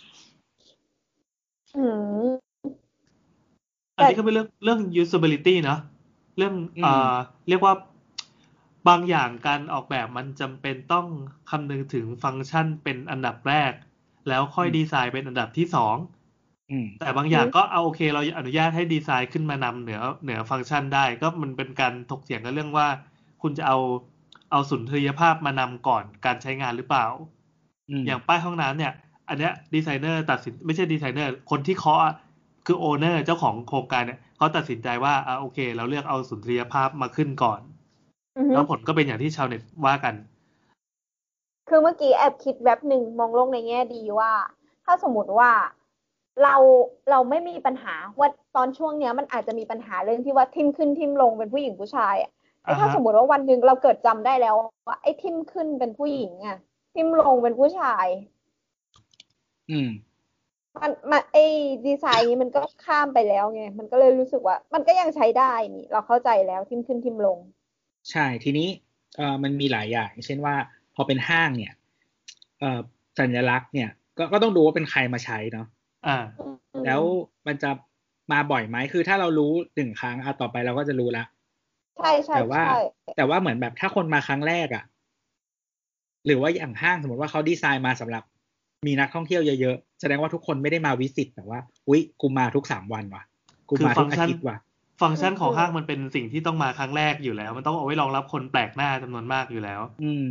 อืมอันนี้ก็เป็นเรื่องเรื่อง usability เนาะเรื่องเอ่อเรียกว่าบางอย่างการออกแบบมันจำเป็นต้องคำนึงถึงฟังก์ชันเป็นอันดับแรกแล้วค่อยดีไซน์เป็นอันดับที่สองแต่บางอย่างก็เอาโอเคเราอนุญาตให้ดีไซน์ขึ้นมานำเหนือเหนือฟังก์ชันได้ก็มันเป็นการถกเถียงกันเรื่องว่าคุณจะเอาเอาสุนทรียภาพมานำก่อนการใช้งานหรือเปล่าอย่างป้ายห้องน้ำเนี่ยอันเนี้ยดีไซเนอร์ตัดสินไม่ใช่ดีไซเนอร์คนที่เคาะคือโอเนอร์เจ้าของโครงการเนี่ยเขาตัดสินใจว่าอ่าโอเคเราเลือกเอาสุนทรียภาพมาขึ้นก่อนแล้วผลก็เป็นอย่างที่ชาวเน็ตว่ากันคือเมื่อกี้แอบคิดแวบหนึ่งมองโลกในแง่ดีว่าถ้าสมมติว่าเราเราไม่มีปัญหาว่าตอนช่วงเนี้ยมันอาจจะมีปัญหาเรื่องที่ว่าทิมขึ้นทิมลงเป็นผู้หญิงผู้ชายอ่ะแต่ถ้าสมมติว่าวันหนึ่งเราเกิดจำได้แล้วว่าไอ้ทิมขึ้นเป็นผู้หญิงอ่ะทิมลงเป็นผู้ชายอืมมันมันไอ้ดีไซน์นี้มันก็ข้ามไปแล้วไงมันก็เลยรู้สึกว่ามันก็ยังใช้ได้นี่เราเข้าใจแล้วทิมขึ้นทิมลงใช่ทีนี้เอ่อมันมีหลายอย่างเช่นว่าพอเป็นห้างเนี่ยเอ่อสัญลักษณ์เนี่ยก็ก็ต้องดูว่าเป็นใครมาใช้เนาะอ่าแล้วมันจะมาบ่อยไหมคือถ้าเรารู้หนึ่งครั้งอ่ะต่อไปเราก็จะรู้ละใช่ใช่แต่ว่าแต่ว่าเหมือนแบบถ้าคนมาครั้งแรกอ่ะหรือว่าอย่างห้างสมมติว่าเขาดีไซน์มาสำหรับมีนักท่องเที่ยวเยอะๆแสดงว่าทุกคนไม่ได้มาวิสิตแบบว่าอุ๊ยกูมาทุกสามวันว่ะกูมาทุกอาทิตย์ว่ะฟังก์ชันของห้างมันเป็นสิ่งที่ต้องมาครั้งแรกอยู่แล้วมันต้องเอาไว้รองรับคนแปลกหน้าจำนวนมากอยู่แล้วอืม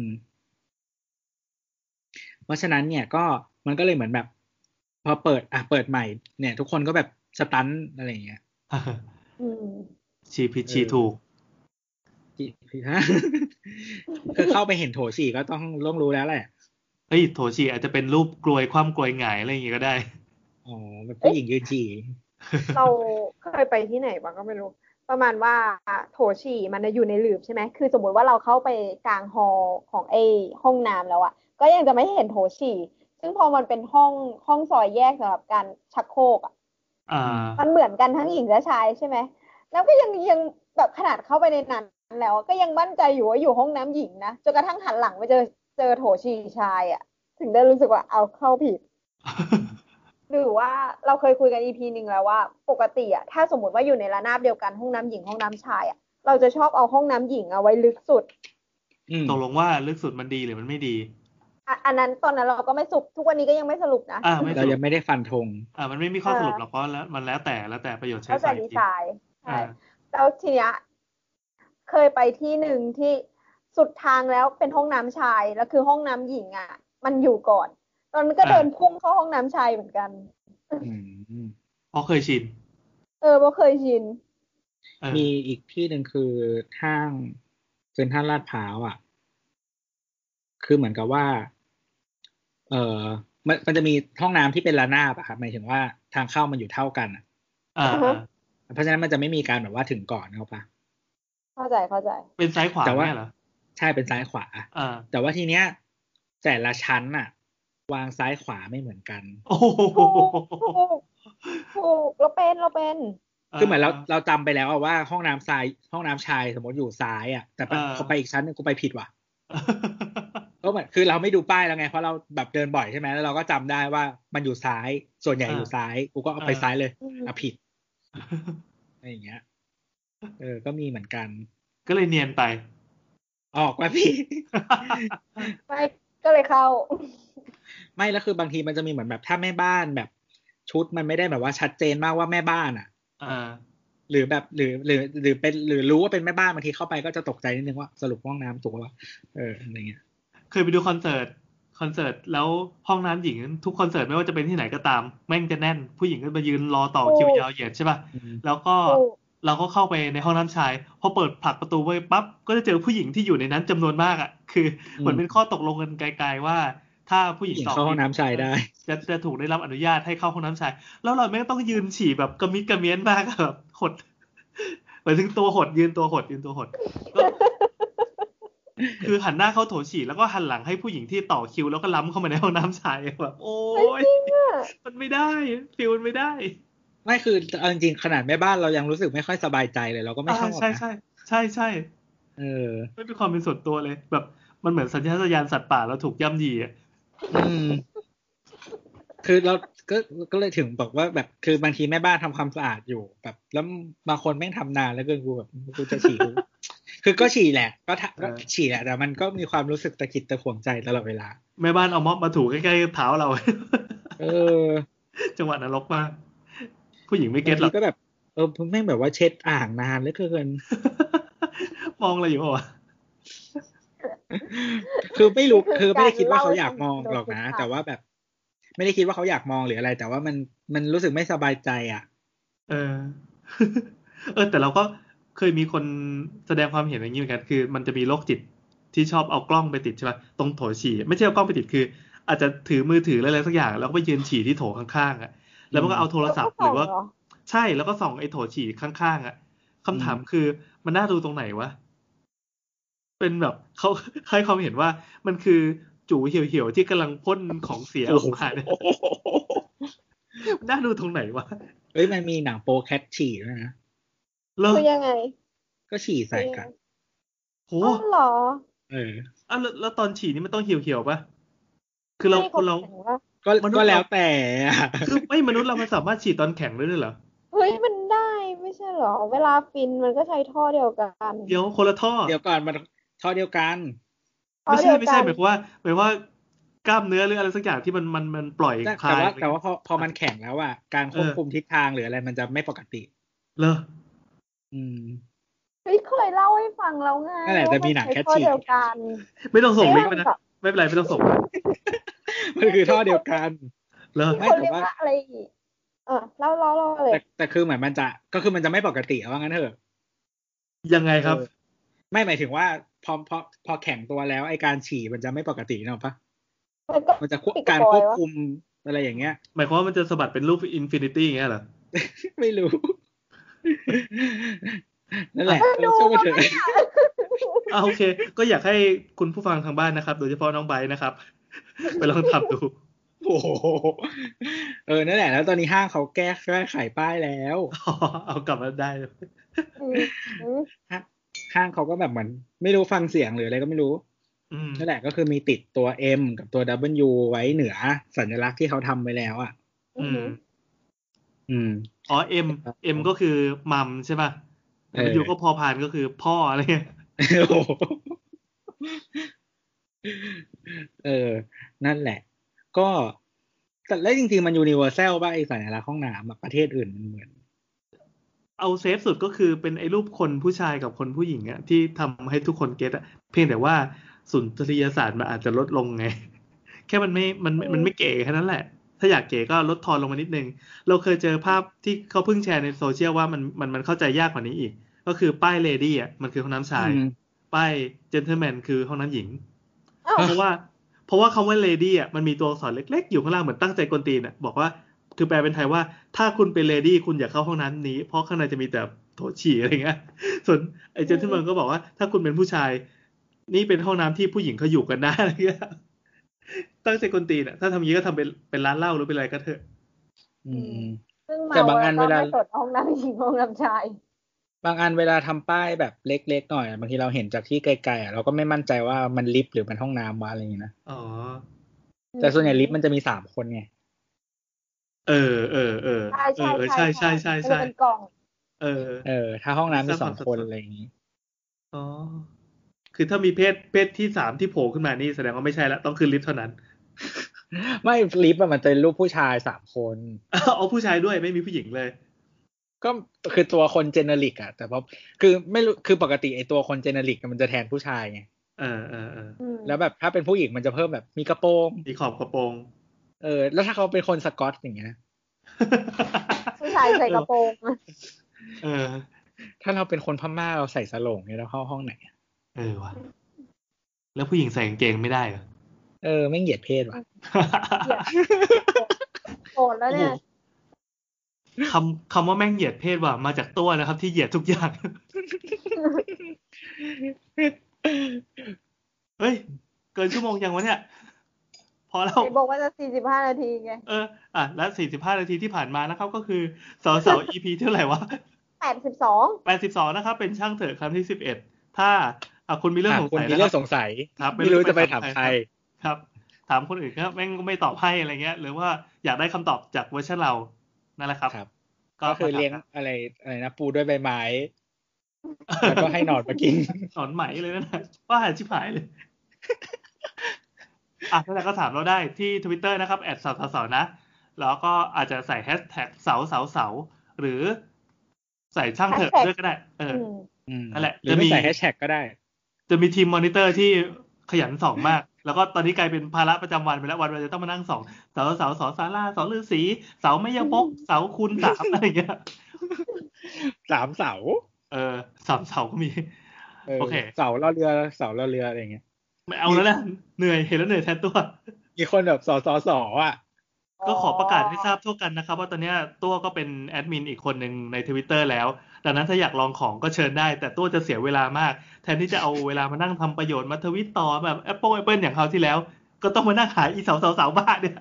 เพราะฉะนั้นเนี่ยก็มันก็เลยเหมือนแบบพอเปิดอ่ะเปิดใหม่เนี่ยทุกคนก็แบบสตันอะไรอย่างเงี้ยชีผิดชีถูกชีผิดฮะคือเข้าไปเห็นโถฉี่ก็ต้องล่วงรู้แล้วแหละเฮ้ยโถฉี่อาจจะเป็นรูปกลวยคว่ำกลวยหงายอะไรอย่างเงี้ยก็ได้อ๋อแบบผู้หญิงยืนฉี่เราเคยไปที่ไหนบ้างก็ไม่รู้ประมาณว่าโถฉี่มันอยู่ในหลืบใช่ไหมคือสมมุติว่าเราเข้าไปกลางฮอลของไอ้ห้องน้ำแล้วอะก็ยังจะไม่เห็นโถฉี่ซึ่งพอมันเป็นห้องห้องซอยแยกสำหรับการชักโครกอะมันเหมือนกันทั้งหญิงและชายใช่ไหมแล้วก็ยังยังแบบขนาดเข้าไปในนั้นแล้วก็ยังมั่นใจอยู่ว่าอยู่ห้องน้ำหญิงนะจนกระทั่งหันหลังไปเจอเจอโถฉี่ชายอะถึงได้รู้สึกว่าเอาเข้าผิดหรือว่าเราเคยคุยกัน อี พี นึงแล้วว่าปกติอะถ้าสมมติว่าอยู่ในระนาบเดียวกันห้องน้ำหญิงห้องน้ำชายอะเราจะชอบเอาห้องน้ำหญิงเอาไว้ลึกสุดตกลงว่าลึกสุดมันดีหรือมันไม่ดีอันนั้นตอนนั้นเราก็ไม่สรุปทุกวันนี้ก็ยังไม่สรุปนะเรายังไม่ได้ฟันธงอ่ามันไม่มีข้อสรุปหรอกเพราะแล้วมันแล้วแต่แล้วแต่ประโยชน์ใช้สอยดีไซน์ใช่แล้วทีเนี้ยเคยไปที่หนึ่งที่สุดทางแล้วเป็นห้องน้ำชายแล้วคือห้องน้ำหญิงอ่ะมันอยู่ก่อนตอนนั้นก็เดินพุ่งเข้าห้องน้ำชายเหมือนกันเพราะเคยชินเออเพราะเคยชินมีอีกที่หนึ่งคือห้างเซ็นทรัลลาดพร้าวอ่ะคือเหมือนกับว่าเออมันมันจะมีห้องน้ำที่เป็นระนาบอะครับหมายถึงว่าทางเข้ามันอยู่เท่ากันอ่ะอ่าเพราะฉะนั้นมันจะไม่มีการแบบว่าถึงก่อนเข้าปะเข้าใจเข้าใจเป็นซ้ายขวาเนี่ยเหรอใช่เป็นซ้ายขวาอ่าแต่ว่าทีเนี้ยแต่ละชั้นน่ะวางซ้ายขวาไม่เหมือนกันโอ้โหถูกเราเป็นเราเป็นคือเหมือนเราเราจำไปแล้วว่าห้องน้ำชายห้องน้ำชายสมมติอยู่ซ้ายอ่ะแต่พอไปอีกชั้นนึงกูไปผิดว่ะก็เหมือนคือเราไม่ดูป้ายแล้วไงเพราะเราแบบเดินบ่อยใช่ไหมแล้วเราก็จำได้ว่ามันอยู่ซ้ายส่วนใหญ่อยู่ซ้ายกูก็เอาไปซ้ายเลยอ่ะผิดอะไรอย่างเงี้ยเออก็มีเหมือนกันก็เลยเนียนไปออกมาพี่ไม่ก็เลยเข้าไม่แล้วคือบางทีมันจะมีเหมือนแบบถ้าแม่บ้านแบบชุดมันไม่ได้แบบว่าชัดเจนมากว่าแม่บ้านอ่ะอ่าหรือแบบหรือหรือหรือเป็นหรือรู้ว่าเป็นแม่บ้านบางทีเข้าไปก็จะตกใจนิดนึงว่าสรุปห้องน้ำถูกป่ะเอออะไรเงี้ยเคยไปดูคอนเสิร์ตคอนเสิร์ตแล้วห้องน้ำหญิงทุกคอนเสิร์ตไม่ว่าจะเป็นที่ไหนก็ตามแม่งจะแน่นผู้หญิงก็มายืนรอต่อคิวยาวเหยียดใช่ป่ะแล้วก็เราก็เข้าไปในห้องน้ำชายพอเปิดผลักประตูไว้ปั๊บก็จะเจอผู้หญิงที่อยู่ในนั้นจำนวนมากอ่ะคือเหมือนเป็นข้อตกลงกันไกลๆว่าถ้าผู้หญิงต่อเข้าห้องน้ำชายได้จะจะถูกได้รับอนุญาตให้เข้าห้องน้ำชายแล้วเราไม่ต้องยืนฉี่แบบกระมิดกระเมี้ยนมากแบบหดหมายถึงตัวหดยืนตัวหดยืนตัวหดคือหันหน้าเข้าโถฉี่แล้วก็หันหลังให้ผู้หญิงที่ต่อคิวแล้วก็ล้ำเข้ามาในห้องน้ำชายแบบโอ๊ยมันไม่ได้ฟิลมันไม่ได้ไม่คือจริงๆขนาดแม่บ้านเรายังรู้สึกไม่ค่อยสบายใจเลยเราก็ไม่ชอบนะใช่ใช่ใช่ใช่เออไม่เป็นความเป็นส่วนตัวเลยแบบมันเหมือนสัญชาตญาณสัตว์ป่าเราถูกย่ำยีอ่ะอืมคือเราก็ก็เลยถึงบอกว่าแบบคือบางทีแม่บ้านทำความสะอาดอยู่แบบแล้วบางคนแม่งทำนานแล้วเกินกูแบบกูจะฉี่กูคือก็ฉี่แหละก็ก็ฉี่แหละแต่มันก็มีความรู้สึกตะขิดตะขวงใจตลอดเวลาแม่บ้านเอาม็อบมาถูใกล้ๆเท้าเราเออจังหวะนรกมากผู้หญิงไม่เก็ตหรอกก็แบบเออแม่งแบบว่าเช็ดอ่างนานเหลือเกินมองอะไรอยู่วะคือไม่รู้คือไม่ได้คิดว่าเขาอยากมองหรอกนะแต่ว่าแบบไม่ได้คิดว่าเขาอยากมองหรืออะไรแต่ว่ามันมันรู้สึกไม่สบายใจอ่ะเออเออแต่เราก็เคยมีคนแสดงความเห็นอย่างนี้เหมือนกันคือมันจะมีโรคจิตที่ชอบเอากล้องไปติดใช่ไหมตรงโถฉี่ไม่ใช่เอากล้องไปติดคืออาจจะถือมือถืออะไรสักอย่างแล้วก็ไปยืนฉี่ที่โถข้างๆอ่ะแล้วมันก็เอาโทรศัพท์หรือว่าใช่แล้วก็ส่องไอ้โถฉี่ข้างๆอ่ะคำถามคือมันน่าดูตรงไหนวะเป็นแบบเขาให้ความเห็นว่ามันคือจู่เหี่ยวๆที่กำลังพ่นของเสียออกมาเนี่ยน่าดูตรงไหนวะเฮ้ยมันมีหนังโปแคทฉี่ด้วยนะคือยังไงก็ฉี่ใส่กันโหเหรอเอออ่ะแล้วแล้วตอนฉี่นี่มันต้องเหี่ยวๆป่ะคือเราคนเราก็ก็แล้วแต่คือไม่มนุษย์เรามันสามารถฉี่ตอนแข็งได้ด้วยเหรอเฮ้ยมันได้ไม่ใช่เหรอเวลาฟินมันก็ใช้ท่อเดียวกันเดี๋ยวคนละท่อเดี๋ยวก่อนมันท่อเดียวกันไม่ใช่ไม่ใช่หมายความว่าหมายว่ากล้ามเนื้อหรืออะไรสักอย่างที่มันมันมันปล่อยคลายแต่ว่าแต่ว่าพอพอมันแข็งแล้วอ่ะการควบคุมทิศทางหรืออะไรมันจะไม่ปกติเหรออืมเฮ้ยเคยเล่าให้ฟังแล้วไงนั่นแหละแต่มีหนังแคทฉี่ไม่ต้องส่งลิงก์ไปนะไม่เป็นไรไม่ต้องส่งมันคือท่อเดียวกันเหรอไม่แต่ว่าอะไรเออเล่าเล่าเล่าเลยแต่แต่คือเหมือนมันจะก็คือมันจะไม่ปกติว่างั้นเถอะยังไงครับไม่หมายถึงว่าพอพอพอแข็งตัวแล้วไอการฉี่มันจะไม่ปกติเนอะปะมันจะการควบคุมอะไรอย่างเงี้ยหมายความว่ามันจะสะบัดเป็นรูปอินฟินิตี้อย่างเงี้ยเหรอไม่รู้นั่นแหละเราช่วยมาเถอะอ่าโอเคก็อยากให้คุณผู้ฟังทางบ้านนะครับโดยเฉพาะน้องไบร์ทนะครับไปลองทำดูโอ้โหเออนั่นแหละแล้วตอนนี้ห้างเขาแก้แก้ไขป้ายแล้วเอากลับมาได้ห้างเขาก็แบบเหมือนไม่รู้ฟังเสียงหรืออะไรก็ไม่รู้นั่นแหละก็คือมีติดตัว M กับตัว W ไว้เหนือสัญลักษณ์ที่เขาทำไว้แล้วอ่ะอืมอืมอ๋อ M M ก็คือมัมใช่ป่ะ W ก็พอพานก็คือพ่ออะไรเงี้ยเออนั่นแหละก็แต่แล้วจริงๆมันยูนิเวอร์แซลป่ะไอ้สัญลักษณ์ห้องน้ำแบบประเทศอื่นมันเหมือนเอาเซฟสุดก็คือเป็นไอ้รูปคนผู้ชายกับคนผู้หญิงอะที่ทำให้ทุกคนเก็ตอะเพียงแต่ว่าสุนทรียศาสตร์มันอาจจะลดลงไงแค่มันไม่มันมันไม่เก๋แค่นั้นแหละถ้าอยากเก๋ก็ลดทอนลงมานิดนึงเราเคยเจอภาพที่เขาเพิ่งแชร์ในโซเชียลว่ามันมันมันเข้าใจยากกว่านี้อีกก็คือป้ายเลดี้อะมันคือห้องน้ำชายป้ายเจนเทลแมนคือห้องน้ำหญิงเพราะว่าเพราะว่าคำว่าเลดี้อะมันมีตัวอักษรเล็กๆอยู่ข้างล่างเหมือนตั้งใจกวนตีนอะบอกว่าคือแปลเป็นไทยว่าถ้าคุณเป็นเลดี้คุณอย่าเข้าห้องน้ำนี้เพราะข้างในจะมีแต่โถฉี่อะไรเงี้ยส่วนไอ้เจนทิลแมนก็บอกว่าถ้าคุณเป็นผู้ชายนี่เป็นห้องน้ำที่ผู้หญิงเขาอยู่กันได้อะไรเงี้ยตั้งใจกวนตีนอ่ะถ้าทำอย่างนี้ก็ทำเป็นเป็นร้านเหล้าหรือเป็นอะไรก็เถอะแต่บางอันเวลาไม่สดห้องน้ำหญิงห้องน้ำชายบางอันเวลาทำป้ายแบบเล็กๆหน่อยบางทีเราเห็นจากที่ไกลๆอ่ะเราก็ไม่มั่นใจว่ามันลิฟต์หรือมันห้องน้ำวะอะไรอย่างนี้นะอ๋อแต่ส่วนใหญ่ลิฟต์มันจะมีสามคนไงเออเออเออใช่ใช่ใช่ใช่ใช่ใช่เป็นกล่องเออเออถ้าห้องน้ำมีสองคนอะไรอย่างนี้อ๋อคือถ้ามีเพศเพศที่สามที่โผล่ขึ้นมานี่แสดงว่าไม่ใช่ละต้องขึ้นลิฟต์เท่านั้นไม่ลิฟต์มันจะรูปผู้ชายสามคนเอาผู้ชายด้วยไม่มีผู้หญิงเลยก็คือตัวคนเจเนริกอะแต่พอคือไม่รู้คือปกติไอตัวคนเจเนริกมันจะแทนผู้ชายไงเออเออเออแล้วแบบถ้าเป็นผู้หญิงมันจะเพิ่มแบบมีกระโปรงมีขอบกระโปรงเออแล้วถ้าเขาเป็นคนสกอตอย่างเงี้ยผู้ชายใส่กระโปรงเออถ้าเราเป็นคนพม่าเราใส่สโลงเนี่ยเราเข้าห้องไหนเออว่ะแล้วผู้หญิงใส่กางเกงไม่ได้เหรอเออไม่เหยียดเพศว่ะโกรธแล้วเนี่ยคำคำว่าแม่งเหยียดเพศว่ะมาจากตัวนะครับที่เหยียดทุกอย่างเฮ้ยเกินชั่วโมงยังวะเนี่ยพอแล้วบอกว่าจะสี่สิบห้านาทีไงเอออ่ะแล้วสี่สิบห้านาทีที่ผ่านมานะครับก็คือเสาเสา อี พี เท่าไหร่วะแปดสิบสองแปดสิบสองนะครับเป็นช่างเถอะครั้งที่สิบเอ็ดถ้าอ่ะคุณมีเรื่องสงคุณสัยมีนะเรื่คอรับงสงสัยครับไม่รู้จะไปถามใครครับ ถามคนอื่นก็แม่งก็ไม่ตอบให้อะไรเงี้ย หรือว่าอยากได้คำตอบจากเวอร์ชันเรานั่นแหละครับครับ ก็คือเลี้ยงมาถามอะไรอะไรนะปูด้วยใบไม้ แล้วก็ให้หนอนมากินหนอนไหมเลยนะว่าหาชิบหายเลยอ่ะนั่นแหละก็ถามเราได้ที่ Twitter นะครับแอทเสาเสานะ แล้วก็อาจจะใส่แฮชแท็กเสาเสาเสาหรือใส่ช่างเถอะ Hashtag ด้วยก็ได้ เอออืมนั่นแหละหรือไม่ใส่แฮชแท็กก็ได้จะมีทีมมอนิเตอร์ที่ขยันส่องมาก แล้วก็ตอนนี้กลายเป็นภาระประจำวันไปแล้ววันวันจะต้องมานั่งส่องเสาเสาเสาศาลาเสาฤาษีเสาไม่ยบกเสาคูณสามอะไรอย่างเงี้ยสามเสาเออสามเสาก็มีเออโอเคเสาล่อเรือเสาล่อเรืออะไรอย่างเงี้ยไม่เอาแล้วแหละเหนื่อยเห็นแล้วเหนื่อยแทนตัวมีคนแบบสอสอสออ่ะก็ขอประกาศให้ทราบทั่วกันนะครับว่าตอนนี้ตัวก็เป็นแอดมินอีกคนหนึ่งใน Twitter แล้วดังนั้นถ้าอยากลองของก็เชิญได้แต่ตัวจะเสียเวลามากแทนที่จะเอาเวลามานั่งทำประโยชน์มาทวิตต่อแบบ Apple Apple อย่างคราวที่แล้วก็ต้องมานั่งหาอีเสาเสาเสาบ้าเนี่ย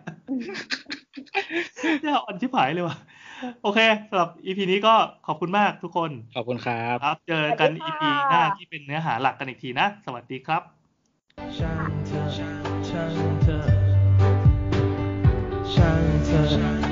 เนี่ยอ่อนชิบหายเลยว่ะโอเคสำหรับ อี พี นี้ก็ขอบคุณมากทุกคนขอบคุณครับครับเจอกันสวัอีสดีพีค่ะหน้าที่เป็นเนื้อหาหลักกันอีกทีนะสวัสดีครับช่างเธอช่างเธอช่างเธอ